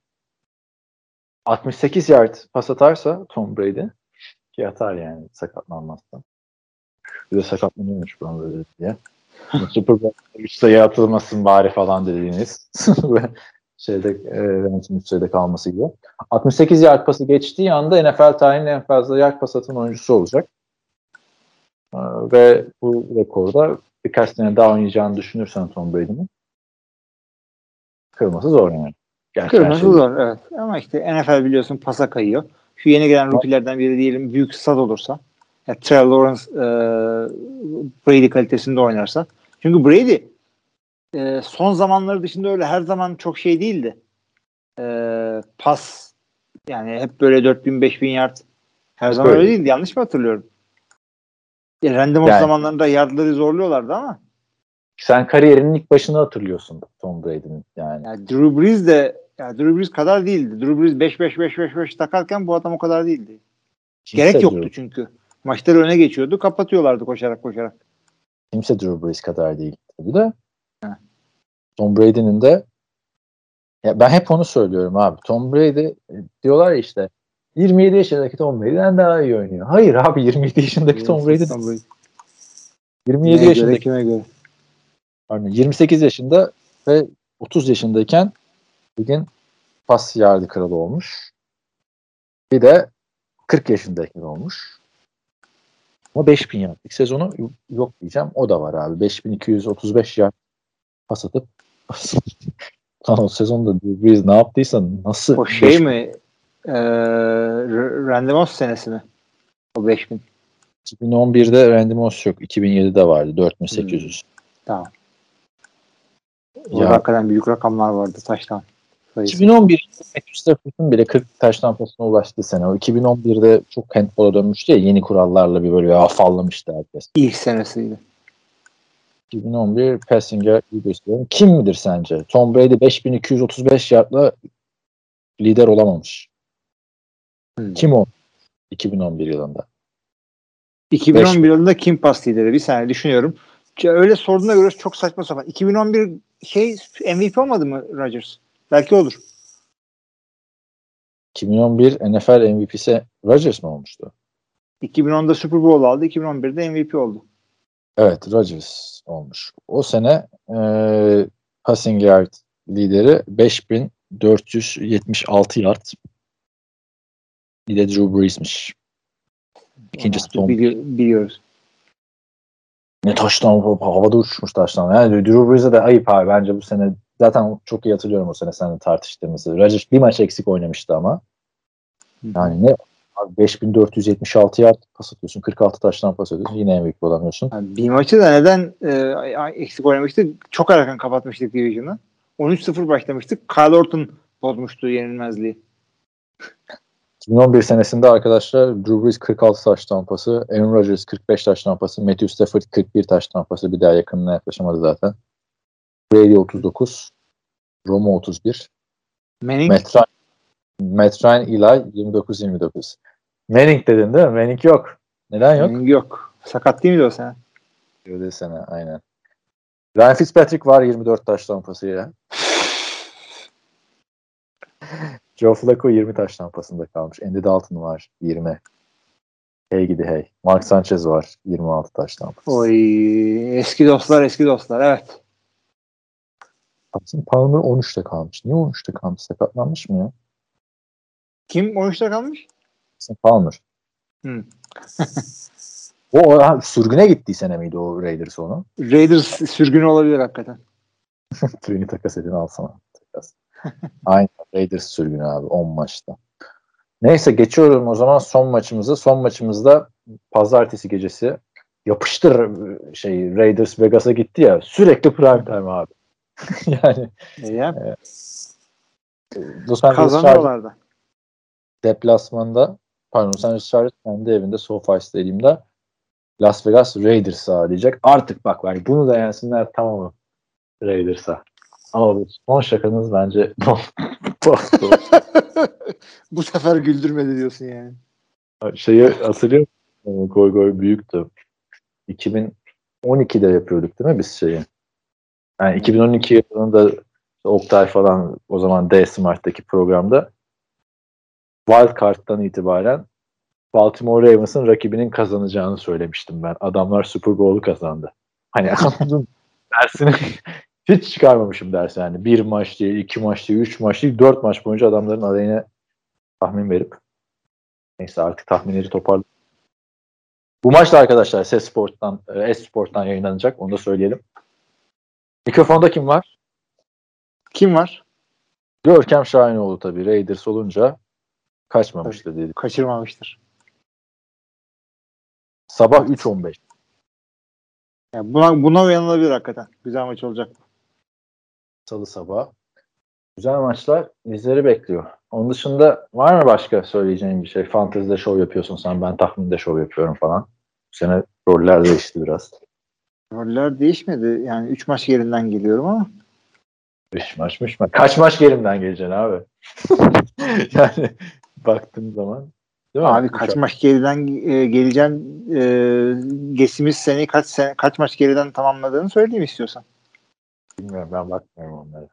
68 yard pas atarsa Tom Brady, ki atar yani sakatlanmazsa. Bir de sakatlanıyormuş bana böyle diye. Super Bowl 3 sayı atılmasın bari falan dediğiniz ve Rams'in 3 sayıda kalması gibi. 68 yard pası geçtiği anda NFL tarihinin en fazla yard pas atan oyuncusu olacak. Ve bu rekorda birkaç sene daha oynayacağını düşünürsen Tom Brady'nin kırması zor yani. Kırması zor, evet. Ama işte NFL biliyorsun pasa kayıyor. Şu yeni gelen rookie'lerden biri diyelim büyük stat olursa, Trevor Lawrence Brady kalitesinde oynarsa. Çünkü Brady son zamanları dışında öyle her zaman çok şey değildi. Pas yani hep böyle 4000-5000 yard her zaman öyle değildi. Yanlış mı hatırlıyorum? Randy Moss zamanlarında yardları zorluyorlardı ama. Sen kariyerinin ilk başını hatırlıyorsun Tom Brady'nin yani. Drew Brees kadar değildi. Drew Brees 5-5-5-5-5 takarken bu adam o kadar değildi. Gerek yoktu çünkü. Maçları öne geçiyordu. Kapatıyorlardı koşarak. Kimse Drew Brees kadar değil tabii de. Tom Brady'nin de, ya ben hep onu söylüyorum abi. Tom Brady diyorlar ya işte 27 yaşındaki Tom Brady'den daha iyi oynuyor. Hayır abi, 27 yaşındaki Tom Brady 27 yaşındaki kime göre? Pardon, 28 yaşında ve 30 yaşındayken bugün pas yardı kralı olmuş. Bir de 40 yaşındayken olmuş. Ama 5000 yardlık sezonu yok diyeceğim. O da var abi. 5235 yard pas atıp lan o sezonda biz ne yaptıysa nasıl? O şey mi? Randy Moss senesi mi? O 5000. 2011'de Randy Moss yok. 2007'de vardı. 4800. Tamam. Orada hakikaten büyük rakamlar vardı taştan. 2011 Matthew Stafford'un bile 40 taş tampasına ulaştığı sene. O 2011'de çok handball'a dönmüştü ya, yeni kurallarla bir böyle afallamıştı herkes. İlk senesiydi. 2011 Passinger gösteriyorum. Kim midir sence? Tom Brady 5235 yardla lider olamamış. Kim o? 2011 yılında. 2011 yılında kim pas lideri? Bir saniye düşünüyorum. Öyle sorduğuna göre çok saçma sapan. 2011 MVP olmadı mı Rodgers? Belki olur. 2011 NFL MVP'si Rodgers mı olmuştu? 2010'da Super Bowl aldı. 2011'de MVP oldu. Evet, Rodgers olmuş. O sene passing yard lideri 5476 yard. Bir de Drew Brees'miş. İkincisi Tom. Biliyoruz. Ne taştan havada uçmuş taştan. Yani Drew Brees'e de ayıp abi. Bence bu sene zaten çok iyi hatırlıyorum o sene seninle tartıştığımızı. Rodgers bir maç eksik oynamıştı ama. Yani ne? Abi 5476 yard pas atıyorsun. 46 taştan pas atıyorsun. Yine MVP olamıyorsun. Yani bir maçı da neden eksik oynamıştı? Çok erken kapatmıştık Division'ı. 13-0 başlamıştık. Kyle Orton bozmuştu yenilmezliği. 2011 senesinde arkadaşlar Drew Brees 46 taş tampası, Aaron Rodgers 45 taş tampası, Matthew Stafford 41 taş tampası, bir daha yakınına yaklaşamadı zaten. Brady 39, Romo 31, Manning? Matt Ryan, Eli 29-29. Manning dedin değil mi? Manning yok. Neden yok? Manning yok. Sakat değil miydi o sene? Öyle sene aynen. Ryan Fitzpatrick var 24 taş tampasıyla. Joe Flacco 20 taş tampasında kalmış. Andy Dalton var 20. Hey gidi hey. Mark Sanchez var 26 taş tampası. Oy, eski dostlar evet. Hudson Palmer 13'te kalmış. Niye 13'te kalmış? Sakatlanmış mı ya? Kim 13'te kalmış? Hudson Palmer. O sürgüne gittiği sene miydi o Raiders onu? Raiders sürgünü olabilir hakikaten. Tüyünü takas edin alsana. Takas. Aynen Raiders sürgünü abi 10 maçta. Neyse geçiyorum o zaman son maçımıza. Son maçımızda pazartesi gecesi yapıştır Raiders Vegas'a gitti ya. Sürekli prime time abi. Yani kazanıyorlar da. Deplasmanda Los Angeles Chargers kendi evinde SoFi Stadium'da Las Vegas Raiders'ı ağırlayacak. Artık bak yani bunu da yensinler tamamı Raiders'a. Ama son şakanız bence bu sefer güldürmedi diyorsun yani. Şeyi hatırlıyor musun? Goy büyüktü. 2012'de yapıyorduk değil mi biz şeyi? Yani 2012 yılında Oktay falan o zaman D-Smart'taki programda Wildcard'dan itibaren Baltimore Ravens'ın rakibinin kazanacağını söylemiştim ben. Adamlar Super Bowl'u kazandı. Hani dersini hiç çıkarmamışım dersi yani. 1 maç değil, 2 maç değil, 3 maç değil, 4 maç boyunca adamların aleyhine tahmin verip neyse artık tahminleri toparladım. Bu maç da arkadaşlar S-Sport'tan yayınlanacak. Onu da söyleyelim. Mikrofonda kim var? Kim var? Görkem Şahinoğlu tabii. Raiders olunca kaçmamıştır dedi. Kaçırmamıştır. Sabah 3.15. Yani buna uyanılabilir hakikaten. Güzel maç olacak. Salı sabah. Güzel maçlar bizleri bekliyor. Onun dışında var mı başka söyleyeceğin bir şey? Fantezide şov yapıyorsun sen. Ben tahminde şov yapıyorum falan. Bu sene roller değişti biraz. Roller değişmedi. Yani 3 maç gerinden geliyorum ama. 5 maç. Kaç maç gerimden geleceksin abi? Yani baktığın zaman. Değil mi? Abi kaç maç geriden geleceğim geçtiğimiz seneyi kaç maç geriden tamamladığını söyleyeyim istiyorsan. Bilmiyorum ben bakmıyorum onlara.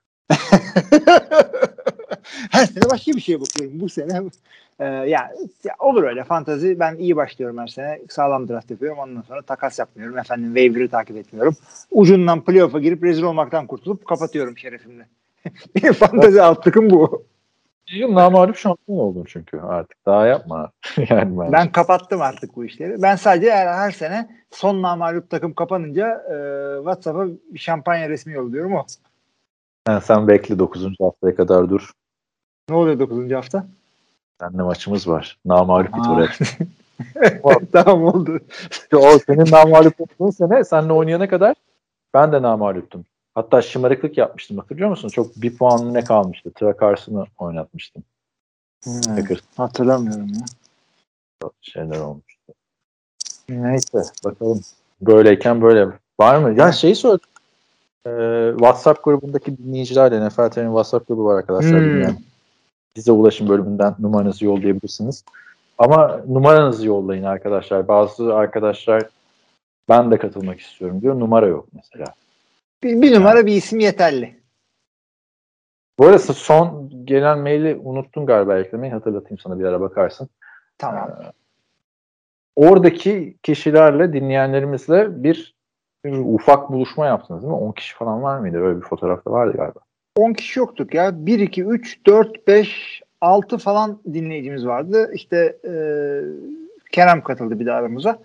Her sene başka bir şeye bakıyorum. Bu sene ya olur öyle fantazi. Ben iyi başlıyorum her sene. Sağlam draft yapıyorum. Ondan sonra takas yapmıyorum. Efendim waiver'ı takip etmiyorum. Ucundan playoff'a girip rezil olmaktan kurtulup kapatıyorum şerefimle. Benim fantazi alt takım bu. Namağlup şampiyon oldun çünkü artık daha yapma. Yani ben kapattım artık bu işleri. Ben sadece her sene son namağlup takım kapanınca WhatsApp'a bir şampanya resmi yolluyorum o. Sen bekle 9. haftaya kadar dur. Ne oluyor 9. hafta? Seninle maçımız var. Namağlup bir tur et. Tamam oldu. O senin namağlup olduğun sene seninle oynayana kadar ben de namağluptum. Hatta şımarıklık yapmıştım hatırlıyor musun? Çok bir puan ne kalmıştı? Trakars'ını oynatmıştım. Hatırlamıyorum ya. Şeyler olmuştu. Neyse bakalım. Böyleyken böyle. Var mı? Ya şeyi sor. WhatsApp grubundaki dinleyicilerle NFL TV'nin WhatsApp grubu var arkadaşlar. Bize ulaşım bölümünden numaranızı yollayabilirsiniz. Ama numaranızı yollayın arkadaşlar. Bazı arkadaşlar ben de katılmak istiyorum diyor. Numara yok mesela. Bir numara bir isim yeterli. Bu arada son gelen maili unuttun galiba eklemeyi. Hatırlatayım sana, bir ara bakarsın. Tamam. Oradaki kişilerle, dinleyenlerimizle bir ufak buluşma yaptınız değil mi? 10 kişi falan var mıydı? Öyle bir fotoğrafta vardı galiba. 10 kişi yoktuk ya. 1, 2, 3, 4, 5, 6 falan dinleyicimiz vardı. İşte Kerem katıldı bir de aramıza.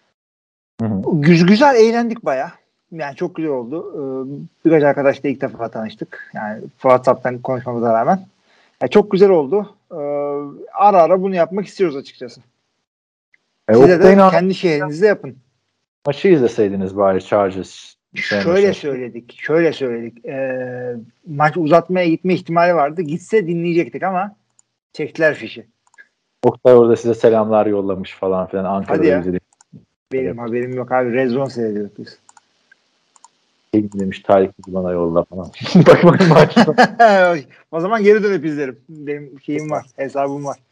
Güzel eğlendik bayağı. Yani çok güzel oldu. Birkaç arkadaşla ilk defa tanıştık. Yani WhatsApp'tan konuşmamıza rağmen. Yani çok güzel oldu. Ara ara bunu yapmak istiyoruz açıkçası. Size de kendi şehrinizde yapın. Maçı izleseydiniz bari, Chargers. Şöyle söyledik. Maç uzatmaya gitme ihtimali vardı. Gitse dinleyecektik ama çektiler fişi. Oktay orada size selamlar yollamış falan filan. Ankara'da izledik. Benim haberim yok abi. Red Zone seyrediyorduk biz. Demiş Tarık bana yolla falan. Bakmayın maçta. O zaman geri dönüp izlerim. Benim şeyim var. Hesabım var.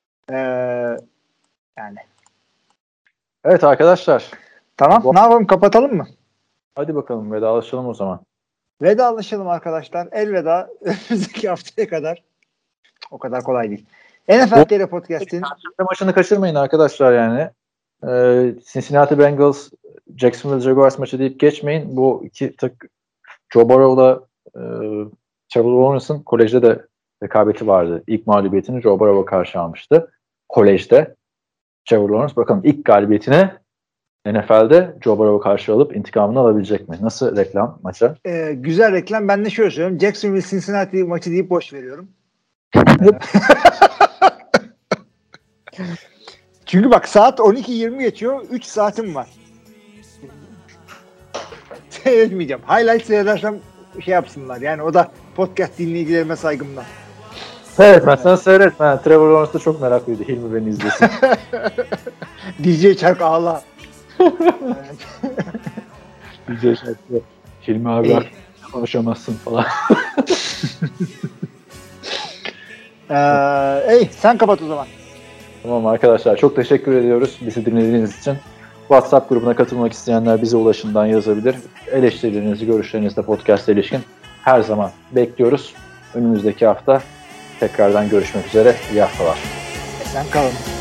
Yani. Evet arkadaşlar. Tamam. Ne yapalım? Kapatalım mı? Hadi bakalım vedalaşalım o zaman. Vedalaşalım arkadaşlar. Elveda. Önümüzdeki haftaya kadar. O kadar kolay değil. NFL TR Podcast'in maçını kaçırmayın arkadaşlar yani. Cincinnati Bengals Jacksonville Jaguars maçı deyip geçmeyin. Bu iki Joe Burrow'la Trevor Lawrence'ın kolejde de rekabeti vardı. İlk mağlubiyetini Joe Burrow'a karşı almıştı. Kolejde Trevor Lawrence bakalım ilk galibiyetini NFL'de Joe Burrow'a karşı alıp intikamını alabilecek mi? Nasıl reklam maça? Güzel reklam. Ben de şöyle söylüyorum. Jacksonville Cincinnati maçı deyip boş veriyorum. Çünkü bak saat 12:20 geçiyor. 3 saatim var. Seyretmeyeceğim. Highlight seyredersem şey yapsınlar. Yani o da podcast dinleyicilerime saygımdan. Seyretmezsen seyretme. Trevor Lawrence da çok meraklıydı. Hilmi beni izlesin. DJ Çark ağla. DJ Çark Hilmi abi konuşamazsın falan. Sen kapat o zaman. Tamam arkadaşlar, çok teşekkür ediyoruz bizi dinlediğiniz için. WhatsApp grubuna katılmak isteyenler bize ulaşımdan yazabilir. Eleştirilerinizi, görüşlerinizi de podcast'a ilişkin her zaman bekliyoruz. Önümüzdeki hafta tekrardan görüşmek üzere. İyi haftalar. Sen kalın.